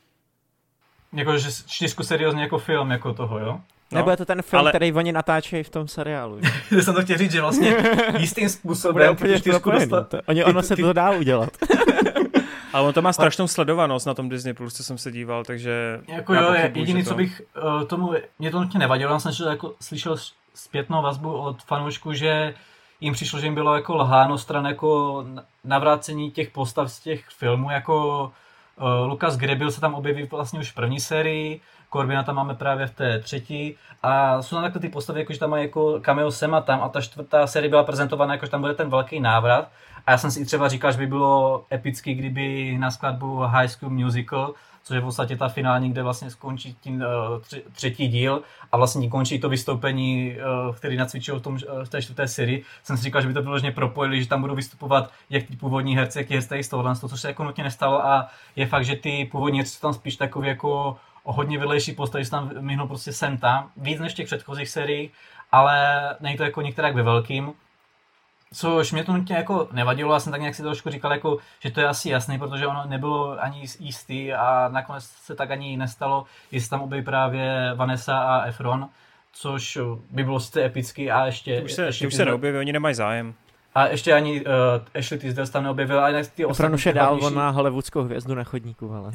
Jako, že čtyřku seriózně jako film, jako toho, jo? No, nebo je to ten film, ale... který oni natáčejí v tom seriálu. Já jsem to chtěl říct, že vlastně jistým způsobem čtyřku dostat... Oni, ono se to dá udělat. Ale on to má strašnou sledovanost na tom Disney Plus, co jsem se díval, takže... Jako jo, je, jediný, to... co bych uh, tomu, mě to nutně nevadilo, já jsem že jako slyšel zpětnou vazbu od fanoušků, že jim přišlo, že jim bylo jako lháno stran jako navrácení těch postav z těch filmů, jako uh, Lucas Grabeel se tam objeví vlastně už v první sérii, Corbina tam máme právě v té třetí a jsou tam takové ty postavy, jakože tam mají jako cameo sem a tam a ta čtvrtá série byla prezentovaná, jakože tam bude ten velký návrat a já jsem si třeba říkal, že by bylo epický, kdyby na skladbu High School Musical, což je v podstatě ta finální, kde vlastně skončí tím uh, třetí díl a vlastně končí to vystoupení, uh, který nacvičil v, tom, uh, v té čtvrté sérii, jsem si říkal, že by to vyloženě propojili, že tam budou vystupovat jak ty původní herci, jak ty herci z tohohle, což se jako nutně nestalo a je fakt, že ty původní herci jsou tam spíš takový jako o hodně vedlejší postavy, se tam myhnou prostě sem tam, víc než v těch předchozích sériích ale není to jako některák ve velkým. Což mě to nutně jako nevadilo, já jsem tak nějak si trošku říkal, jako, že to je asi jasný, protože ono nebylo ani jistý a nakonec se tak ani nestalo, jestli tam objeví právě Vanessa a Efron, což by bylo sice epický a ještě... Ty už se, ještě ty už se neobjeví, oni nemají zájem. A ještě ani uh, Ashley Tisdale tam neobjevil, ale ty ostatní... Efron už je dál, on má hollywoodskou hvězdu na chodníku, ale...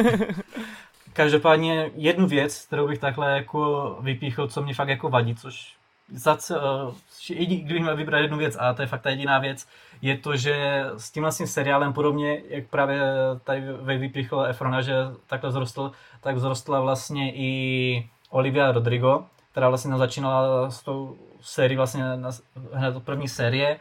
Každopádně jednu věc, kterou bych takhle jako vypíchl, co mě fakt jako vadí, což Zase, uh, kdybych měl vybrat jednu věc, a to je fakt ta jediná věc, je to, že s tímhle s tím seriálem podobně, jak právě tady vypíchl Efrona, že takhle vzrostl, tak vzrostla vlastně i Olivia Rodrigo, která vlastně začínala s tou sérií, vlastně hned od první série.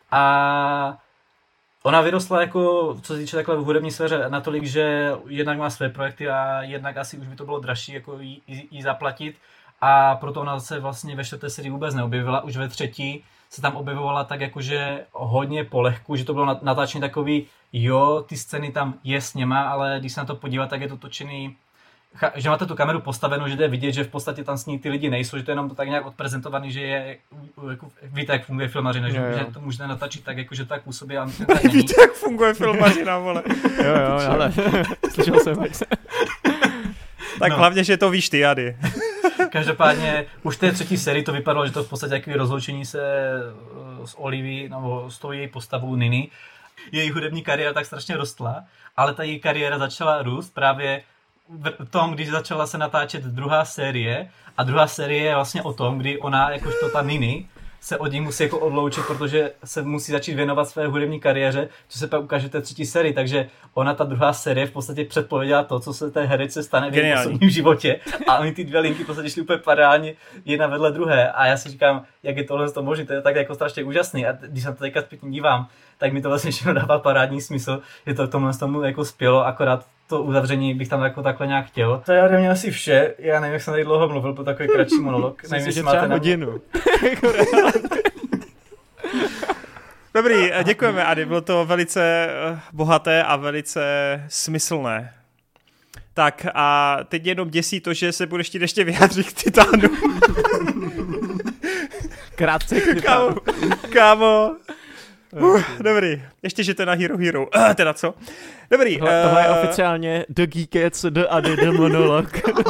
A ona vyrostla jako, co se týče takhle v hudební sféře, natolik, že jednak má své projekty a jednak asi už by to bylo dražší jako jí, jí zaplatit. A proto ona se vlastně ve čtvrté sérii vůbec neobjevila, už ve třetí se tam objevovala tak jakože hodně polehku, že to bylo natáčení takový, jo, ty scény tam je s něma, ale když se na to podívat, tak je to točený, že máte tu kameru postavenou, že jde vidět, že v podstatě tam s ní ty lidi nejsou, že to je jenom to tak nějak odprezentovaný, že je, jako, víte, jak funguje filmařina, že, že to můžete natočit tak, jako, že tak působí, a tak není. Víte, jak funguje filmařina, vole. Jo, jo, ale slyšel jsem, jak se... Tak no. Hlavně, že to víš ty, Ady. Každopádně už v té třetí sérii to vypadalo, že to v podstatě jaký rozloučení se s Oliví, nebo s tou její postavou Niny. Její hudební kariéra tak strašně rostla, ale ta její kariéra začala růst právě v tom, když začala se natáčet druhá série. A druhá série je vlastně o tom, kdy ona, jakožto ta Niny, se od ní musí jako odloučit, protože se musí začít věnovat své hudební kariéře, co se pak ukáže v té třetí sérii. Takže ona, ta druhá série, v podstatě předpověděla to, co se té herečce stane v jejím osobním životě. A oni ty dvě linky v podstatě šly úplně parádně jedna vedle druhé. A já si říkám, jak je tohle to možné, to je tak jako strašně úžasný. A když se na to teďka zpětně dívám, tak mi to vlastně všechno dává parádní smysl, že to k tomu tomu jako spělo, akorát to uzavření bych tam jako takhle nějak chtěl. To je ode mě asi vše. Já nevím, jak jsem tady dlouho mluvil, po takový kratší monolog. Nevím, jestli máte hodinu. Dobrý, děkujeme, Ady, bylo to velice bohaté a velice smyslné. Tak a teď jenom děsí to, že se budeš chtít ještě vyjádřit k Titánu. Krátce k Titánu. Kámo, kámo. Uh, dobrý, ještě, že to je na Hero Hero, uh, teda co? Dobrý. Tohle, uh... tohle je oficiálně The Geekets, The Ady, The Monolog.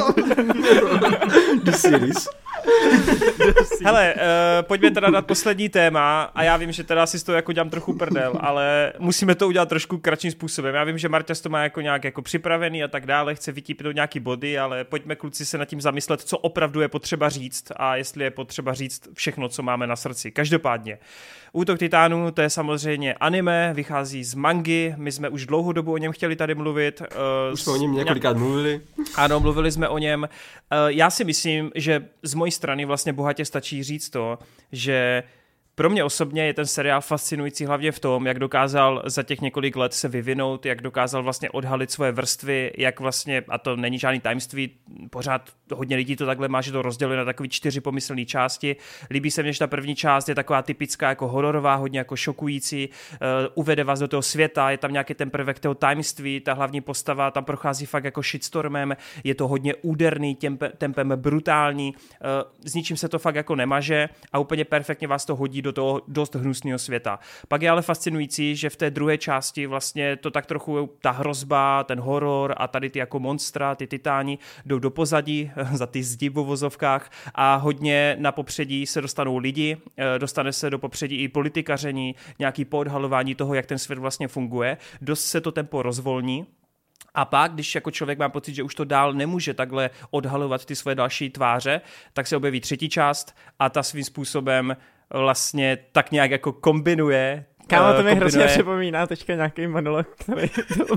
The series. Hele, uh, pojďme teda dát poslední téma a já vím, že teda si z toho jako dělám trochu prdel, ale musíme to udělat trošku kratším způsobem. Já vím, že Marťas to má jako nějak jako připravený a tak dále, chce vytípnout nějaký body, ale pojďme kluci se nad tím zamyslet, co opravdu je potřeba říct a jestli je potřeba říct všechno, co máme na srdci. Každopádně, Útok titánů, to je samozřejmě anime, vychází z mangy, my jsme už dlouhou dobu o něm chtěli tady mluvit. Uh, už jsme o něm několikrát mluvili. Ano, mluvili jsme o něm. Uh, já si myslím, že z mojí strany vlastně bohatě stačí říct to, že pro mě osobně je ten seriál fascinující hlavně v tom, jak dokázal za těch několik let se vyvinout, jak dokázal vlastně odhalit svoje vrstvy, jak vlastně, a to není žádný tajemství, pořád hodně lidí to takhle má, že to rozděluje na takové čtyři pomyslné části. Líbí se mně, že ta první část je taková typická jako hororová, hodně jako šokující, uh, uvede vás do toho světa, je tam nějaký ten prvek toho tajemství, ta hlavní postava tam prochází fakt jako shitstormem, je to hodně úderný, tempe, tempem brutální, uh, s ničím se to fakt jako nemaže a úplně perfektně vás to hodí do toho dost hnusného světa. Pak je ale fascinující, že v té druhé části vlastně to tak trochu ta hrozba, ten horor a tady ty jako monstra, ty titáni jdou do pozadí, za ty zdi v uvozovkách a hodně na popředí se dostanou lidi, dostane se do popředí i politikaření, nějaký poodhalování toho, jak ten svět vlastně funguje. Dost se to tempo rozvolní. A pak, když jako člověk má pocit, že už to dál nemůže takhle odhalovat ty svoje další tváře, tak se objeví třetí část a ta svým způsobem vlastně tak nějak jako kombinuje. Kámo, to mi kombinuje... hrozně připomíná teďka nějaký monolog, který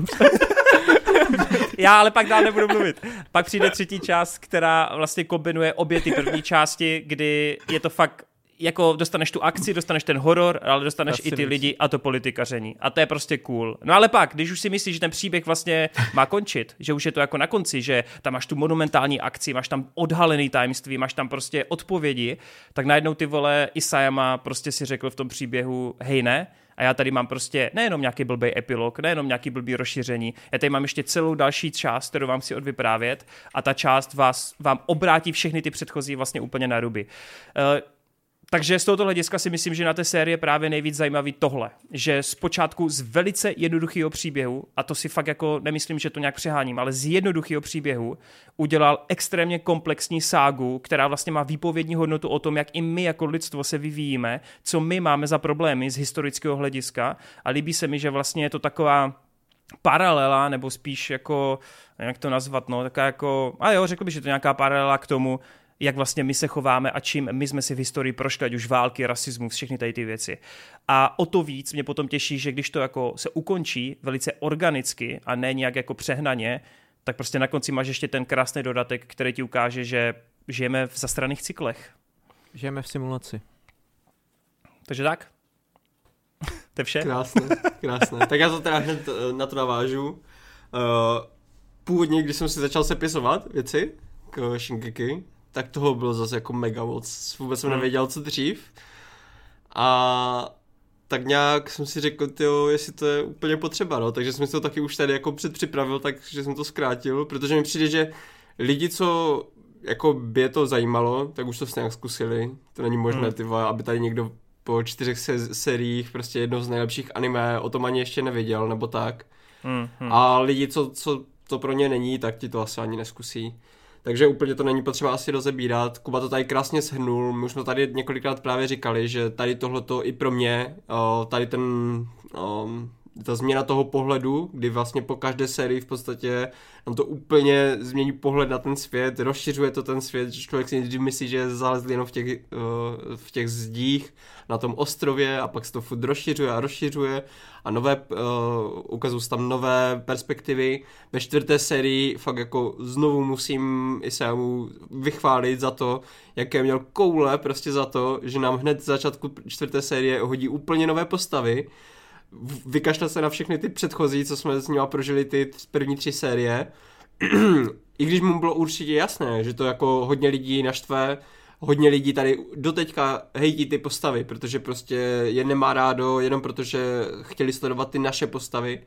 Já ale pak dál nebudu mluvit. Pak přijde třetí část, která vlastně kombinuje obě ty první části, kdy je to fakt jako dostaneš tu akci, dostaneš ten horor, ale dostaneš i ty lidi a to politikaření. A to je prostě cool. No ale pak, když už si myslíš, že ten příběh vlastně má končit, že už je to jako na konci, že tam máš tu monumentální akci, máš tam odhalený tajemství, máš tam prostě odpovědi, tak najednou ty vole Isayama prostě si řekl v tom příběhu, hej ne, a já tady mám prostě nejenom nějaký blbý epilog, nejenom nějaký blbý rozšíření, já tady mám ještě celou další část, kterou vám si odvyprávět a ta část vás, vám obrátí všechny ty předchozí vlastně úplně na ruby. Uh, Takže z tohoto hlediska si myslím, že na té sérii je právě nejvíc zajímavý tohle, že zpočátku z velice jednoduchého příběhu, a to si fakt jako nemyslím, že to nějak přeháním, ale z jednoduchého příběhu udělal extrémně komplexní ságu, která vlastně má výpovědní hodnotu o tom, jak i my jako lidstvo se vyvíjíme, co my máme za problémy z historického hlediska, a líbí se mi, že vlastně je to taková paralela, nebo spíš jako, jak to nazvat, no, taková jako, a jo, řekl bych, že to je nějaká paralela k tomu, jak vlastně my se chováme a čím my jsme si v historii prošli, ať už války, rasismus, všechny tady ty věci. A o to víc mě potom těší, že když to jako se ukončí velice organicky a ne nějak jako přehnaně, tak prostě na konci máš ještě ten krásný dodatek, který ti ukáže, že žijeme v zastranných cyklech. Žijeme v simulaci. Takže tak? To je vše? Krásné, krásné. Tak já to teda hned na to navážu. Původně, když jsem si začal sepisovat věci k Shingeki, tak toho bylo zase jako mega moc. Vůbec jsem nevěděl, co dřív. A tak nějak jsem si řekl, tyjo, jestli to je úplně potřeba, no. Takže jsem si to taky už tady jako předpřipravil, takže jsem to zkrátil, protože mi přijde, že lidi, co jako by je to zajímalo, tak už to nějak zkusili. To není možné, hmm. tyva, aby tady někdo po čtyřech se- seriích prostě jedno z nejlepších anime o tom ani ještě nevěděl, nebo tak. Hmm. Hmm. A lidi, co, co to pro ně není, tak ti to asi ani neskusí. Takže úplně to není potřeba asi rozebírat. Kuba to tady krásně shrnul, my už jsme tady několikrát právě říkali, že tady tohleto i pro mě, tady ten, ta změna toho pohledu, kdy vlastně po každé sérii v podstatě nám to úplně změní pohled na ten svět, rozšiřuje to ten svět, že člověk si nejdřív myslí, že je zalezl jenom v těch, v těch zdích na tom ostrově a pak se to furt rozšiřuje a rozšiřuje a nové, uh, ukazují se tam nové perspektivy. Ve čtvrté sérii fakt jako znovu musím i se mu vychválit za to, jaké měl koule prostě za to, že nám hned z začátku čtvrté série hodí úplně nové postavy, vykašle se na všechny ty předchozí, co jsme s nimi prožili ty první tři série, i když mu bylo určitě jasné, že to jako hodně lidí naštve, hodně lidí tady doteďka hejtí ty postavy, protože prostě je nemá rádo, jenom protože chtěli sledovat ty naše postavy.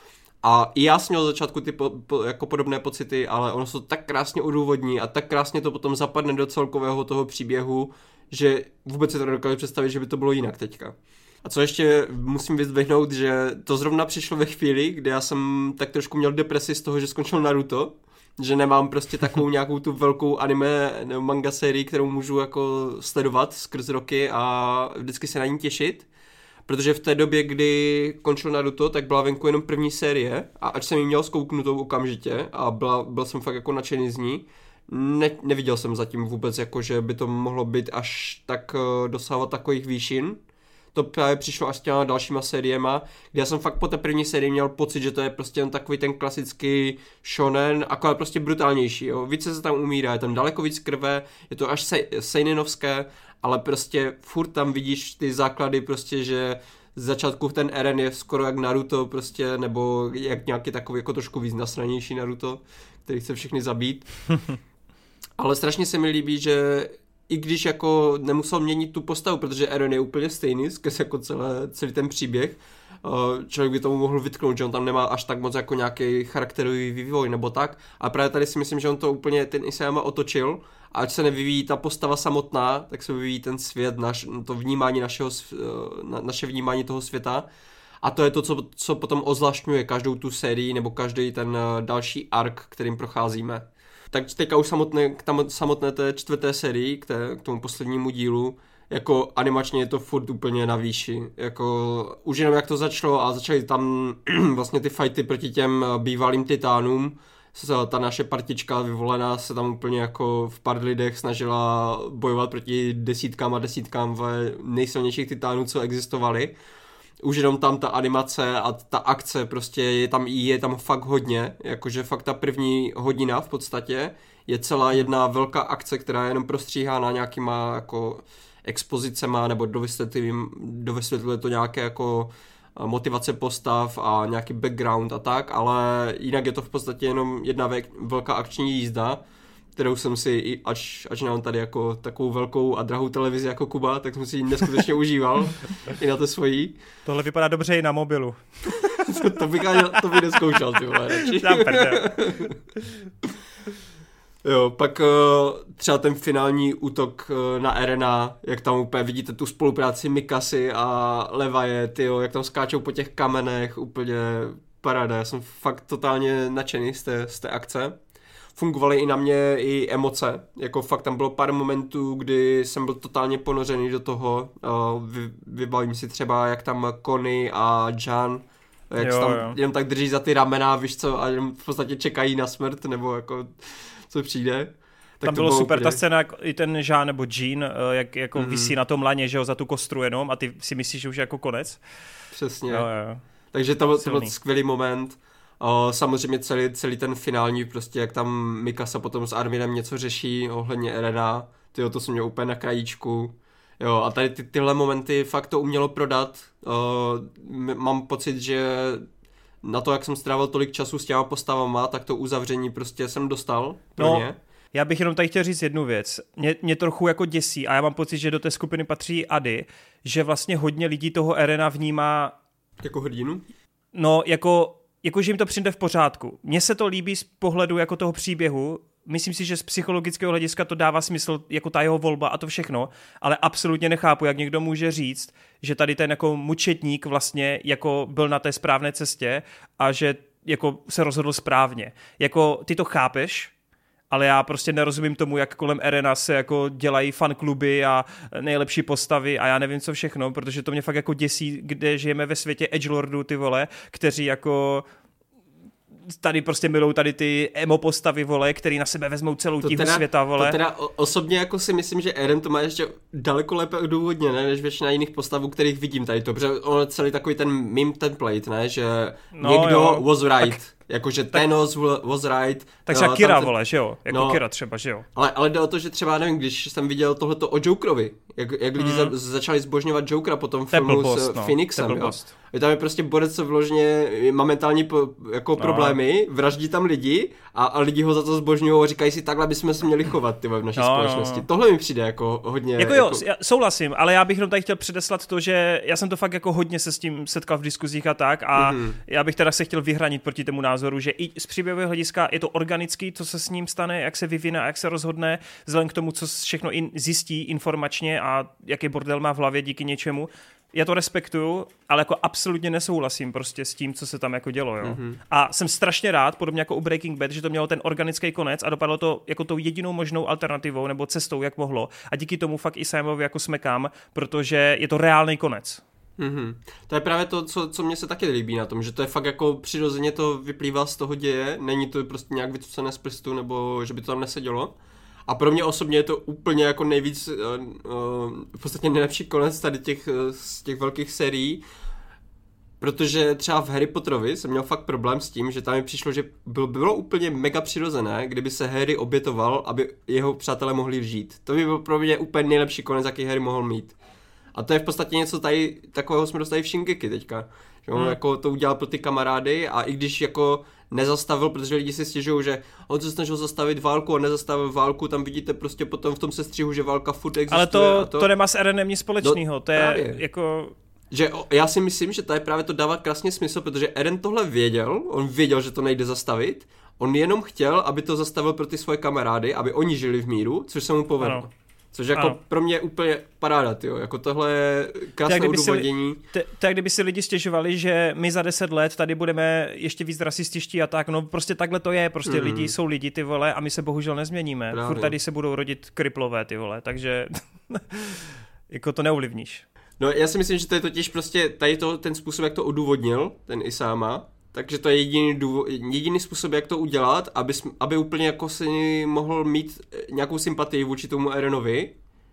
A i já jsem měl od začátku ty po, po, jako podobné pocity, ale ono se tak krásně odůvodní a tak krásně to potom zapadne do celkového toho příběhu, že vůbec si to nedokážu představit, že by to bylo jinak teďka. A co ještě musím vyzdvihnout, že to zrovna přišlo ve chvíli, kdy já jsem tak trošku měl depresi z toho, že skončil Naruto, že nemám prostě takovou nějakou tu velkou anime nebo manga sérii, kterou můžu jako sledovat skrz roky a vždycky se na ní těšit. Protože v té době, kdy končil Naruto, tak byla venku jenom první série a ač jsem ji měl zkouknutou okamžitě a byla, byl jsem fakt jako nadšený z ní, ne, neviděl jsem zatím vůbec, jako, že by to mohlo být až tak uh, dosávat takových výšin. To právě přišlo až s těma dalšíma sériema, kde já jsem fakt po té první sérii měl pocit, že to je prostě jen takový ten klasický shonen, akorát prostě brutálnější, jo. Více se tam umírá, je tam daleko víc krve, je to až sej, seinenovské, ale prostě furt tam vidíš ty základy prostě, že z začátku ten Eren je skoro jak Naruto prostě, nebo jak nějaký takový jako trošku víc nasranější Naruto, který chce všechny zabít. Ale strašně se mi líbí, že i když jako nemusel měnit tu postavu, protože Eren je úplně stejný, skrz jako celé, celý ten příběh, člověk by tomu mohl vytknout, že on tam nemá až tak moc jako nějaký charakterový vývoj nebo tak, a právě tady si myslím, že on to úplně ten Isayama otočil, a ať se nevyvíjí ta postava samotná, tak se vyvíjí ten svět, naš, to vnímání našeho, na, naše vnímání toho světa, a to je to, co, co potom ozvláštňuje každou tu sérii nebo každý ten další ark, kterým procházíme. Tak teďka už samotné, k tam, samotné té čtvrté sérii, k, té, k tomu poslednímu dílu, jako animačně je to furt úplně na výši. Jako už jenom jak to začalo a začaly tam vlastně ty fighty proti těm bývalým titánům, ta naše partička vyvolená se tam úplně jako v pár lidech snažila bojovat proti desítkám a desítkám nejsilnějších titánů, co existovaly. Už jenom tam ta animace a ta akce prostě je tam, je tam fakt hodně, jakože fakt ta první hodina v podstatě je celá jedna velká akce, která je jenom prostříhána nějakýma jako expozicema nebo dovysvětluje to nějaké jako motivace postav a nějaký background a tak, ale jinak je to v podstatě jenom jedna velká akční jízda, kterou jsem si, až, až nám tady jako takovou velkou a drahou televizi jako Kuba, tak jsem si ji neskutečně užíval i na to svojí. Tohle vypadá dobře i na mobilu. to, bych, to bych neskoušel, ty vole, radši. Jo, pak uh, třeba ten finální útok uh, na Erena, jak tam úplně vidíte tu spolupráci Mikasy a Levaje, tyjo, jak tam skáčou po těch kamenech, úplně paráda, já jsem fakt totálně nadšený z té, z té akce. Fungovaly i na mě i emoce, jako fakt tam bylo pár momentů, kdy jsem byl totálně ponořený do toho, uh, vy, vybavím si třeba, jak tam Connie a Jan, jak jo, tam jo. jenom tak drží za ty ramena, víš co, a jenom v podstatě čekají na smrt, nebo jako co přijde. Tak tam bylo, bylo super úplně... ta scéna, jak i ten Jean nebo Jean, jak jako mm-hmm. visí na tom laně, že jo, za tu kostru jenom a ty si myslíš, že už je jako konec. Přesně. Jo, jo. Takže to byl, to byl skvělý moment. O, samozřejmě celý, celý ten finální, prostě jak tam Mikasa potom s Arminem něco řeší ohledně Erena, tyjo, to jsem měl úplně na krajíčku. Jo, a tady ty, tyhle momenty fakt to umělo prodat. O, m- mám pocit, že na to, jak jsem strávil tolik času s těma postavama, tak to uzavření prostě jsem dostal pro no. mě. Já bych jenom tady chtěl říct jednu věc. Mě, mě trochu jako děsí a já mám pocit, že do té skupiny patří Ady, že vlastně hodně lidí toho Erena vnímá jako hrdinu? No, jako, jako že jim to přijde v pořádku. Mně se to líbí z pohledu jako toho příběhu. Myslím si, že z psychologického hlediska to dává smysl, jako ta jeho volba a to všechno, ale absolutně nechápu, jak někdo může říct, že tady ten jako mučetník vlastně jako byl na té správné cestě a že jako se rozhodl správně. Jako ty to chápeš, ale já prostě nerozumím tomu, jak kolem Erena se jako dělají fankluby a nejlepší postavy a já nevím co všechno, protože to mě fakt jako děsí, kde žijeme ve světě edgelordů, ty vole, kteří jako tady prostě milou tady ty emo postavy, vole, který na sebe vezmou celou tíhu teda, světa, vole. To teda osobně jako si myslím, že Eren to má ještě daleko lépe odůvodněné, než většina jiných postavů, kterých vidím tady to, protože on je celý takový ten meme template, ne, že no, někdo jo. was right. Tak, jakože Thanos was right. Tak třeba Kira, ten... vole, že jo? Jako no, Kira třeba, že jo? Ale, ale jde o to, že třeba, nevím, když jsem viděl tohleto o Jokerovi, jak, jak lidi mm. za, začali zbožňovat Jokera po tom filmu post, s no. Phoenixem, jo? Je tam je prostě borec, co vložně má mentální po, jako no. problémy, vraždí tam lidi a, a lidi ho za to zbožňují a říkají si, takhle bychom se měli chovat, tyhle, v naší no, společnosti. No. Tohle mi přijde jako hodně... Jako jo, jako... já souhlasím, ale já bych jenom tady chtěl předeslat to, že já jsem to fakt jako hodně se s tím setkal v diskuzích a tak a mm-hmm. já bych teda se chtěl vyhranit proti tomu názoru, že i z příběhového hlediska je to organický, co se s ním stane, jak se vyvine a jak se rozhodne, vzhledem k tomu, co všechno in, zjistí informačně a jaký bordel má v hlavě díky něčemu. Já to respektuju, ale jako absolutně nesouhlasím prostě s tím, co se tam jako dělo, jo. Mm-hmm. A jsem strašně rád, podobně jako u Breaking Bad, že to mělo ten organický konec a dopadlo to jako tou jedinou možnou alternativou nebo cestou, jak mohlo. A díky tomu fakt i Samovi jako smekám, protože je to reálný konec. Mm-hmm. To je právě to, co, co mě se taky líbí na tom, že to je fakt jako přirozeně to vyplývá z toho děje, není to prostě nějak vycucené z prstu, nebo že by to tam nesedělo. A pro mě osobně je to úplně jako nejvíc, uh, uh, v podstatě nejlepší konec tady těch, uh, z těch velkých sérií, protože třeba v Harry Potterovi jsem měl fakt problém s tím, že tam mi přišlo, že bylo, bylo úplně mega přirozené, kdyby se Harry obětoval, aby jeho přátelé mohli žít. To by byl pro mě úplně nejlepší konec, jaký Harry mohl mít. A to je v podstatě něco tady, takového jsme dostali v Shingeki teďka. Že on hmm. jako to udělal pro ty kamarády a i když jako nezastavil, protože lidi si stěžují, že on se snažil zastavit válku a nezastavil válku, tam vidíte prostě potom v tom sestřihu, že válka furt existuje. Ale to, to... to nemá s Erenem nic společného, no, to je právě. Jako... Že já si myslím, že tady právě to dává krásně smysl, protože Eren tohle věděl, on věděl, že to nejde zastavit, on jenom chtěl, aby to zastavil pro ty svoje kamarády, aby oni žili v míru, což se mu povedlo. Ano. Což jako ano. pro mě úplně paráda, tyjo. Jako tohle je krásné udůvodnění. To je, kdyby si lidi stěžovali, že my za deset let tady budeme ještě víc rasističtí a tak, no prostě takhle to je, prostě mm. lidi jsou lidi, ty vole, a my se bohužel nezměníme. Právě. Furt tady se budou rodit kriplové, ty vole, takže jako to neovlivníš. No já si myslím, že to je totiž prostě tady to, ten způsob, jak to odůvodnil, ten Isama, takže to je jediný, důvod, jediný způsob, jak to udělat, aby, aby úplně jako si mohl mít nějakou sympatii vůči tomu Erenovi,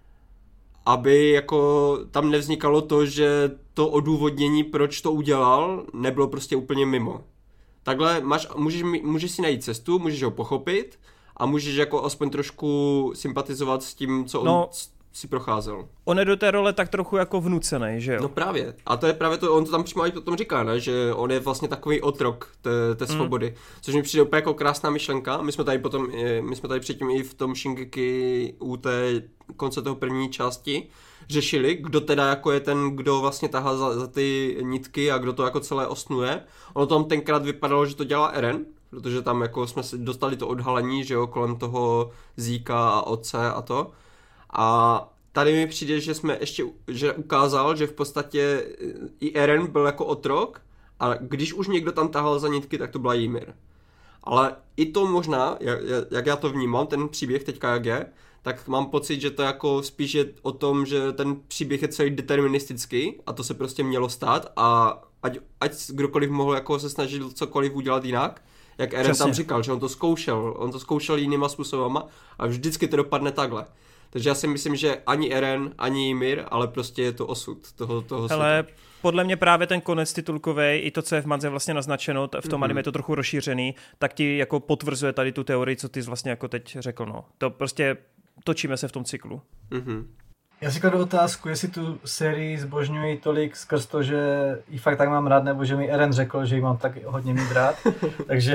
aby jako tam nevznikalo to, že to odůvodnění, proč to udělal, nebylo prostě úplně mimo. Takhle máš, můžeš, můžeš si najít cestu, můžeš ho pochopit a můžeš jako aspoň trošku sympatizovat s tím, co on... No. si procházel. On je do té role tak trochu jako vnucenej, že jo? No právě. A to je právě to, on to tam přímo potom říká, ne? Že on je vlastně takový otrok té, té svobody. Mm. Což mi přijde úplně jako krásná myšlenka. My jsme tady potom, my jsme tady předtím i v tom Shingeki u té konce toho první části řešili, kdo teda jako je ten, kdo vlastně tahá za, za ty nitky a kdo to jako celé osnuje. Ono tam tenkrát vypadalo, že to dělá Eren, protože tam jako jsme si dostali to odhalení, že jo, kolem toho Zíka a otce a to. A tady mi přijde, že jsme ještě, že ukázal, že v podstatě i Eren byl jako otrok, a když už někdo tam tahal za nitky, tak to byla Ymir. Ale i to možná, jak, jak já to vnímám, ten příběh teďka jak je, tak mám pocit, že to jako spíš je o tom, že ten příběh je celý deterministický a to se prostě mělo stát a ať, ať kdokoliv mohl jako se snažit cokoliv udělat jinak, jak Eren Přesně. tam říkal, že on to zkoušel, on to zkoušel jinýma způsobama a vždycky to dopadne takhle. Takže já si myslím, že ani Eren, ani Ymir, ale prostě je to osud toho, toho Ale podle mě právě ten konec titulkovej, i to, co je v manze vlastně naznačeno, v tom mm-hmm. anime je to trochu rozšířený, tak ti jako potvrzuje tady tu teorii, co ty jsi vlastně jako teď řekl. No. To prostě točíme se v tom cyklu. Mm-hmm. Já si kladu otázku, jestli tu sérii zbožňuji tolik skrz to, že ji fakt tak mám rád, nebo že mi Eren řekl, že ji mám tak hodně mít rád. Takže,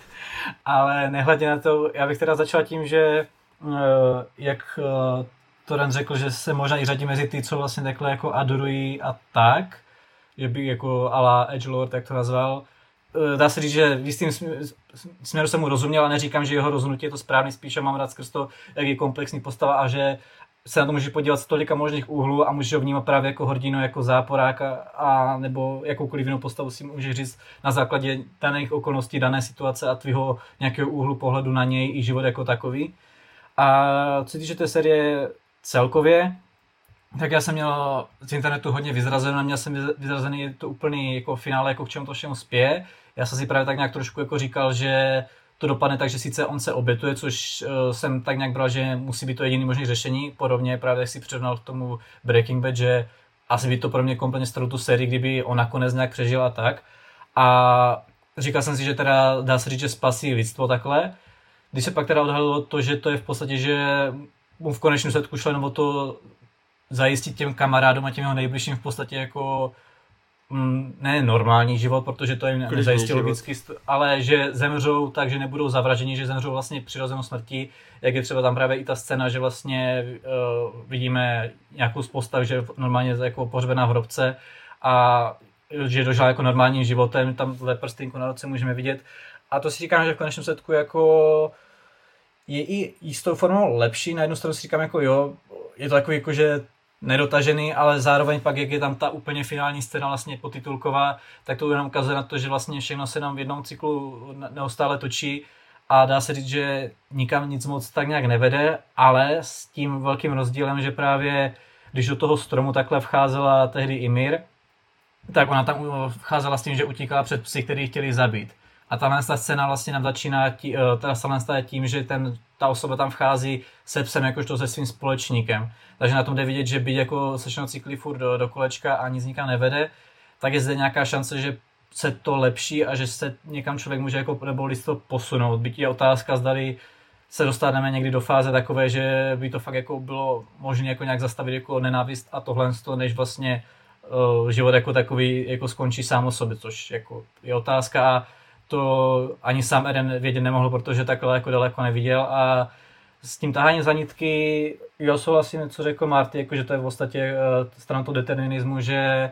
ale nehledě na to, já bych teda začal tím, že jak Toren řekl, že se možná i řadí mezi ty, co vlastně takhle jako adorují a tak, že by jako a la edgelord, jak to nazval. Dá se říct, že v jistým směru jsem mu rozuměl a neříkám, že jeho rozhodnutí je to správný, spíše mám rád skrz to, jak je komplexní postava a že se na to může podívat z tolika možných úhlů a může ho vnímat právě jako hrdinu, jako záporáka a nebo jakoukoliv jinou postavu si může říct na základě daných okolností, dané situace a tvýho nějakého úhlu pohledu na něj i život jako takový. A co týče té série celkově, tak já jsem měl z internetu hodně vyzrazeno, měl jsem vyzrazený je to úplný jako finále, jako k čemu to všemu spěje. Já jsem si právě tak nějak trošku jako říkal, že to dopadne tak, že sice on se obětuje, což uh, jsem tak nějak bral, že musí být to jediný možný řešení. Podobně právě jak si přirovnal k tomu Breaking Bad, že asi by to pro mě kompletně starou tu sérii, kdyby on nakonec nějak přežil a tak. A říkal jsem si, že teda dá se říct, že spasí lidstvo takhle. Když se pak teda odhalilo to, že to je v podstatě, že mu v konečném světku šlo nebo to zajistit těm kamarádům a těm jeho nejbližším v podstatě jako mm, ne normální život, protože to jim nezajistí logicky, ale že zemřou tak, že nebudou zavraženi, že zemřou vlastně přirozenou smrtí, jak je třeba tam právě i ta scéna, že vlastně uh, vidíme nějakou z postav, že normálně jako pohřbená v hrobce a že dožila jako normálním životem, tam ve prstýnku na roce můžeme vidět. A to si říkám, že v konečném světku jako je i jistou formou lepší. Na jednu stranu si říkám jako jo, je to takový jako, že nedotažený, ale zároveň pak, jak je tam ta úplně finální scéna vlastně potitulková, tak to jenom ukazuje na to, že vlastně všechno se nám v jednom cyklu neustále točí a dá se říct, že nikam nic moc tak nějak nevede, ale s tím velkým rozdílem, že právě když do toho stromu takhle vcházela tehdy Ymir, tak ona tam vcházela s tím, že utíkala před psy, který chtěli zabít. A tahle scéna vlastně nám začíná tí, teda tím, že ten, ta osoba tam vchází se psem jakožto se svým společníkem. Takže na tom jde vidět, že byť jako se všechno cyklí furt do, do kolečka a nic nikam nevede, tak je zde nějaká šance, že se to lepší a že se někam člověk může jako nebo lidstvo posunout. Byť je otázka, zdali se dostaneme někdy do fáze takové, že by to fakt jako bylo možné jako nějak zastavit jako nenávist a tohle, než vlastně uh, život jako takový jako skončí sám o sobě, což jako je otázka a to ani sám Eren vědět nemohl, protože takhle jako daleko neviděl a s tím taháním za nitky, jo, souhlasím, co řekl Marty, jako, že to je v podstatě uh, stran toho determinismu, že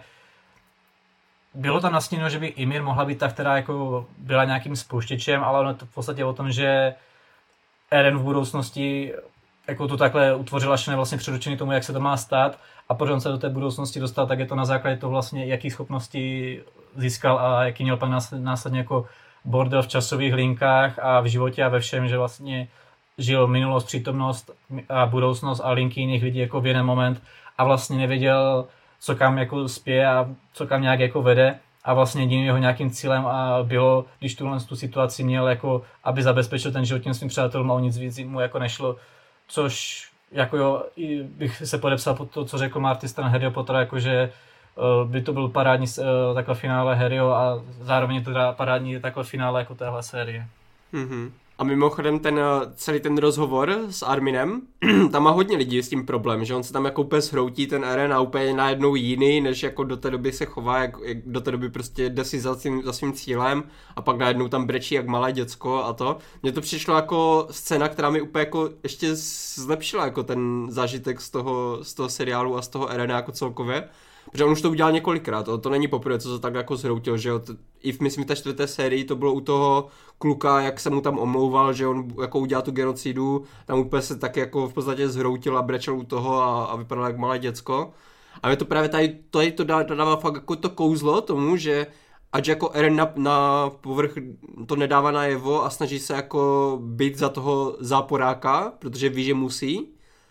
bylo tam nastíněno, že by Ymir mohla být ta, která jako byla nějakým spouštěčem, ale ono to v podstatě o tom, že Eren v budoucnosti jako to takhle utvořila, že je vlastně předurčený tomu, jak se to má stát a proč on se do té budoucnosti dostal, tak je to na základě toho vlastně, jaký schopnosti získal a jaký měl pak následně jako bordel v časových linkách a v životě a ve všem, že vlastně žil minulost, přítomnost a budoucnost a linky jiných lidí jako v jeden moment a vlastně nevěděl, co kam jako spěje a co kam nějak jako vede a vlastně jediným jeho nějakým cílem a bylo, když tuhle tu situaci měl jako, aby zabezpečil ten život těm svým přátelům a o nic víc mu jako nešlo, což jako jo, bych se podepsal pod to, co řekl Marty stran Harryho Pottera, jakože by to byl parádní takhle finále Harryho a zároveň teda parádní takhle finále jako téhle série. Mm-hmm. A mimochodem ten celý ten rozhovor s Arminem, tam má hodně lidí s tím problém, že on se tam jako úplně shroutí ten Eren a úplně najednou jiný, než jako do té doby se chová, jak, jak do té doby prostě jde si za svým, za svým cílem a pak najednou tam brečí jak malé děcko a to. Mně to přišlo jako scéna, která mi úplně jako ještě zlepšila jako ten zážitek z toho, z toho seriálu a z toho Erena jako celkově. Protože on už to udělal několikrát, to, to není poprvé, co to tak jako zhroutil, že jo, i v, myslím, v té čtvrté sérii to bylo u toho kluka, jak se mu tam omlouval, že on jako udělal tu genocidu, tam úplně se tak jako v podstatě zhroutil a brečel u toho a, a vypadal jak malé děcko. A mě to právě tady, tady to dá, dává fakt jako to kouzlo tomu, že ať jako Eren na, na povrch to nedává najevo a snaží se jako být za toho záporáka, protože ví, že musí,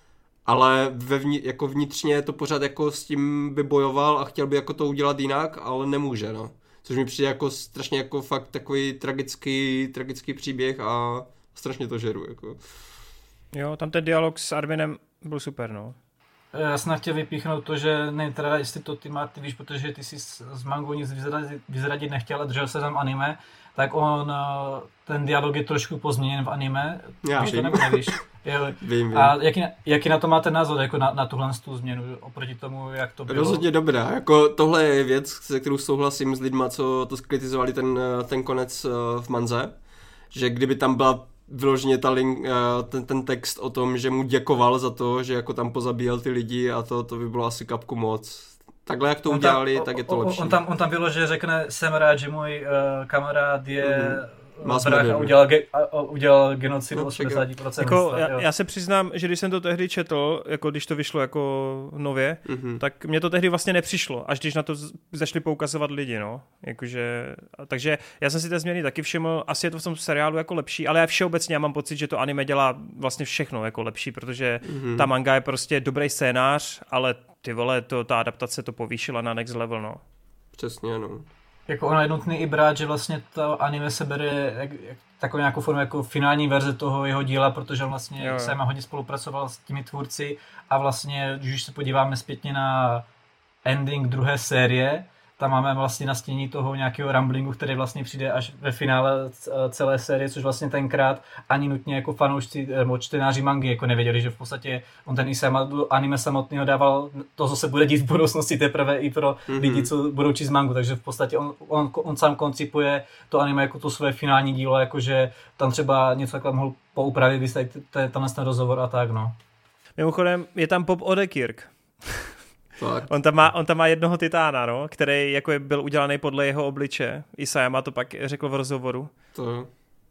ale vevni, jako vnitřně to pořád jako s tím by bojoval a chtěl by jako to udělat jinak, ale nemůže, no. Což mi přijde jako strašně jako fakt takový tragický, tragický příběh a strašně to žeru, jako. Jo, tam ten dialog s Arminem byl super, no. Já jsem chtěl vypíchnout to, že ne, teda jestli to ty Marty víš, protože ty jsi z mangou nic vyzradit, vyzradit nechtěl a držel se tam anime, tak on, ten dialog je trošku pozměněn v anime. Já víš vím. to nebo nevíš? Jo. Vím, vím. A jaký, jaký na to máte názor, jako na, na tuhle tu změnu, oproti tomu, jak to bylo? Rozhodně dobrá, jako tohle je věc, se kterou souhlasím s lidma, co to skritizovali ten, ten konec v manze, že kdyby tam byla vyloženě ta link, ten, ten text o tom, že mu děkoval za to, že jako tam pozabíjel ty lidi a to, to by bylo asi kapku moc. Takhle jak to on udělali, tam, tak je to lepší. On tam, on tam vyloženě řekne, jsem rád, že můj uh, kamarád je... Mm-hmm. Brácha udělal, ge, udělal genocidu no, osmdesát procent. Jako, já, já se přiznám, že když jsem to tehdy četl, jako když to vyšlo jako nově, mm-hmm. tak mě to tehdy vlastně nepřišlo, až když na to začali poukazovat lidi, no. Jakože, takže já jsem si té změny taky všiml, asi je to v tom seriálu jako lepší, ale já všeobecně já mám pocit, že to anime dělá vlastně všechno jako lepší, protože mm-hmm. ta manga je prostě dobrý scénář, ale ty vole, to, ta adaptace to povýšila na next level, no. Přesně, no. Jako ono je nutný i brát, že vlastně to anime se bere jak, jak, takovou nějakou formu jako finální verze toho jeho díla, protože on vlastně se hodně spolupracoval s těmi tvůrci a vlastně, když se podíváme zpětně na ending druhé série, tam máme vlastně nastění toho nějakého rumblingu, který vlastně přijde až ve finále celé série, což vlastně tenkrát ani nutně jako fanoušci nebo čtenáři mangy jako nevěděli, že v podstatě on ten Isayama anime samotného dával to, co se bude dít v budoucnosti teprve i pro mm-hmm. lidi, co budou číst mangu, takže v podstatě on, on, on sám koncipuje to anime jako to své finální dílo, jakože tam třeba něco takhle mohl poupravit, vystavit tenhle ten rozhovor a tak, no. Mimochodem je tam Bob Odenkirk. Fakt. On tam, má, on tam má jednoho titána, no, který jako je, byl udělaný podle jeho obliče. Isayama to pak řekl v rozhovoru. To,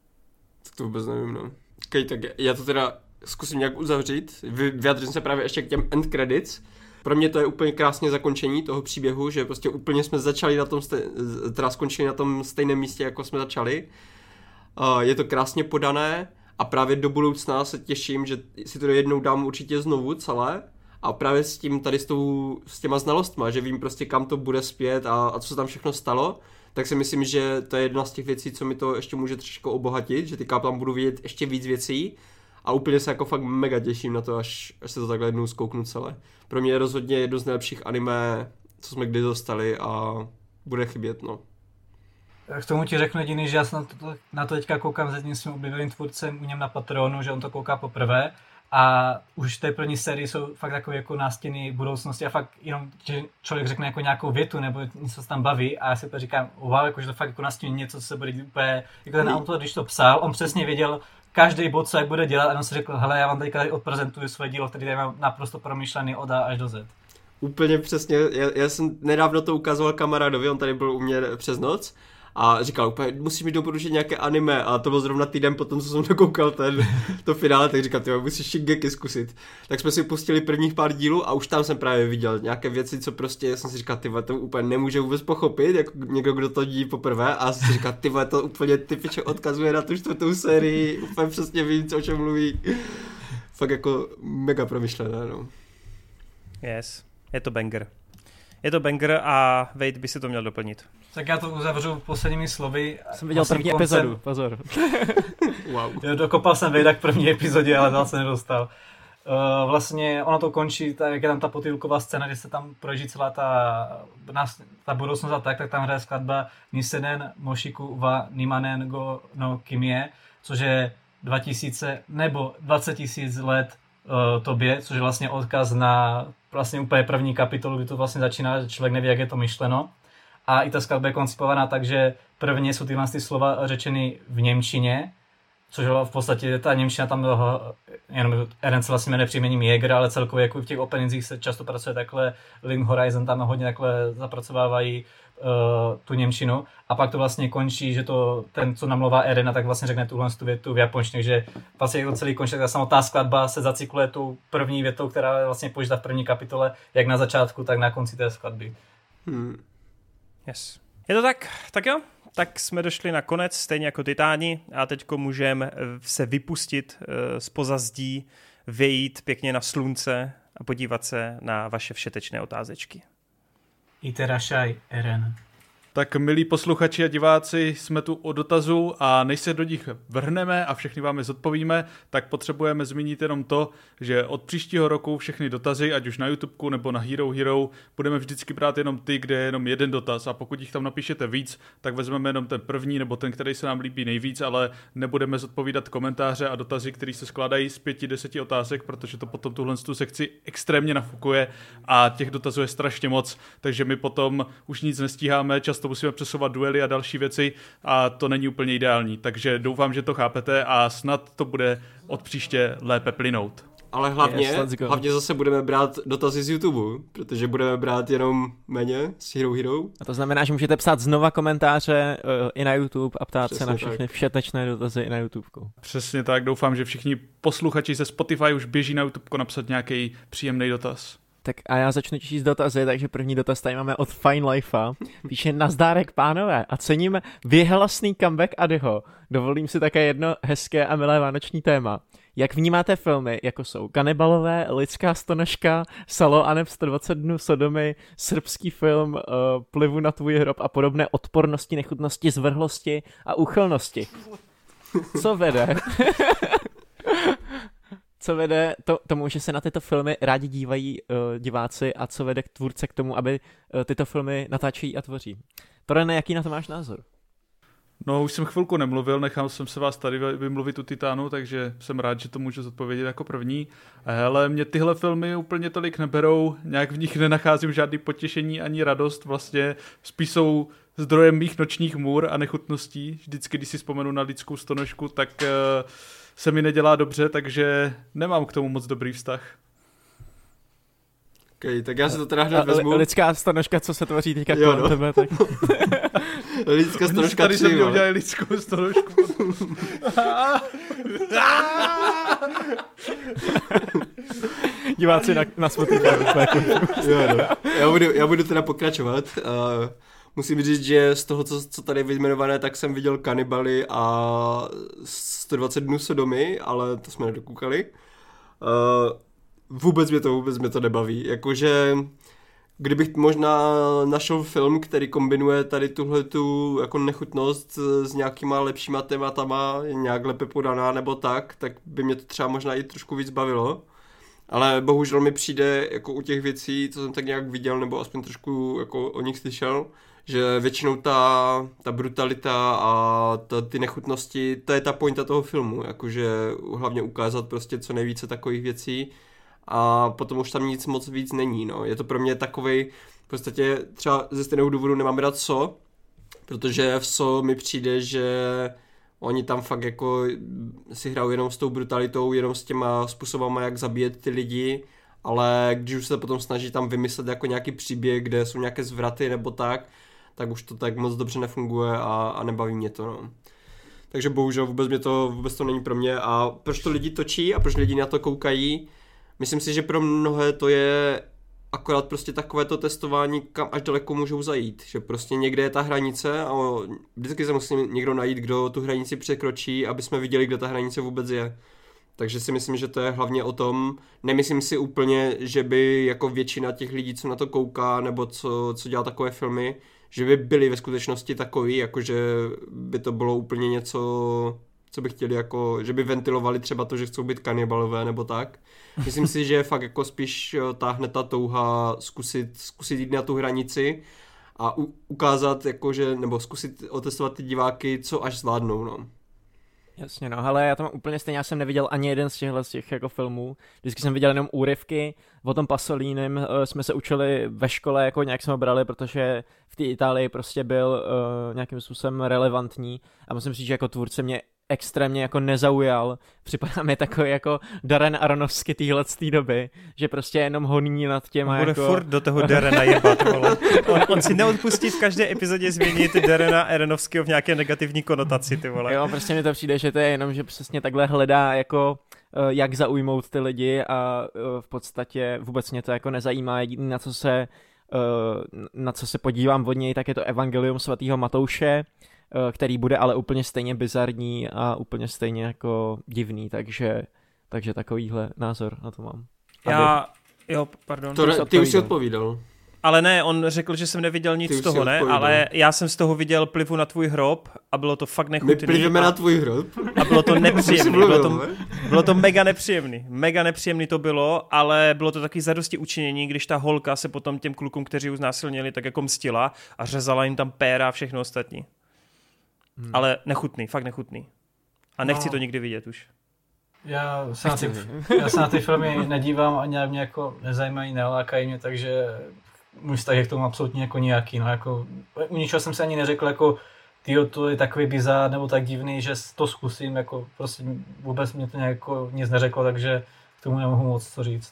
to vůbec nevím, no. Okay, tak já to teda zkusím nějak uzavřít. Vyjadřím se právě ještě k těm end credits. Pro mě to je úplně krásné zakončení toho příběhu, že prostě úplně jsme začali na tom, stej- teda skončili na tom stejném místě, jako jsme začali. Uh, je to krásně podané a právě do budoucna se těším, že si to jednou dám určitě znovu celé. A právě s tím tady s, tou, s těma znalostma, že vím prostě kam to bude zpět a, a co se tam všechno stalo, tak si myslím, že to je jedna z těch věcí, co mi to ještě může trošku obohatit, že teďka tam budu vidět ještě víc věcí a úplně se jako fakt mega těším na to, až, až se to takhle jednou zkouknu celé. Pro mě je rozhodně jedno z nejlepších anime, co jsme kdy dostali a bude chybět, no. K tomu ti řeknu jediný, že já se na to, na to teďka koukám s jedním svým oblíbeným tvůrcem u něm na Patreonu, že on to kouká poprvé. A už v té první sérii jsou fakt takové jako nástěny budoucnosti a fakt jenom, že člověk řekne jako nějakou větu nebo něco se tam baví a já si to říkám, wow, jako, že to fakt jako nastění něco, co se bude úplně, jako ten autor, když to psal, on přesně věděl každý bod, co jak bude dělat a on si řekl, hele, já vám teďka tady odprezentuju svoje dílo, který tady mám naprosto promyšlený od A až do Z. Úplně přesně, já, já jsem nedávno to ukazoval kamarádovi, on tady byl u mě přes noc a říkal úplně, musíš mi doporučit nějaké anime a to byl zrovna týden potom, co jsem dokoukal ten, to finále, tak říkal, tyjo, musíš Shingeki zkusit. Tak jsme si pustili prvních pár dílů a už tam jsem právě viděl nějaké věci, co prostě jsem si říkal, tyhle, to úplně nemůže vůbec pochopit, jako někdo, kdo to dí poprvé a jsem si říkal, tyhle, to úplně typičně odkazuje na tu čtvrtou sérii, úplně přesně vím, co o čem mluví. Fakt jako mega promyšlené, no. Yes, je to banger. Je to banger a Wade by si to měl doplnit. Tak já to uzavřu posledními slovy. Jsem viděl první koncem... epizodu, pozor. Wow. Dokopal jsem Vejda k první epizodě, ale dál se nedostal. Uh, vlastně ono to končí, tak jak je tam ta potýlková scéna, kde se tam projíždí celá ta, ta budoucnost a tak, tak tam hraje skladba Nisenen Moshiku wa Nimanen go no Kimie, což je dva tisíce nebo dvacet tisíc let uh, tobě, což je vlastně odkaz na vlastně úplně první kapitolu, kdy to vlastně začíná, že člověk neví, jak je to myšleno. A i ta skladba je koncipovaná tak, že prvně jsou tyhle ty slova řečeny v němčině Což v podstatě ta němčina tam byla, jenom Eren se vlastně jmenuje příjmením Jäger, ale celkově jako v těch openingzích se často pracuje takhle, Link Horizon tam hodně takhle zapracovávají uh, tu němčinu a pak to vlastně končí, že to ten, co namluvá Erena, tak vlastně řekne tuhle tu větu v japonštině, takže vlastně jako celý končí, ta samotná skladba se zacykluje tu první větou, která je vlastně použita v první kapitole, jak na začátku, tak na konci té skladby. Hmm. Yes. Je to tak? Tak jo? Tak jsme došli na konec, stejně jako Titáni, a teďko můžeme se vypustit z pozazdí, vyjít pěkně na slunce a podívat se na vaše všetečné otázečky. Iterašaj, Eren. Tak milí posluchači a diváci, jsme tu o dotazu a než se do nich vrhneme a všechny vám je zodpovíme, tak potřebujeme zmínit jenom to, že od příštího roku všechny dotazy, ať už na YouTubeku nebo na Hero Hero, budeme vždycky brát jenom ty, kde je jenom jeden dotaz a pokud jich tam napíšete víc, tak vezmeme jenom ten první nebo ten, který se nám líbí nejvíc, ale nebudeme zodpovídat komentáře a dotazy, které se skládají z pěti, deseti otázek, protože to potom tuhle tu sekci extrémně nafukuje a těch dotazů je strašně moc, takže my potom už nic nestíháme, často to musíme přesouvat duely a další věci a to není úplně ideální, takže doufám, že to chápete a snad to bude od příště lépe plynout. Ale hlavně, Yes, let's go. hlavně zase budeme brát dotazy z YouTube, protože budeme brát jenom méně z Hero Hero. A to znamená, že můžete psát znova komentáře uh, i na YouTube a ptát Přesně se na tak. všechny všetečné dotazy i na YouTubeku. Přesně tak, doufám, že všichni posluchači ze Spotify už běží na YouTube napsat nějaký příjemný dotaz. Tak a já začnu číst dotazy, takže první dotaz tady máme od Fine Lifea. Píše: nazdárek pánové a cením věhlasný comeback Adyho. Dovolím si také jedno hezké a milé vánoční téma. Jak vnímáte filmy, jako jsou Kanibalové, Lidská stonožka, Salo aneb sto dvacet dnů Sodomy, srbský film uh, Plivu na tvůj hrob a podobné odpornosti, nechutnosti, zvrhlosti a úchylnosti? Co vede? Co vede to, tomu, že se na tyto filmy rádi dívají uh, diváci a co vede k tvůrce k tomu, aby uh, tyto filmy natáčejí a tvoří? Torene, jaký na to máš názor? No, už jsem chvilku nemluvil, nechal jsem se vás tady vymluvit u Titánu, takže jsem rád, že to můžu zodpovědět jako první. Ale mě tyhle filmy úplně tolik neberou, nějak v nich nenacházím žádný potěšení ani radost, vlastně spíš jsou zdrojem mých nočních můr a nechutností. Vždycky, když si vzpomenu na Lidskou stonožku, tak uh, se mi nedělá dobře, takže nemám k tomu moc dobrý vztah. Okay, tak já si to teda hned vezmu. L- lidská stonožka, co se tvoří teďka Jo, kolem no. tebe, tak... Lidská stonožka Tady tři, jsem jo. udělali lidskou stonožku. Diváci na, na Spotify. Jo, no. já, budu, já budu teda pokračovat. Uh, musím říct, že z toho, co, co tady je vyjmenované, tak jsem viděl Kanibaly a sto dvacet dnů Sodomy, ale to jsme nedokoukali. Uh, vůbec mě to, vůbec mě to nebaví. Jakože kdybych možná našel film, který kombinuje tady tuhletu jako nechutnost s nějakýma lepšíma tématama, nějak lépe podaná nebo tak, tak by mě to třeba možná i trošku víc bavilo. Ale bohužel mi přijde jako u těch věcí, co jsem tak nějak viděl, nebo aspoň trošku jako o nich slyšel, že většinou ta, ta brutalita a ta, ty nechutnosti, to je ta pointa toho filmu, jakože hlavně ukázat prostě co nejvíce takových věcí a potom už tam nic moc víc není, no. Je to pro mě takovej, v podstatě třeba ze stejného důvodu nemám rád So, protože v So mi přijde, že oni tam fakt jako si hrajou jenom s tou brutalitou, jenom s těma způsobama, jak zabíjet ty lidi, ale když už se potom snaží tam vymyslet jako nějaký příběh, kde jsou nějaké zvraty nebo tak, tak už to tak moc dobře nefunguje a, a nebaví mě to, no. Takže bohužel vůbec, mě to, vůbec to není pro mě a proč to lidi točí a proč lidi na to koukají, myslím si, že pro mnohé to je akorát prostě takové to testování, kam až daleko můžou zajít, že prostě někde je ta hranice a vždycky se musí někdo najít, kdo tu hranici překročí, aby jsme viděli, kde ta hranice vůbec je. Takže si myslím, že to je hlavně o tom, nemyslím si úplně, že by jako většina těch lidí, co na to kouká, nebo co, co dělá takové filmy, že by byli ve skutečnosti takový, jakože by to bylo úplně něco, co by chtěli, jako, že by ventilovali třeba to, že chcou být kanibalové nebo tak. Myslím si, že fakt jako spíš táhne ta touha zkusit, zkusit jít na tu hranici a u, ukázat, jakože, nebo zkusit otestovat ty diváky, co až zvládnou, no. Jasně, no, ale já tam úplně stejně, já jsem neviděl ani jeden z těchhle z těch jako filmů. Vždycky jsem viděl jenom úryvky. O tom Pasolínem uh, jsme se učili ve škole, jako nějak jsme ho brali, protože v té Itálii prostě byl uh, nějakým způsobem relevantní. A musím říct, že jako tvůrce mě extrémně jako nezaujal. Připadá mi takový jako Darren Aronofsky téhle doby, že prostě jenom honí nad těma on bude jako... furt do toho Darrena jebat, vole. On, on si neodpustí v každé epizodě změnit Darrena Aronofskyho v nějaké negativní konotaci, ty vole. Jo, prostě mi to přijde, že to je jenom, že přesně takhle hledá jako jak zaujmout ty lidi a v podstatě vůbec mě to jako nezajímá. Jediný, na co se, na co se podívám od něj, tak je to Evangelium svatého Matouše, který bude ale úplně stejně bizarní a úplně stejně jako divný, takže, takže takovýhle názor na to mám. Já, jo, pardon. To ne, ty už si odpovídal. Ale ne, on řekl, že jsem neviděl nic z toho, ne, ale já jsem z toho viděl Plivu na tvůj hrob a bylo to fakt nechutný. My pliveme a, na tvůj hrob. A bylo to nepříjemný, bylo to, bylo to mega nepříjemný, mega nepříjemný to bylo, ale bylo to taky zadosti učinění, když ta holka se potom těm klukům, kteří ji znásilnili, tak jako mstila a řezala jim tam péra a všechno ostatní. Hmm. Ale nechutný, fakt nechutný. A nechci no. to nikdy vidět už. Já se, na ty, já se na ty filmy nedívám a nějak mě jako nezajímají, nelákají mě, takže můj vztah je k tomu absolutně jako nějaký. No, jako, u ničeho jsem se ani neřekl, jako tyjo, to je takový bizár nebo tak divný, že to zkusím, jako prostě vůbec mě to nějak jako nic neřeklo, takže k tomu nemohu moc co říct.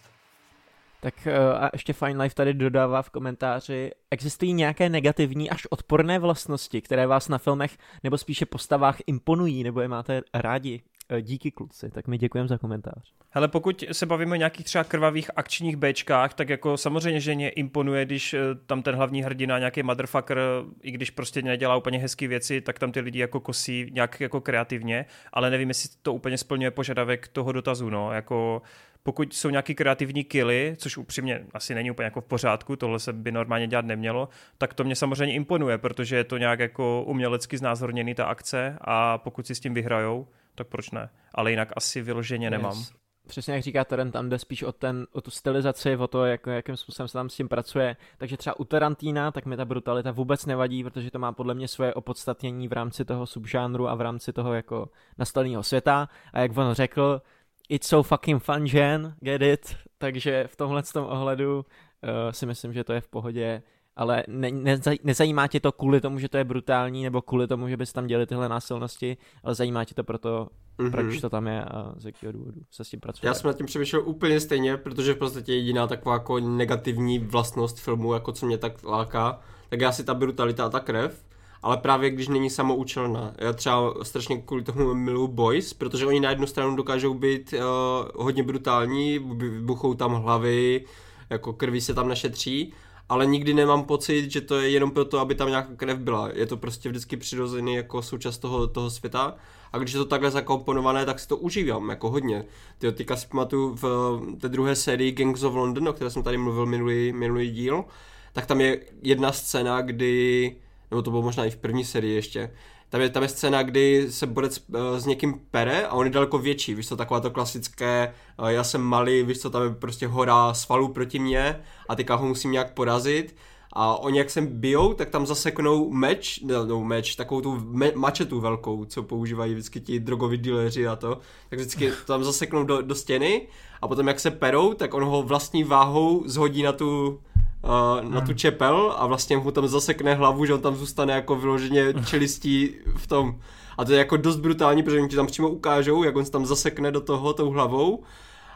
Tak a ještě Fine Life tady dodává v komentáři, existují nějaké negativní až odporné vlastnosti, které vás na filmech nebo spíše postavách imponují, nebo je máte rádi? Díky kluci, tak my děkujeme za komentář. Hele, pokud se bavíme o nějakých třeba krvavých akčních béčkách, tak jako samozřejmě, že mě imponuje, když tam ten hlavní hrdina, nějaký motherfucker, i když prostě nedělá úplně hezké věci, tak tam ty lidi jako kosí nějak jako kreativně, ale nevím, jestli to úplně splňuje požadavek toho dotazu, no, jako pokud jsou nějaký kreativní killy, což upřímně asi není úplně jako v pořádku, tohle se by normálně dělat nemělo, tak to mě samozřejmě imponuje, protože je to nějak jako umělecky znázorněný ta akce a pokud si s tím vyhrajou, tak proč ne? Ale jinak asi vyloženě nemám. Yes. Přesně jak říká Torrent, tam jde spíš o, ten, o tu stylizaci, o to, jak, jakým způsobem se tam s tím pracuje. Takže třeba u Tarantina, tak mi ta brutalita vůbec nevadí, protože to má podle mě svoje opodstatnění v rámci toho subžánru a v rámci toho jako nastaveného světa. A jak on řekl, it's so fucking fun, Jen, get it? Takže v tomhle tom ohledu uh, si myslím, že to je v pohodě. Ale ne, ne, nezajímá tě to kvůli tomu, že to je brutální, nebo kvůli tomu, že bys tam dělali tyhle násilnosti, ale zajímá tě to proto, mm-hmm. proč to tam je a z jakého důvodu se s tím pracuje. Já jsem nad tím přemýšlel úplně stejně, protože v podstatě jediná taková jako negativní vlastnost filmu, jako co mě tak láká, tak je asi ta brutalita a ta krev, ale právě když není samoučelná. Já třeba strašně kvůli tomu miluji Boys, protože oni na jednu stranu dokážou být uh, hodně brutální, vybuchou tam hlavy, jako krví se tam našetří, ale nikdy nemám pocit, že to je jenom proto, aby tam nějaká krev byla. Je to prostě vždycky přirozený jako součást toho, toho světa. A když je to takhle zakomponované, tak si to užívám jako hodně. Tyjo, teďka si pamatuju v té druhé sérii Gangs of London, o které jsem tady mluvil minulý, minulý díl, tak tam je jedna scéna, kdy, nebo to bylo možná i v první sérii ještě, tam je, tam je scéna, kdy se borec uh, s někým pere a on je daleko větší, víš co, taková to klasické, uh, já jsem malý, víš co, tam je prostě hora svalů proti mně a teďka ho musím nějak porazit a oni jak se bijou, tak tam zaseknou meč, no, no meč, takovou tu me- mačetu velkou, co používají vždycky ti drogoví dealeři a to, tak vždycky to tam zaseknou do, do stěny a potom jak se perou, tak on ho vlastní váhou zhodí na tu Uh, na tu čepel a vlastně mu tam zasekne hlavu, že on tam zůstane jako vyloženě čelistí v tom. A to je jako dost brutální, protože oni ti tam přímo ukážou, jak on se tam zasekne do toho tou hlavou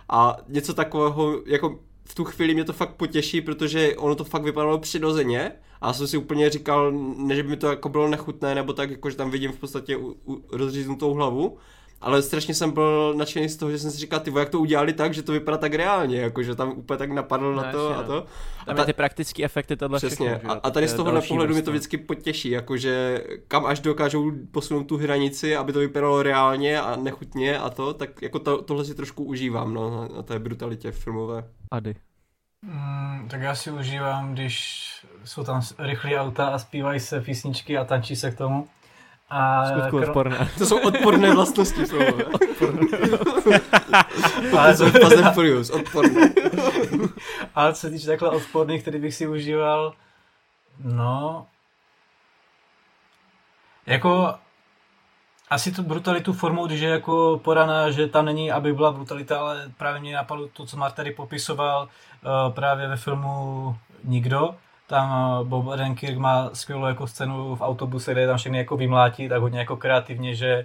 a něco takového, jako v tu chvíli mě to fakt potěší, protože ono to fakt vypadalo přirozeně a já jsem si úplně říkal, ne, že by mi to jako bylo nechutné, nebo tak, jako že tam vidím v podstatě u, u, rozříznutou hlavu, ale strašně jsem byl nadšený z toho, že jsem si říkal, ty jak to udělali tak, že to vypadá tak reálně, jako že tam úplně tak napadlo no, na to a to. Tam a ta... ty praktické efekty tohle přesně. všechno. A, a tady z tohohle pohledu mi to vždycky potěší, jakože kam až dokážou posunout tu hranici, aby to vypadalo reálně a nechutně a to, tak jako to, tohle si trošku užívám, no, na, na té brutalitě filmové. Ady. Mm, tak já si užívám, když jsou tam rychlé auta a zpívají se písničky a tančí se k tomu. A skutku kro... odporné. To jsou odporné vlastnosti filmové. Ale to jsou Fast and Furious, odporné. Ale co se týče takhle odporných, který bych si užíval, no, jako asi tu brutalitu formou, když je jako podaná, že tam není, aby byla brutalita, ale právě mě napadlo to, co Mark tady popisoval uh, právě ve filmu Nikdo. Tam Bob Odenkirk má skvělou jako scénu v autobuse, kde je tam všechny jako vymlátí, tak hodně jako kreativně, že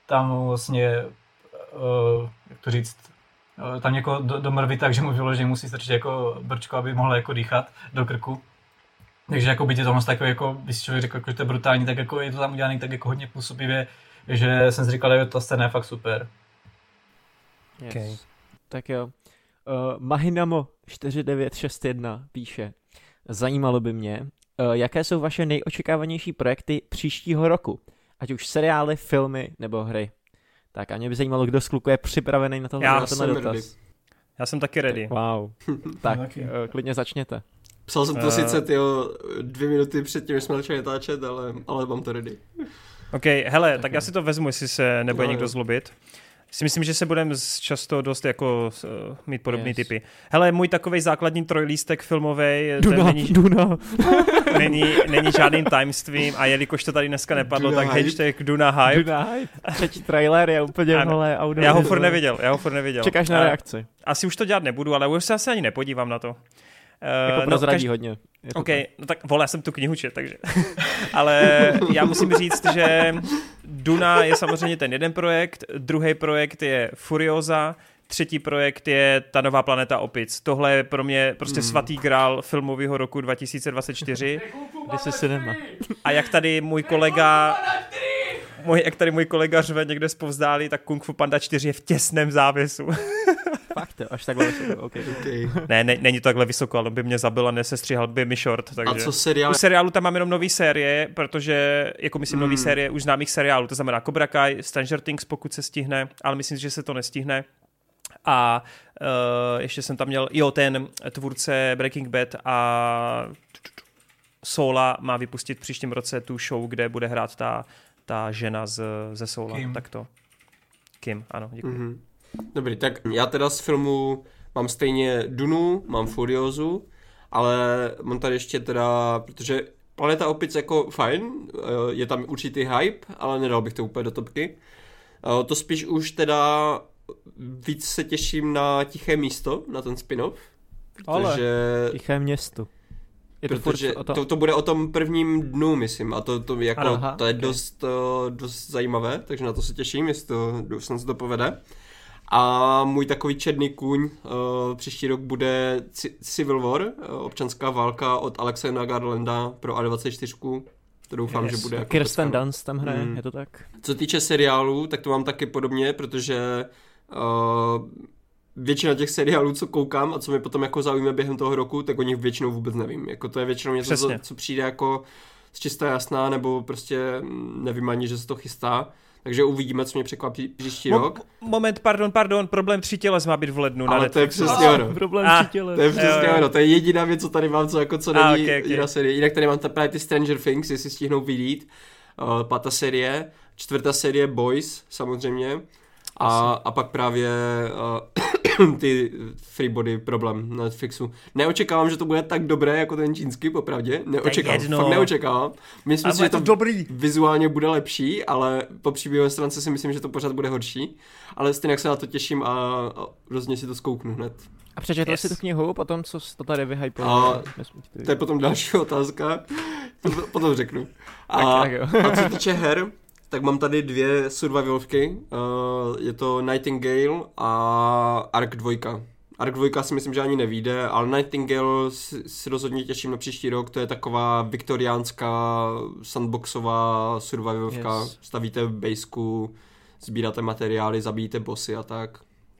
tam vlastně, uh, jak to říct, uh, tam někoho do, do mrvy tak, že mu vyloženě musí strčit jako brčko, aby mohl jako dýchat do krku. Takže jako by tě tohle takový, jako by si člověk řekl, že to je brutální, tak jako je to tam udělané tak jako hodně působivě, že jsem si říkal, že ta scéna je fakt super. Yes. Okay. Tak jo. Uh, Mahinamo čtyři devět šest jedna píše: zajímalo by mě, uh, jaké jsou vaše nejočekávanější projekty příštího roku, ať už seriály, filmy nebo hry. Tak a mě by zajímalo, kdo z kluků je připravený na tohle, Já na tenhle dotaz. ready. Já jsem taky ready. Wow. Tak, Taky. uh, klidně začněte. Psal jsem to Uh, sice tyjo, dvě minuty předtím, než jsme začali natáčet, ale, ale mám to ready. OK, hele, tak, tak já si to vezmu, jestli se nebude no, někdo jo. zlobit. Si myslím, že se budeme často dost jako uh, mít podobné Yes. typy. Hele, můj takovej základní trojlístek filmovej, Duna, ten není, Duna. není, není žádným tajemstvím a jelikož to tady dneska nepadlo, Duna tak hype. hashtag Duna hype. Duna hype. Třetí trailer je úplně, Ano. vole, audio. Já ho furt neviděl, já ho furt neviděl. Čekáš na A reakci. Asi už to dělat nebudu, ale už se asi ani nepodívám na to. Jako Uh, prozradí každý- hodně. Je to OK, tak. no tak vole, já jsem tu knihu čet, takže. Ale já musím říct, že Duna je samozřejmě ten jeden projekt, druhý projekt je Furiosa, třetí projekt je ta nová planeta opic. Tohle je pro mě prostě Hmm. svatý grál filmového roku dva tisíce dvacet čtyři. This is cinema. A jak tady můj kolega... Můj, jak tady můj kolega řve někde zpovzdálí, tak Kung Fu Panda čtyři je v těsném závěsu. Fakt jo, až takhle vysoko, OK. Okay. ne, ne, není to takhle vysoko, ale by mě zabil a nesestříhal by mi short. Takže. A co seriál? U seriálu tam mám jenom nový série, protože, jako myslím, nový Hmm. série už známých seriálů, to znamená Cobra Kai, Stranger Things, pokud se stihne, ale myslím, že se to nestihne. A uh, ještě jsem tam měl, jo, ten tvůrce Breaking Bad a Soula má vypustit příštím roce tu show, kde bude hrát ta, ta žena z, ze Soula. Kim. Tak to. Kim, ano, děkuji. Mm-hmm. Dobrý, tak já teda z filmu mám stejně Dunu, mám Furiosu, ale mám tady ještě teda, protože Planeta opic jako fajn, je tam určitý hype, ale nedal bych to úplně do topky. To spíš už teda víc se těším na Tiché místo, na ten spin-off, protože... Tiché město. Je to protože furt o to... to, to bude o tom prvním dnu, myslím, a to, to, jako, Ano, aha, to je okay. dost, uh, dost zajímavé, takže na to se těším, jestli to, snad se to povede. A můj takový černý kůň uh, příští rok bude C- Civil War, uh, občanská válka od Alexe Garlanda pro A dvacet čtyři. To doufám, Yes. že bude jako Kirsten pecka. Dunst tam hraje, Mm. je to tak? Co týče seriálů, tak to mám taky podobně, protože uh, většina těch seriálů, co koukám a co mi potom jako zaujme během toho roku, tak o nich většinou vůbec nevím. Jako to je většinou něco, co, co přijde jako z čistá jasná, nebo prostě nevím ani, že se to chystá. Takže uvidíme, co mě překvapí příští Mo- rok. Moment, pardon, pardon, problém tří těles má být v lednu na Ale to je Netflixu. přesně ono. Problém Ah, čítěle. To je přesně jo, jo. ono, to je jediná věc, co tady mám, co, jako, co není Ah, okay, okay. jiná série. Jinak tady mám ta, právě ty Stranger Things, jestli stihnou vidět. Uh, pátá série, čtvrtá série Boys, samozřejmě. A, a pak právě uh, ty Freebody problém na Netflixu. Neočekávám, že to bude tak dobré jako ten čínský, popravdě. Neočekávám, jedno. fakt neočekávám. Myslím Ale si, že to to dobrý. vizuálně bude lepší, ale po příběhové stránce si myslím, že to pořád bude horší. Ale stejně se na to těším a, a rozhodně si to zkouknu hned. A přečetl Yes. jsi tu knihu potom, co jsi to tady A vyhypoval? To je potom další otázka, to potom řeknu. A, Tak, tak jo. a co týče her, tak mám tady dvě survivalovky, uh, je to Nightingale a Ark dva. Ark dva si myslím, že ani nevyjde, ale Nightingale si, si rozhodně těším na příští rok, to je taková viktoriánská sandboxová survivalovka, Yes. stavíte basku, sbíráte materiály, zabíjíte bossy a tak.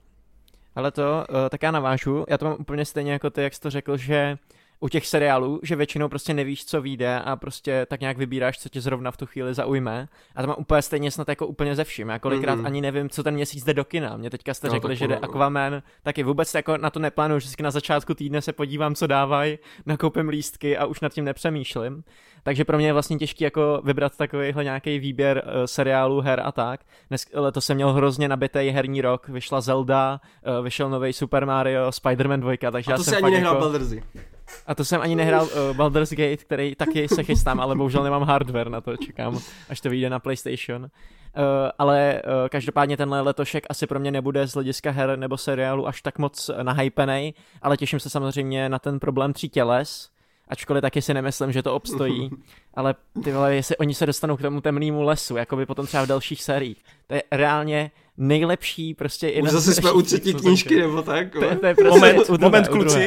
Ale to, uh, tak já navážu, já to mám úplně stejně jako ty, jak jsi to řekl, že u těch seriálů, že většinou prostě nevíš, co vyjde a prostě tak nějak vybíráš, co tě zrovna v tu chvíli zaujme. A to mám úplně stejně snad jako úplně ze vším. Já kolikrát Mhm. ani nevím, co ten měsíc jde do kina. Mě teďka jste No, řekli, tak že jde ono, no. Aquaman, taky vůbec jako na to neplánuju, že vždycky na začátku týdne se podívám, co dávají, nakoupím lístky a už nad tím nepřemýšlím. Takže pro mě je vlastně těžký jako vybrat takovýhle nějaký výběr uh, seriálů, her a tak. Dnes, letos jsem měl hrozně nabitý herní rok, vyšla Zelda, uh, vyšel nový Super Mario, Spider-Man dva, takže A já to jsem si ani fakt nehrál jako... Baldur's Gate. A to jsem ani nehrál uh, Baldur's Gate, který taky se chystám, ale bohužel nemám hardware na to, čekám, až to vyjde na PlayStation. Uh, ale uh, každopádně tenhle letošek asi pro mě nebude z hlediska her nebo seriálu až tak moc nahypenej, ale těším se samozřejmě na ten problém tří těles, ačkoliv taky si nemyslím, že to obstojí, ale ty vole, jestli oni se dostanou k tomu temnému lesu, jakoby potom třeba v dalších sériích, to je reálně nejlepší prostě... Už zase jsme u třetí knížky, nebo tak? To, to je prostě moment, udruhé, moment kluci.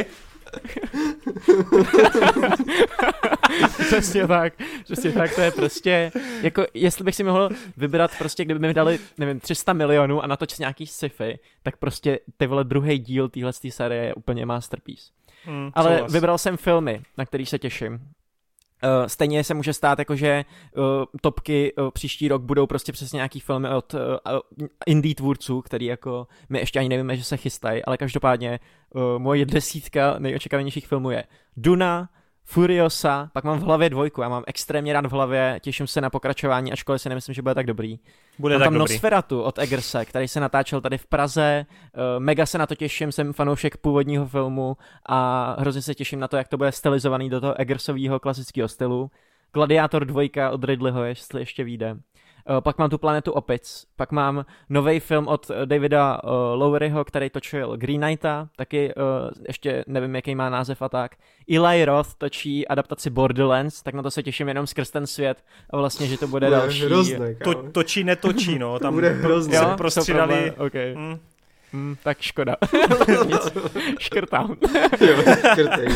Přesně tak, přesně tak, to je prostě, jako jestli bych si mohl vybrat prostě, kdyby mi dali, nevím, tři sta milionů a natočit nějaký sci-fi, tak prostě ty vole druhý díl téhle série je úplně masterpiece. Hmm, Ale souhlas. Vybral jsem filmy, na který se těším. Uh, stejně se může stát, jakože uh, topky uh, příští rok budou prostě přesně nějaký filmy od uh, indie tvůrců, který jako my ještě ani nevíme, že se chystají, ale každopádně uh, moje desítka nejočekávanějších filmů je Duna, Furiosa, pak mám v hlavě dvojku, já mám extrémně rád v hlavě, těším se na pokračování, ačkoliv si nemyslím, že bude tak dobrý. Bude mám tak tam dobrý. Nosferatu od Eggerse, který se natáčel tady v Praze, uh, mega se na to těším, jsem fanoušek původního filmu a hrozně se těším na to, jak to bude stylizovaný do toho Eggersového klasického stylu. Gladiátor dvojka od Ridleyho, jestli ještě vyjde. Uh, pak mám tu Planetu opic, pak mám nový film od Davida uh, Loweryho, který točil Green Knighta, taky uh, ještě nevím, jaký má název a tak. Eli Roth točí adaptaci Borderlands, tak na to se těším jenom skrz ten svět a vlastně, že to bude, bude další. Hrozné, to, točí, netočí, no. Tam bude hrozné. se prostřídali. Okay. Hmm. Hmm, tak škoda. Nic. Škrtám. Jo, škrtej,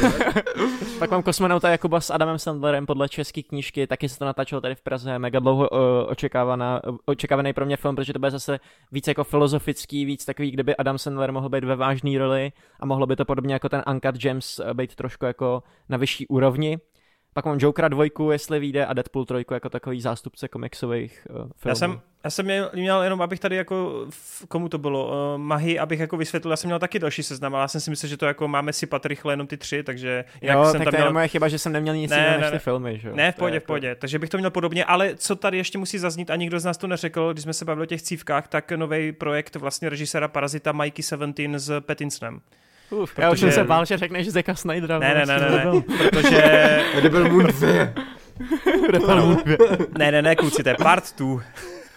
Pak mám Kosmonauta Jakuba s Adamem Sandlerem podle české knížky, taky se to natáčelo tady v Praze, mega dlouho uh, očekávaná, uh, očekávaný pro mě film, protože to bude zase víc jako filozofický, víc takový, kdyby Adam Sandler mohl být ve vážné roli a mohlo by to podobně jako ten Uncut Gems uh, být trošku jako na vyšší úrovni. Pak mám Jokera dvojku, jestli vyjde, a Deadpool trojku jako takový zástupce komiksových uh, filmů. Já jsem, já jsem měl, měl jenom, abych tady jako, komu to bylo, uh, Mahy, abych jako vysvětlil, já jsem měl taky další seznam, ale já jsem si myslel, že to jako máme sypat rychle jenom ty tři, takže... Jo, jsem tak tam to je měl... moje chyba, že jsem neměl nic jiného než ty filmy, že jo? Ne, v pohodě, jako... v pohodě, takže bych to měl podobně, ale co tady ještě musí zaznít a nikdo z nás to neřekl, když jsme se bavili o těch cívkách, tak nový projekt vlastně režiséra Parazita Mikey sedmnáct s Pattinsonem. Uf, protože... Já už jsem se bál, že řekneš Zacka Snydera. Ne, ne, ne, ne, ne, protože... Rebel Moon dvě. Rebel Moon dvě. Ne, ne, ne, kluci, to je part two. uh,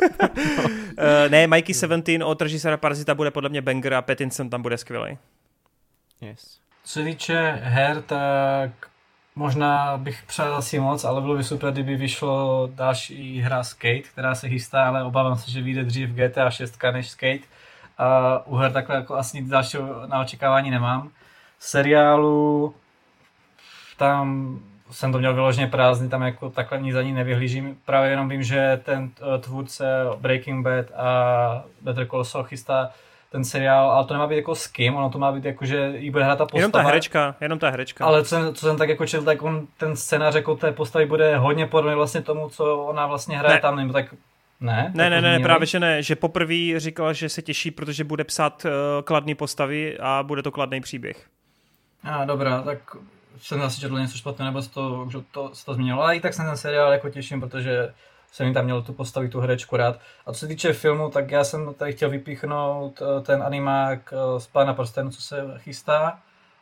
ne, Mikey sedmnáct od režiséra Parazita bude podle mě banger a Pattinson tam bude skvělý. Yes. Co se týče her, tak možná bych přál asi moc, ale bylo by super, kdyby vyšlo další hra Skate, která se chystá, ale obávám se, že vyjde dřív G T A šest než Skate. A u her takhle jako asi nic dalšího na očekávání nemám. Seriálu tam jsem to měl vyloženě prázdný, tam jako takhle nic za ní nevyhlížím. Právě jenom vím, že ten tvůrce Breaking Bad a Better Call Saul chystá ten seriál, ale to nemá být jako s kým, ono to má být jako, že jí bude hrát ta postava. Jenom ta herečka, jenom ta herečka. Ale co, co jsem tak jako četl, tak on ten scénář jako té postavy bude hodně podobný vlastně tomu, co ona vlastně hraje ne. tam, nebo tak... Ne, ne, ne, ne, právě že ne, že poprvé říkala, že se těší, protože bude psát uh, kladný postavy a bude to kladný příběh. A dobrá, tak jsem zase četl něco špatného, nebo se to, to, se to změnilo, ale i tak jsem ten seriál jako těším, protože jsem jim tam měl tu postavu, tu herečku rád. A co se týče filmu, tak já jsem tady chtěl vypíchnout ten animák z Pána prstenů, co se chystá.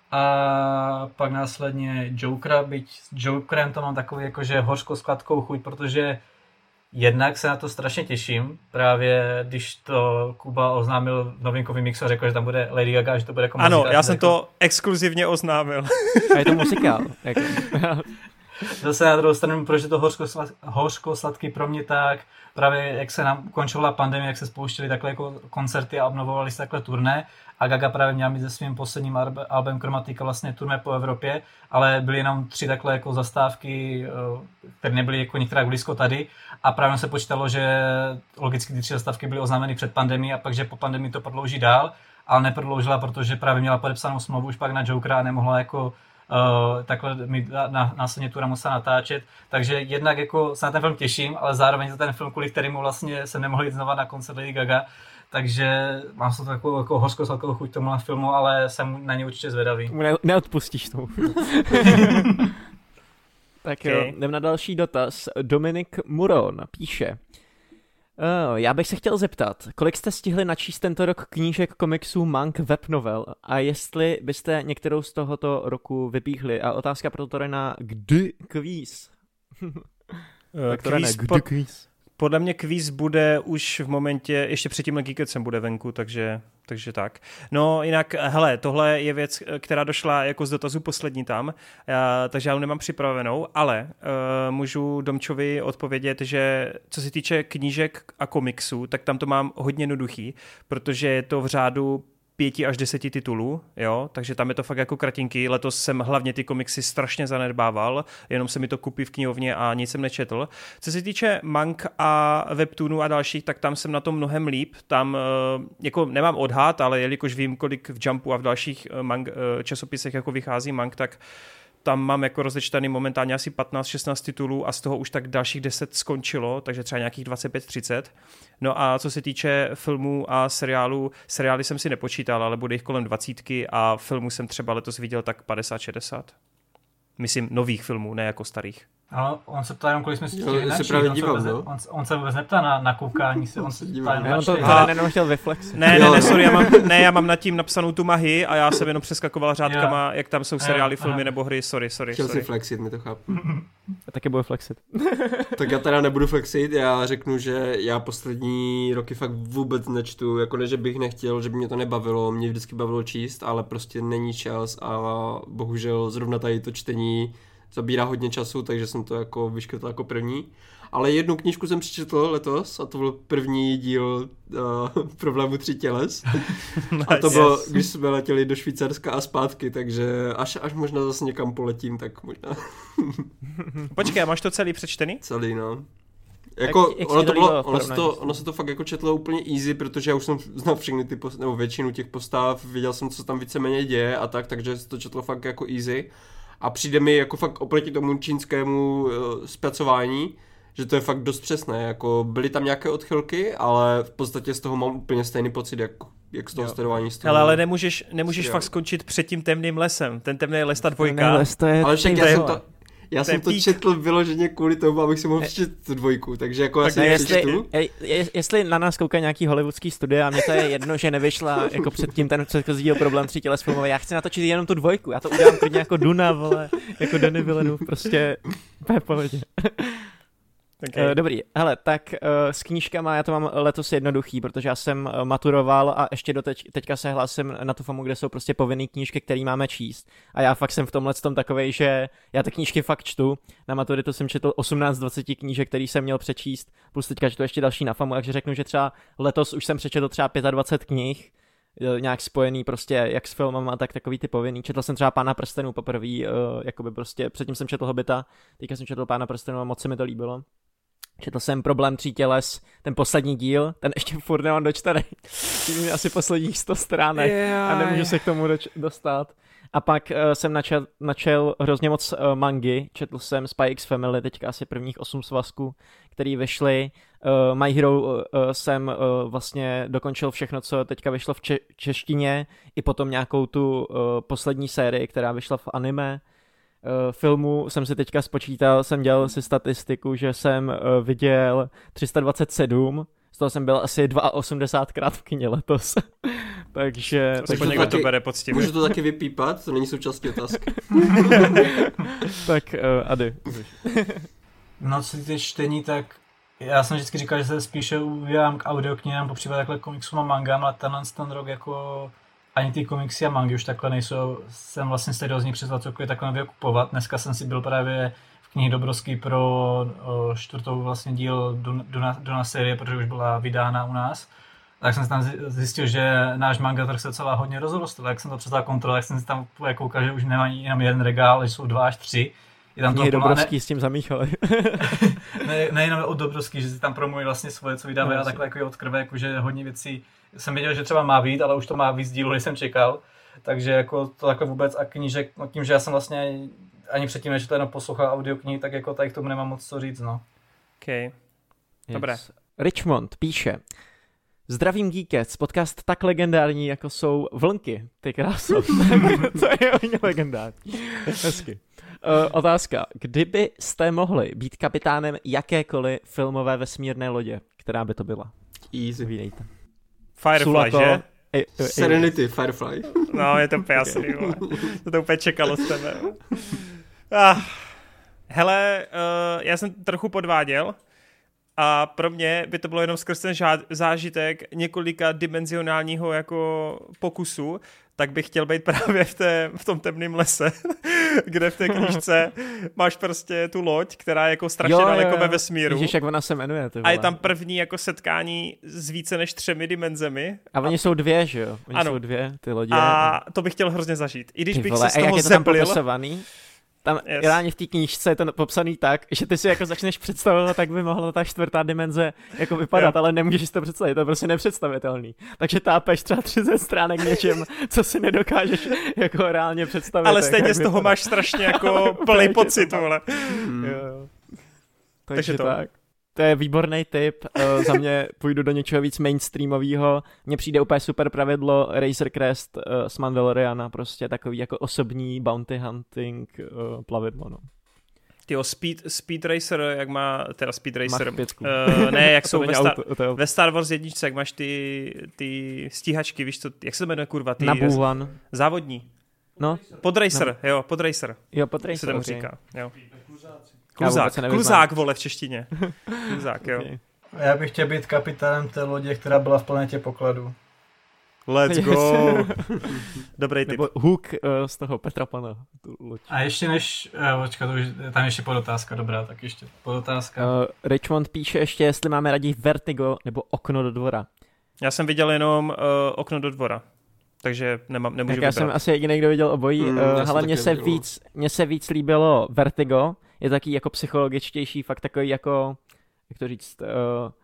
A pak následně Jokera, byť s Jokerem to mám takový jakože hořkou sladkou chuť, protože jednak se na to strašně těším, právě když to Kuba oznámil v novinkový mixu a řekl, že tam bude Lady Gaga, že to bude jako ano, muzikál. já jsem jako... to exkluzivně oznámil. A je to muzikál. Jako. Zase na druhou stranu, proč je to hořko-sladký pro mě tak, právě jak se nám ukončovala pandemie, jak se spouštěly takhle jako koncerty a obnovovaly se takhle turné a Gaga právě měla mít se svým posledním albem Chromatica vlastně turné po Evropě, ale byly jenom tři takhle jako zastávky, které nebyly jako některá blízko tady a právě se počítalo, že logicky ty tři zastávky byly oznámeny před pandemií a pak, že po pandemii to prodlouží dál, ale neprodloužila, protože právě měla podepsanou smlouvu už pak na Jokera a nemohla jako Uh, takhle mi na, následně tu musela natáčet, takže jednak jako se na ten film těším, ale zároveň za ten film, kvůli kterému vlastně jsem nemohl jít znova na koncert Lady Gaga, takže mám to takovou jako hořko-sladkou chuť tomu na filmu, ale jsem na ně určitě zvědavý. Ne, neodpustíš tomu. Tak okay. Jo, jdem na další dotaz. Dominik Muron píše: Uh, já bych se chtěl zeptat, kolik jste stihli načíst tento rok knížek, komiksů, mang, web novel a jestli byste některou z tohoto roku vypíchli. A otázka pro Torena, kdy kvíz? Uh, kvíz, po, Podle mě kvíz bude už v momentě, ještě před tímhle Geekecem bude venku, takže, takže tak. No jinak, hele, tohle je věc, která došla jako z dotazu poslední tam, já, takže já ji nemám připravenou, ale uh, můžu Domčovi odpovědět, že co se týče knížek a komiksů, tak tam to mám hodně jednoduchý, protože je to v řádu pěti až deseti titulů, jo, takže tam je to fakt jako kratinky. Letos jsem hlavně ty komiksy strašně zanedbával, jenom se mi to kupí v knihovně a nic jsem nečetl. Co se týče mang a webtoonů a dalších, tak tam jsem na tom mnohem líp. Tam jako nemám odhad, ale jelikož vím, kolik v Jumpu a v dalších mang, časopisech jako vychází mang, tak tam mám jako rozečtený momentálně asi patnáct šestnáct titulů a z toho už tak dalších deset skončilo, takže třeba nějakých dvacet pět třicet. No a co se týče filmů a seriálů, seriály jsem si nepočítal, ale bude jich kolem dvacítky a filmů jsem třeba letos viděl tak padesát šedesát. Myslím nových filmů, ne jako starých. Ale on se ptá jenom, kolik jsme si chtěli načít, právě on, díval, se vůbec, on, on se vůbec neptá na, na koukání, se, on se ptá jenom já na to čtení. jenom chtěl vyflexit. Ne, ne, ne, sorry, já mám, ne, já mám nad tím napsanou tu mahy a já jsem jenom přeskakoval řádkama, jo. jak tam jsou seriály, Jo, filmy aha. nebo hry, sorry, sorry, Chtěl sorry. si flexit, mi to chápu. A taky bude flexit. Tak já teda nebudu flexit, já řeknu, že já poslední roky fakt vůbec nečtu, jako ne, že bych nechtěl, že by mě to nebavilo, mě vždycky bavilo číst, ale prostě není čas a bohužel zrovna tady to čtení zabírá hodně času, takže jsem to jako vyškrtl jako první. Ale jednu knížku jsem přečetl letos a to byl první díl uh, Problému tří těles. Nice. A to bylo, když jsme letěli do Švýcarska a zpátky, takže až, až možná zase někam poletím, tak možná. Počkej, máš to celý přečtený? Celý, no. Jako, jak, jak ono, to bylo, ono, se to, to, ono se to fakt jako četlo úplně easy, protože já už jsem znal všechny ty, post, nebo většinu těch postav, věděl jsem, co tam víceméně děje a tak, takže se to četlo fakt jako easy. A přijde mi jako fakt oproti tomu čínskému uh, zpracování, že to je fakt dost přesné, jako byly tam nějaké odchylky, ale v podstatě z toho mám úplně stejný pocit, jak, jak z toho studování z toho. Hele, ale nemůžeš, nemůžeš fakt skončit před tím temným lesem, ten temný les, ta dvojka. Temný les, to je, ale však já jsem to, já jsem to pík. četl vyloženě kvůli tomu, abych si mohl přečet tu dvojku, takže jako asi jestli, je, jestli na nás kouká nějaký hollywoodský studia a mně to je jedno, že nevyšla jako předtím ten předchozí díl Problém tří těles filmový, já chci natočit jenom tu dvojku, já to udělám klidně jako Duna, vole, jako Danny Villeneuve, prostě v pohodě. Okay. Uh, dobrý, hele, tak uh, s knížkama já to mám letos jednoduchý, protože já jsem uh, maturoval a ještě do teď, teďka se hlásím na tu famu, kde jsou prostě povinný knížky, které máme číst. A já fakt jsem v tomhle tom takovej, že já ty knížky fakt čtu. Na maturitu jsem četl osmnáct dvacet knížek, který jsem měl přečíst, plus teďka čtu ještě další na famu, takže řeknu, že třeba letos už jsem přečetl třeba dvacet pět knih, nějak spojený prostě jak s filmama, tak takový ty povinný. Četl jsem třeba Pána prstenů poprvé, uh, jakoby prostě, předtím jsem četl Hobita, teďka jsem četl Pána prstenů a moc se mi to líbilo. Četl jsem Problém tří těles, ten poslední díl, ten ještě furt nemám dočtený. Tím je asi posledních sto stránek yeah. a nemůžu se k tomu doč- dostat. A pak uh, jsem načel, načel hrozně moc uh, mangy, četl jsem Spy X Family, teďka asi prvních osm svazků, který vyšly. Uh, My Hero uh, jsem uh, vlastně dokončil všechno, co teďka vyšlo v če- češtině, i potom nějakou tu uh, poslední sérii, která vyšla v anime. Uh, filmu jsem si teďka spočítal, jsem dělal si statistiku, že jsem uh, viděl tři sta dvacet sedm, z toho jsem byl asi osmdesát dvakrát v kině letos. takže... To někdo to bere poctivě. Můžu to taky vypípat, to není součástí otázky. tak uh, Ady. No co ty čtení, tak já jsem vždycky říkal, že se spíše uvědám k audioknihám, popřípadě takhle komiksům a mangám, ale tenhle ten rok jako ani ty komiksy a mangy už takhle nejsou, jsem vlastně seriózně přizval cokoliv takhle nově kupovat. Dneska jsem si byl právě v knihy Dobrovský pro o, čtvrtou vlastně díl Duna, Duna série, protože už byla vydána u nás. Tak jsem si tam zjistil, že náš manga trh se docela hodně rozrostl. Jak jsem to přestal kontrolovat, tak jsem si tam koukal, že už nemá jenom jeden regál, ale jsou dva až tři. Je tam knihy Dobrovský ne... s tím zamíchali. ne, nejenom od Dobrovský, že si tam promluví vlastně svoje, co vydávají, no, a takhle jako od krve, jako, že hodně věcí jsem věděl, že třeba má být, ale už to má víc dílů, než jsem čekal. Takže jako to takhle vůbec a knížek, no tím, že já jsem vlastně ani předtím, než to jenom poslouchal audioknihy, tak jako tady k tomu nemám moc co říct, no. OK. Dobré. Yes. Richmond píše: Zdravím Geekets, podcast tak legendární, jako jsou Vlnky. Ty kráso. To je hodně legendární. Hezky. Uh, otázka. Kdybyste mohli být kapitánem jakékoliv filmové vesmírné lodě, která by to byla? Easy. Vídejte. Firefly, Sulato, že? Ej, ej, Serenity, Firefly. No, je to úplně jasný. To to úplně čekalo z tebe. Ah. Hele, uh, já jsem trochu podváděl. a pro mě by to bylo jenom skrz ten žád, zážitek několika dimenzionálního jako pokusu, tak bych chtěl být právě v, té, v tom temném lese, kde v té knížce máš prostě tu loď, která je jako strašně jo, daleko jo, jo. ve vesmíru. Ježiš, jak ona se jmenuje. A je tam první jako setkání s více než třemi dimenzemi. A oni a... jsou dvě, že jo? Oni ano. jsou dvě, ty lodě. A to bych chtěl hrozně zažít. I když ty bych vole, se z toho je zeblil. Tam yes. reálně v té knížce je to popsaný tak, že ty si jako začneš představovat, tak by mohla ta čtvrtá dimenze jako vypadat, yeah. ale nemůžeš si to představit, to je prostě nepředstavitelný. Takže tápeš třeba třicet stránek něčím, co si nedokážeš jako reálně představit. Ale stejně z toho vypadá. Máš strašně jako plný pocit, vole. Hmm. Jo, jo. Takže, Takže to. tak. To je výborný tip, uh, za mě půjdu do něčeho víc mainstreamového, mně přijde úplně super pravidlo Razor Crest uh, z Mandaloriana, prostě takový jako osobní bounty hunting uh, plavidlo, no. Tyjo, Speed, Speed Racer, jak má, teda Speed Racer, uh, ne, jak jsou ve, Star, auto, ve Star Wars jedničce, jak máš ty, ty stíhačky, víš co, jak se to jmenuje, kurva, ty Naboo závodní. No. Podracer, no. jo, Podracer. Jo, Podracer, se tomu okay. říká, jo. Kluzák, kluzák, vole, v češtině. Kluzák, jo. Okay. Já bych chtěl být kapitánem té lodě, která byla v planetě pokladu. Let's go. Dobrý tip. Nebo Hook uh, z toho Petra Pana. A ještě než, uh, počkat, tam ještě podotázka, dobrá, tak ještě podotázka. Uh, Richmond píše ještě, jestli máme raději Vertigo nebo Okno do dvora. Já jsem viděl jenom uh, Okno do dvora. Takže nemám, nemůžu tak já vybrat. jsem asi jediný, kdo viděl obojí. Mm, uh, ale mně se, víc, mně se víc líbilo Vertigo. Je taky jako psychologičtější, fakt takový jako, jak to říct, uh,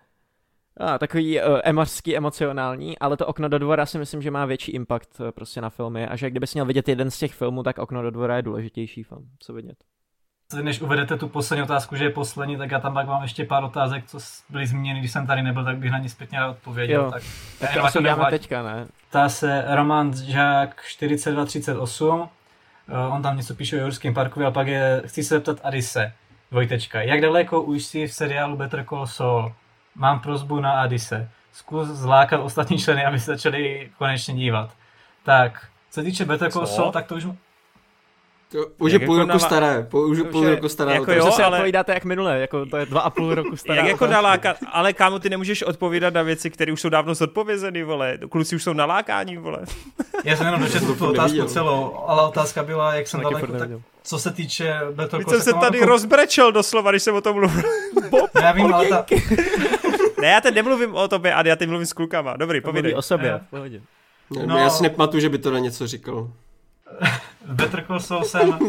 a, takový uh, emařský, emocionální, ale to Okno do dvora si myslím, že má větší impact uh, prostě na filmy a že kdybys měl vidět jeden z těch filmů, tak Okno do dvora je důležitější film, co vidět. Než uvedete tu poslední otázku, že je poslední, tak já tam pak mám ještě pár otázek, co byly zmíněny, když jsem tady nebyl, tak bych na ně zpětně rád odpověděl. Jo, tak tak to asi dáme teďka, ne? Ptá se Roman Žák čtyřicet dva třicet osm, uh, on tam něco píše o Jurském parku, a pak je, chci se zeptat Adise, dvojtečka, jak daleko už si v seriálu Better Call Saul? Mám prosbu na Adise. Zkus zlákat ostatní členy, aby se začali konečně dívat. Tak, co týče Better Call Saul, tak to už... To už je půl roku navá... staré, po, už je půl je, roku staré. Jako jo, se ale... odpovídáte jak minule, jako to je dva a půl roku staré. Jak jako nalákat, ale kámo, ty nemůžeš odpovídat na věci, které už jsou dávno zodpovězeny, vole. Kluci už jsou nalákání, vole. Já jsem jenom dočetl tu otázku celou, ale otázka byla, jak jsem daleko, tak co se týče Better Call Saul. jsem se tady jako... rozbrečel doslova, když jsem o tom mluvil. No, já vím, ale ta... Ne, já teď nemluvím o tobě, a já teď mluvím s klukama. Dobrý, povídej. O sobě, v pohodě. No, já si nepamatuju, že by to na něco říkal. Better Call Saul jsem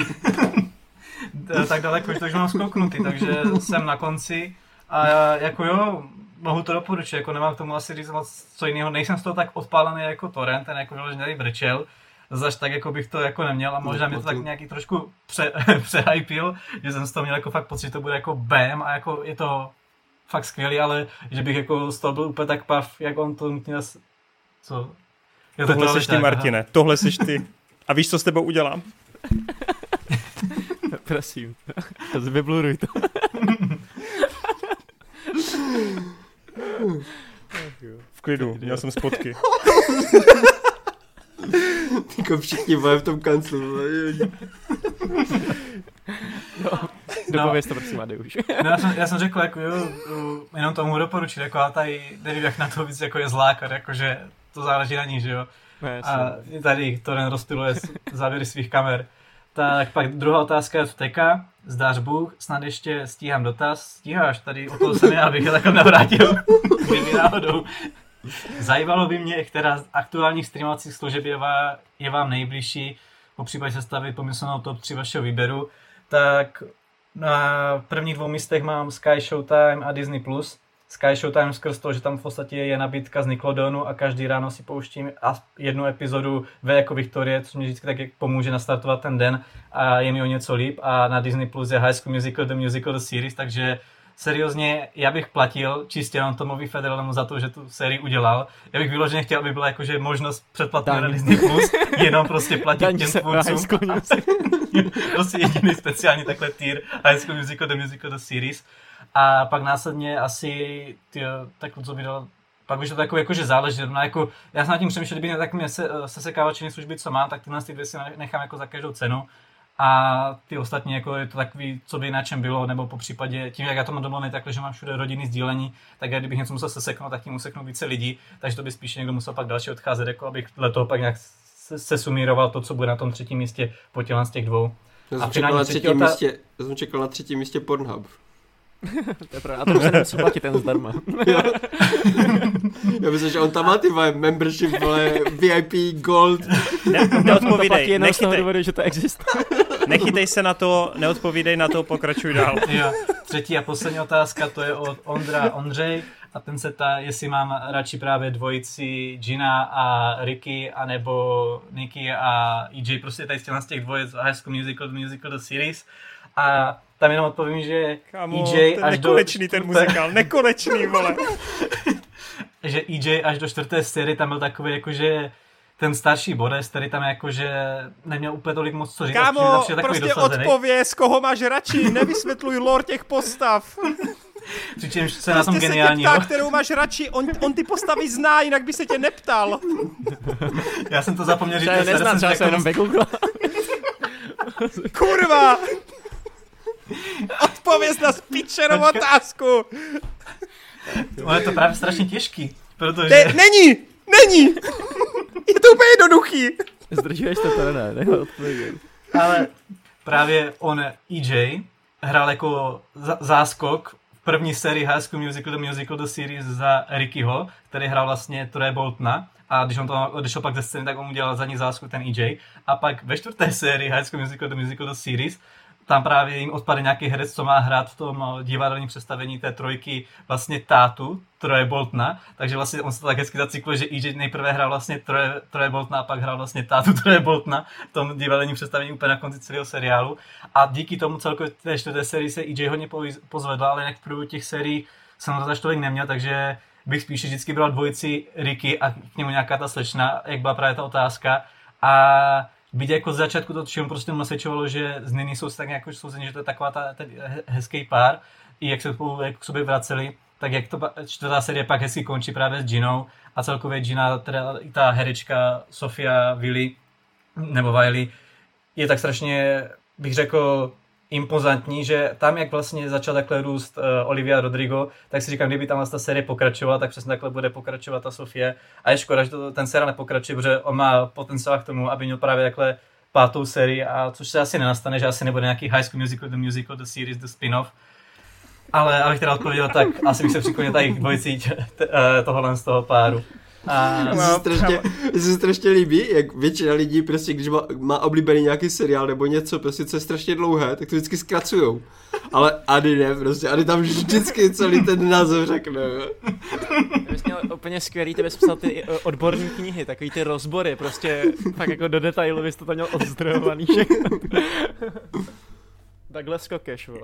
tak daleko, že mám skoknutý, takže jsem na konci a jako jo, mohu to doporučit, jako nemám k tomu asi říct moc co jiného, nejsem z toho tak odpálený jako Torrent, ten jako vyložený tady brčel, zaž tak jako bych to jako neměl a možná mě to tak nějaký trošku pře, přehypil, že jsem z toho měl jako fakt pocit, že to bude jako bam a jako je to fakt skvělý, ale že bych jako z toho byl úplně tak pav, jak on to měl, co... Jo, tohle to seš ty, Martine, aha. Tohle seš ty. A víš, co s tebou udělám? Prosím, vybluruj to. V klidu, měl jsem spotky. Tyko všichni mají v tom kanclu. No, dopověz to prosím, Ady už. No, já, jsem, já jsem řekl, jako jo, jenom tomu doporučit, jako a tady nevím, jak na to víc jako je zlákat, jakože to záleží na ní, že jo. No, a tady Toren rozptiluje závěry svých kamer. Tak pak druhá otázka je Teka. Zdáš Bůh, snad ještě stíhám dotaz. Stíháš, tady okolo se mi, abych je takhle navrátil. Kdyby náhodou. Zajímalo by mě, která z aktuálních streamovacích služeb je, vá, je vám nejbližší, po případě sestavit pomyslnou top tři vašeho výběru. Tak na prvních dvou místech mám Sky Showtime a Disney plus. Sky Showtime skrz to, že tam v podstatě je nabídka z Nickelodeonu a každý ráno si pouštím jednu epizodu V jako Viktorie, což mě vždycky tak pomůže nastartovat ten den a je mi o něco líp. A na Disney plus je High School Musical, The Musical, The Series, takže seriózně já bych platil čistě jenom Tomovi Federlemu za to, že tu sérii udělal. Já bych vyloženě chtěl, aby byla jakože možnost předplatit na Disney plus, jenom prostě platit Daň těm tvůrcům. Prostě jediný speciální takhle tier High School Musical, The Musical, The Series. A pak následně asi, tyjo, tak co by dal, pak už to takové jakože záleží, no jako, já jsem nad tím přemýšlel, kdyby mě tak mě se, sesekávat činy služby, co mám, tak tyhle ty dvě si nechám jako za každou cenu. a ty ostatní jako je to takový, co by na čem bylo, nebo po případě tím, jak já to mám domluvené takhle, že mám všude rodinný sdílení, tak já kdybych něco musel seseknout, tak tím useknout více lidí, takže to by spíš někdo musel pak další odcházet, jako abych dle toho pak nějak se, se sumíroval to, co bude na tom třetím místě po těle z těch dvou. Já jsem, čekal na, třetím ta... místě, já jsem čekal na třetím místě Pornhub. To je pravda, a to se nemusí platit ten zdarma. Já myslím, že on tam má ty membership, vole, V I P, Gold. Ne, neodpovídej, to nechytej. Důvodu, že to existuje. Nechytej se na to, neodpovídej na to, pokračuj dál. Jo. Třetí a poslední otázka, to je od Ondra Ondřej a ten se ptá, jestli mám radši právě dvojici Gina a Ricky, anebo Nicky a E J, prostě tady z těch dvojic High School Musical, The Musical, The Series. A tam jenom odpovím, že Kámo, E J ten až nekonečný do... ten muzikál, nekonečný, vole. že E J až do čtvrté série tam byl takový jakože ten starší Boris, který tam jakože neměl úplně tolik moc co říct. Kámo, prostě odpověz, koho máš radši, nevysvětluj lore těch postav. Přičemž se na tom geniální. Prostě se tě ptá, kterou máš radši, on, on ty postavy zná, jinak by se tě neptal. Já jsem to zapomněl říct. Já neznám, třeba se jenom vygoogla. Kurva! Odpověz na spíčerovou otázku. Ono je to právě strašně těžký, protože... Ne, není! Není! Je to úplně jednoduchý. Zdržuješ to teda, ne, nehle odpovědět. Ale právě on, E J, hrál jako záskok v první sérii High School Musical, The Musical, The Series za Rickyho, který hrál vlastně Troye Boltona. A když on to odešel pak ze scény, tak on udělal za ní záskok ten E J. A pak ve čtvrté sérii High School Musical, The Musical, The Series, tam právě jim odpadne nějaký herec, co má hrát v tom divadelním představení té trojky vlastně tátu Troye Boltona, takže vlastně on se to tak hezky zacykluje, že E J nejprve hrál vlastně Troye, Troye Boltona a pak hrál vlastně tátu Troye Boltona v tom divadelním představení úplně na konci celého seriálu. A díky tomu celkově té čtvrté sérii se E J hodně pozvedla, ale jinak v průběhu těch sérií jsem to až tolik neměl, takže bych spíše vždycky bral dvojici Ricky a k němu nějaká ta slečna, jak byla právě ta otázka. A byť jako z začátku to všem prostě mu nasvědčovalo, že z Niny jsou tak nějak souzení, že to je taková ta, ten hezký pár, i jak se jak k sobě vraceli, tak jak to čtvrtá série pak hezky končí právě s Ginou a celkově Gina, teda i ta herečka Sofia Willy, nebo Wiley, je tak strašně, bych řekl, impozantní, že tam, jak vlastně začal takhle růst uh, Olivia Rodrigo, tak si říkám, kdyby tam ta série pokračovala, tak přesně takhle bude pokračovat ta Sofie. A je škoda, že to, ten seriál nepokračuje, protože on má potenciál k tomu, aby měl právě takhle pátou sérii, a což se asi nenastane, že asi nebude nějaký High School Musical, The Musical, The Series, The Spin-off. Ale abych teda odpověděl, tak asi bych se přiklonil tady k dvojici tohohle z toho páru. A mně se strašně, se strašně líbí, jak většina lidí prostě, když má, má oblíbený nějaký seriál nebo něco, prostě co je strašně dlouhé, tak to vždycky zkracujou. Ale Ady ne, prostě Ady tam vždycky celý ten název řekne. Já bys měl úplně skvělý, ty bys psal ty odborní knihy, takový ty rozbory, prostě fakt jako do detailu bys to tam měl odzdrojovaný všechno. Takhle skokeš, vole.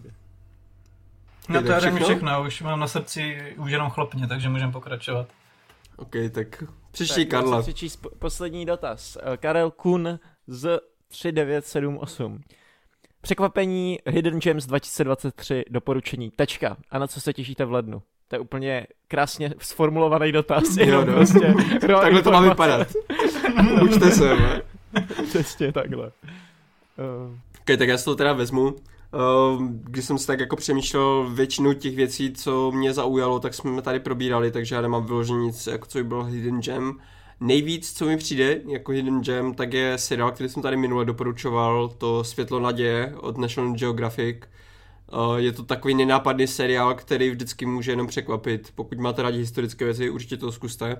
No to je všechno, už mám na srdci už jenom chlopně, takže můžeme pokračovat. OK, tak příští Karla. Přečíst poslední dotaz. Karel Kun z tři devět sedm osm. Překvapení Hidden Gems dva tisíce dvacet tři, doporučení. Tečka. A na co se těšíte v lednu? To je úplně krásně sformulovaný dotaz. Jo, no. Prostě, takhle to má vypadat. Učte se, ne? Přesně takhle. Uh. OK, tak já si to teda vezmu. Když jsem si tak jako přemýšlel většinu těch věcí, co mě zaujalo, tak jsme tady probírali, takže já nemám vyložení nic, jako co by byl Hidden Gem. Nejvíc, co mi přijde jako Hidden Gem, tak je seriál, který jsem tady minule doporučoval, to Světlo naděje od National Geographic. Je to takový nenápadný seriál, který vždycky může jenom překvapit. Pokud máte rádi historické věci, určitě to zkuste.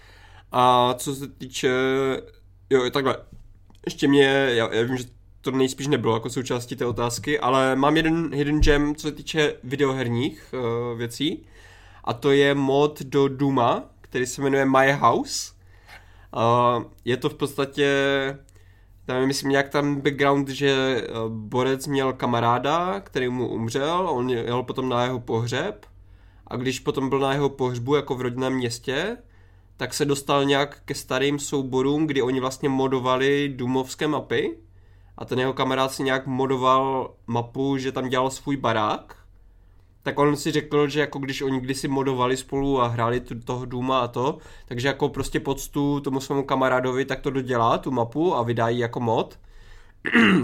A co se týče... Jo, takhle. Ještě mě... Já, já vím, že to nejspíš nebylo jako součástí té otázky, ale mám jeden hidden gem, co se týče videoherních uh, věcí, a to je mod do Dooma, který se jmenuje My House. Uh, je to v podstatě, tam myslím nějak tam background, že uh, borec měl kamaráda, který mu umřel, on jel potom na jeho pohřeb, a když potom byl na jeho pohřbu jako v rodinném městě, tak se dostal nějak ke starým souborům, kdy oni vlastně modovali doomovské mapy. A ten jeho kamarád si nějak modoval mapu, že tam dělal svůj barák. Tak on si řekl, že jako když oni kdysi modovali spolu a hráli tu, toho Dooma a to, takže jako prostě poctu tomu svému kamarádovi tak to dodělá, tu mapu, a vydá ji jako mod.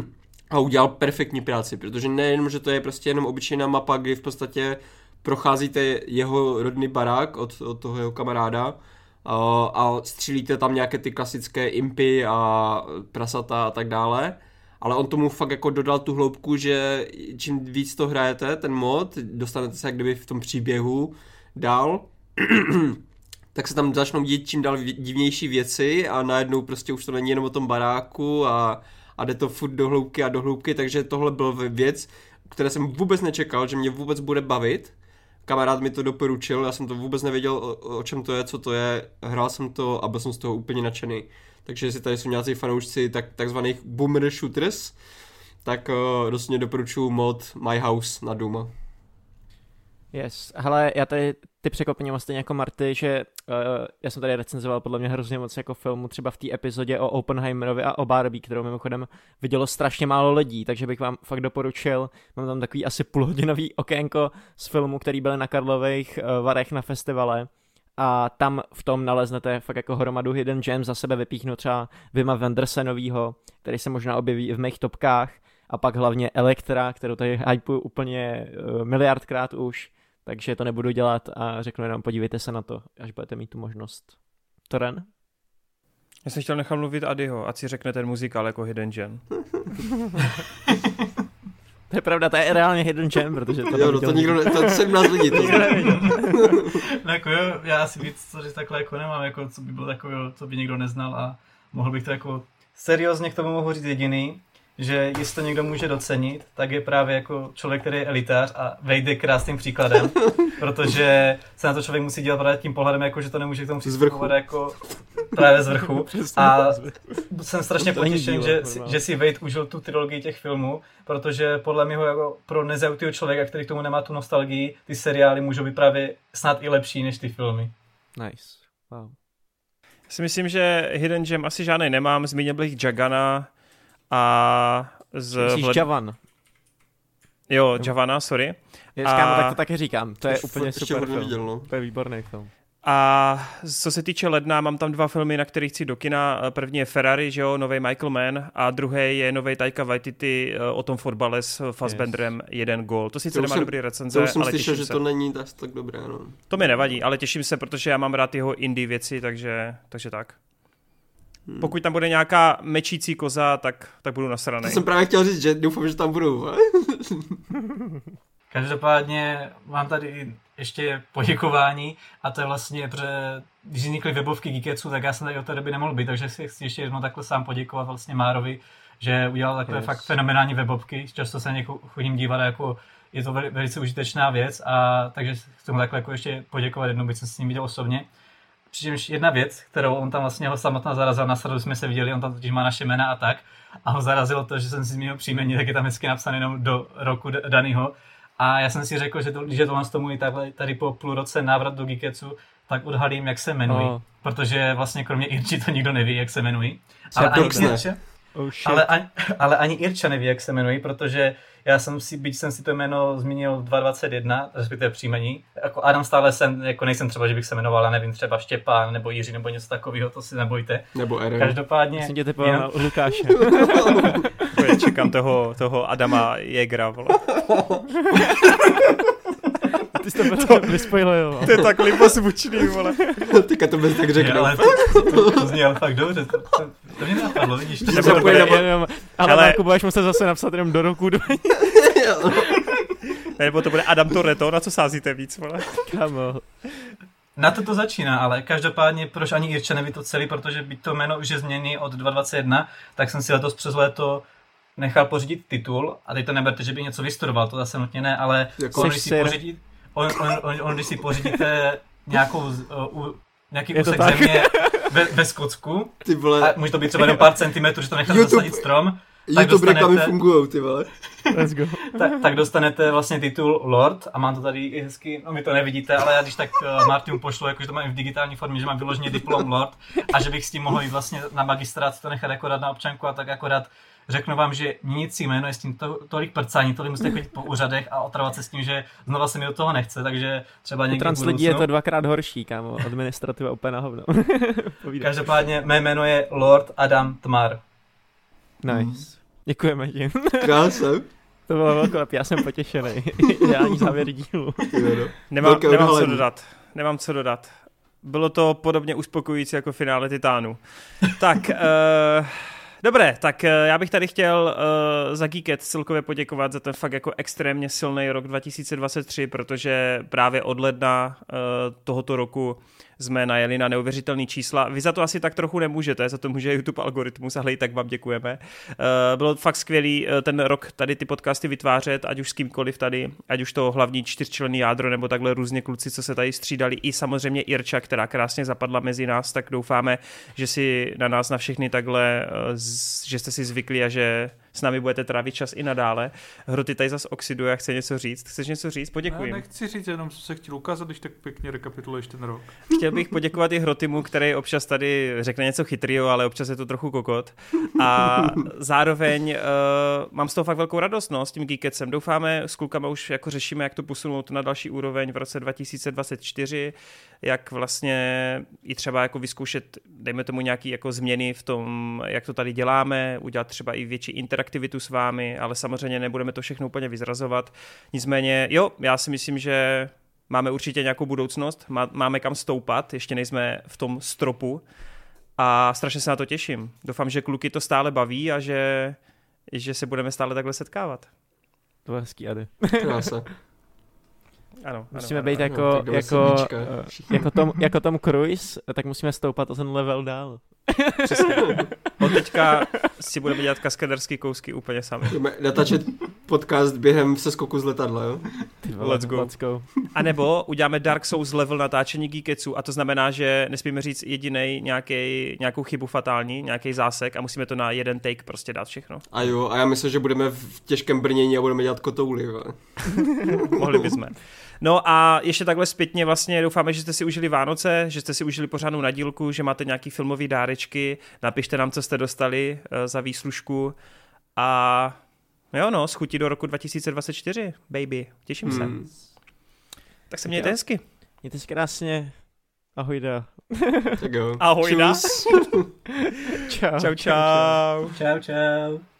a udělal perfektní práci, protože nejenom, že to je prostě jenom obyčejná mapa, kdy v podstatě procházíte jeho rodný barák od, od toho jeho kamaráda a, a střílíte tam nějaké ty klasické impy a prasata a tak dále, ale on tomu fakt jako dodal tu hloubku, že čím víc to hrajete, ten mod, dostanete se jak kdyby v tom příběhu dál, tak se tam začnou dít čím dál divnější věci a najednou prostě už to není jenom o tom baráku a, a jde to furt do hloubky a do hloubky, takže tohle byl věc, které jsem vůbec nečekal, že mě vůbec bude bavit. Kamarád mi to doporučil, já jsem to vůbec nevěděl, o, o čem to je, co to je, hrál jsem to a byl jsem z toho úplně nadšený. Takže jestli tady jsou nějací fanoušci tak, takzvaných boomer shooters, tak uh, rozhodně doporučuji mod My House na Duma. Yes, hele, já tady ty překvapení mám stejně jako Marty, že uh, já jsem tady recenzoval podle mě hrozně moc jako filmu, třeba v té epizodě o Oppenheimerovi a o Barbie, kterou mimochodem vidělo strašně málo lidí, takže bych vám fakt doporučil, mám tam takový asi půlhodinový okénko z filmu, který byly na Karlových uh, Varech na festivale a tam v tom naleznete fakt jako hromadu hidden gems, za sebe vypíchnu třeba Wima Wendersenovýho, který se možná objeví i v mých topkách a pak hlavně Elektra, kterou tady hypuju úplně uh, miliardkrát už. Takže to nebudu dělat a řeknu jenom podívejte se na to, až budete mít tu možnost. Toren? Já jsem chtěl nechat mluvit Adyho, ať si řekne ten muzikál jako Hidden Gem. To je pravda, to je reálně Hidden Gem, protože to jo, no to nikdo, ne, to sedmnáct lidí to neviděl. No jako jo, já asi víc, co říct takhle jako nemám, jako co by bylo takového, co by někdo neznal a mohl bych to jako seriózně k tomu mohu říct jediný, že jestli to někdo může docenit, tak je právě jako člověk, který je elitář a Wade je krásným příkladem, protože se na to člověk musí dělat právě tím pohledem, jako že to nemůže k tomu přistupovat jako právě z vrchu. A jsem strašně potěšen, že, že si Wade užil tu trilogii těch filmů, protože podle mě jako pro nezaujatého člověka, který k tomu nemá tu nostalgii, ty seriály můžou být právě snad i lepší než ty filmy. Nice, wow. Já si myslím, že Hidden Gem asi žádnej nemám, zmínil bych Jagana, a z Myslíš vled... Javan? Jo, Javana, sorry. Jež, a... kámo, tak to taky říkám, to je úplně super film. Neviděl, no. To je výborný film. A co se týče ledna, mám tam dva filmy, na kterých chci do kina. První je Ferrari, že jo, nový Michael Mann, a druhý je nový Taika Waititi o tom fotbale s Fassbenderem, yes. Jeden gól. To sice nemá jsem, dobrý recenze, ale slyšel, těším že se. To není tak, tak dobré, no. To mi nevadí, ale těším se, protože já mám rád jeho indie věci, takže, takže tak. Hmm. Pokud tam bude nějaká mečící koza, tak, tak budu nasranej. To jsem právě chtěl říct, že doufám, že tam budou. Každopádně mám tady ještě poděkování a to je vlastně, protože když vznikly webovky Geeketsu, tak já jsem tady od té doby nemohl být, takže si chci ještě jednou takhle sám poděkovat vlastně Márovi, že udělal takhle yes. fakt fenomenální webovky. Často se někoho chodím dívat, jako je to veli, velice užitečná věc a takže chci mu takhle jako ještě poděkovat jednou, byť jsem s ním viděl osobně. Přičemž jedna věc, kterou on tam vlastně ho samotná zarazil, na sradu jsme se viděli, on tam totiž má naše jména a tak, a ho zarazilo to, že jsem si zmínil příjmení, tak je tam hezky napsané jenom do roku danýho. A já jsem si řekl, že to, když je tohle z tomu takhle tady po půl roce návrat do Geeketsu, tak odhalím, jak se jmenují, oh. protože vlastně kromě Irči to nikdo neví, jak se jmenují. Ale ani, Irča, oh, ale, ani, ale ani Irča neví, jak se jmenují, protože já jsem si, byť jsem si to jméno zmínil dva dvacet jedna, respektive příjmení. Jako Adam stále jsem, jako nejsem třeba, že bych se jmenoval, já nevím, třeba Štěpán nebo Jiří nebo něco takového, to si nebojte. Nebo Eren. Každopádně... Myslím, že ty jenom... na Lukáše. Čekám toho, toho Adama Jägera, vole. Ty jsi to, to vyspojil, to je tak libozvučný, vole. Tyka to bez tak řeknu. Ale to, to, to zní ale fakt dobře, to, to, to mě napadlo, vidíš. To nebo, bude, nebo, jenom, ale ale Marku, budeš muset zase napsat jenom do roku. Do... Nebo to bude Adam Toretto, na co sázíte víc, vole. Kamo. Na to to začíná, ale každopádně proč ani Irča neví to celý, protože byť to jméno už je změněné od dva dvacet jedna, tak jsem si letos přes léto nechal pořídit titul a teď to neberte, že bych něco vystudoval, to zase nutně ne, ale jako on, když si pořídí, on, on, on, on, když si pořídíte nějakou, uh, nějaký úsek země ve, ve Skotsku, a může to být třeba jenom pár centimetrů, že to necháte zasadit strom, tak YouTube reklamy fungujou, ty vole. Let's go. tak, tak dostanete vlastně titul Lord a mám to tady i hezky, no vy to nevidíte, ale já když tak uh, Martinu pošlu, jakože to mám i v digitální formě, že mám vyloženě diplom Lord a že bych s tím mohl jít vlastně na magistrát, to nechat akorát na občanku a tak akorát řeknu vám, že nic jméno je s tím to, tolik prcání, tolik musíte chodit po úřadech a otravat se s tím, že znova se mi do toho nechce, takže třeba někdy v budoucnu... lidí je to dvakrát horší, kámo, administrativa úplně na hovno. Každopádně mé jméno je Lord Adam Tmar. Nice. Děkujeme ti. Krása. To bylo velkolepý, já jsem potěšený. Ideální závěr dílu. Nemám, nemám co dodat. Nemám co dodat. Bylo to podobně uspokojující jako finále Titánu. Tak, uh, dobré, tak uh, já bych tady chtěl uh, za Geeket celkově poděkovat za ten fakt jako extrémně silný rok dva tisíce dvacet tři, protože právě od ledna uh, tohoto roku jsme najeli na neuvěřitelný čísla. Vy za to asi tak trochu nemůžete, za to může YouTube algoritmus, ale i tak vám děkujeme. Bylo fakt skvělý ten rok tady ty podcasty vytvářet, ať už s kýmkoliv tady, ať už to hlavní čtyřčlenný jádro, nebo takhle různě kluci, co se tady střídali, i samozřejmě Irča, která krásně zapadla mezi nás, tak doufáme, že si na nás na všechny takhle, že jste si zvykli a že s námi budete trávit čas i nadále. Hroty tady zas oxiduje a chce něco říct. Chceš něco říct? Poděkuji. Já nechci říct, jenom jsem se chtěl ukázat, když tak pěkně rekapituluješ ten rok. Chtěl bych poděkovat i Hrotymu, který občas tady řekne něco chytrýho, ale občas je to trochu kokot. A zároveň uh, mám z toho fakt velkou radost, no, s tím Geeketsem. Doufáme, s klukama už jako řešíme, jak to posunout na další úroveň v roce dva tisíce dvacet čtyři, jak vlastně i třeba jako vyzkoušet, dejme tomu nějaký jako změny v tom, jak to tady děláme, udělat třeba i větší interaktivitu s vámi, ale samozřejmě nebudeme to všechno úplně vyzrazovat. Nicméně, jo, já si myslím, že máme určitě nějakou budoucnost, má, máme kam stoupat, ještě nejsme v tom stropu a strašně se na to těším. Doufám, že kluky to stále baví a že, že se budeme stále takhle setkávat. To je hezký, Ady. Krása. Ano, musíme ano, být ano, jako, ano, jako, uh, jako, Tom, jako Tom Cruise, tak musíme stoupat o ten level dál. Přesně. Od teďka si budeme dělat kaskaderský kousky úplně sami. Budeme natáčet podcast během seskoku z letadla, jo? Let's go. Let's go. A nebo uděláme Dark Souls level natáčení Geeketsu a to znamená, že nesmíme říct jedinej nějaký, nějakou chybu fatální, nějaký zásek a musíme to na jeden take prostě dát všechno. A jo, a já myslím, že budeme v těžkém brnění a budeme dělat kotouly, jo? Mohli bychom. No a ještě takhle zpětně vlastně doufáme, že jste si užili Vánoce, že jste si užili pořádnou nadílku, že máte nějaký filmový dárečky, napište nám, co jste dostali uh, za výslužku a jo no, schutí do roku dva tisíce dvacet čtyři, baby, těším se. Hmm. Tak se mějte hezky. Mějte se krásně. Ahojda. Tak jo. Ahojda. čau, čau, čau. Čau, čau.